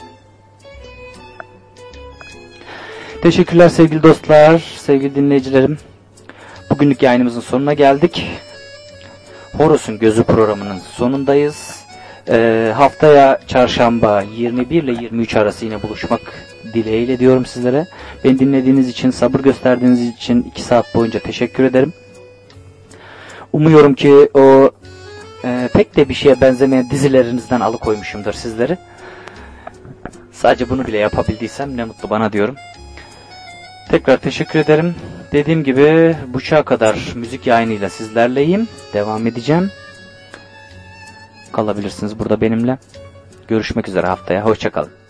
Teşekkürler sevgili dostlar, sevgili dinleyicilerim. Bugünlük yayınımızın sonuna geldik. Horus'un Gözü programının sonundayız. Haftaya çarşamba 21 ile 23 arası yine buluşmak dileğiyle diyorum sizlere. Beni dinlediğiniz için, sabır gösterdiğiniz için 2 saat boyunca teşekkür ederim. Umuyorum ki o pek de bir şeye benzemeyen dizilerinizden alıkoymuşumdur sizleri. Sadece bunu bile yapabildiysem ne mutlu bana diyorum. Tekrar teşekkür ederim. Dediğim gibi buçuğa kadar müzik yayınıyla sizlerleyim. Devam edeceğim. Kalabilirsiniz burada benimle. Görüşmek üzere haftaya. Hoşça kalın.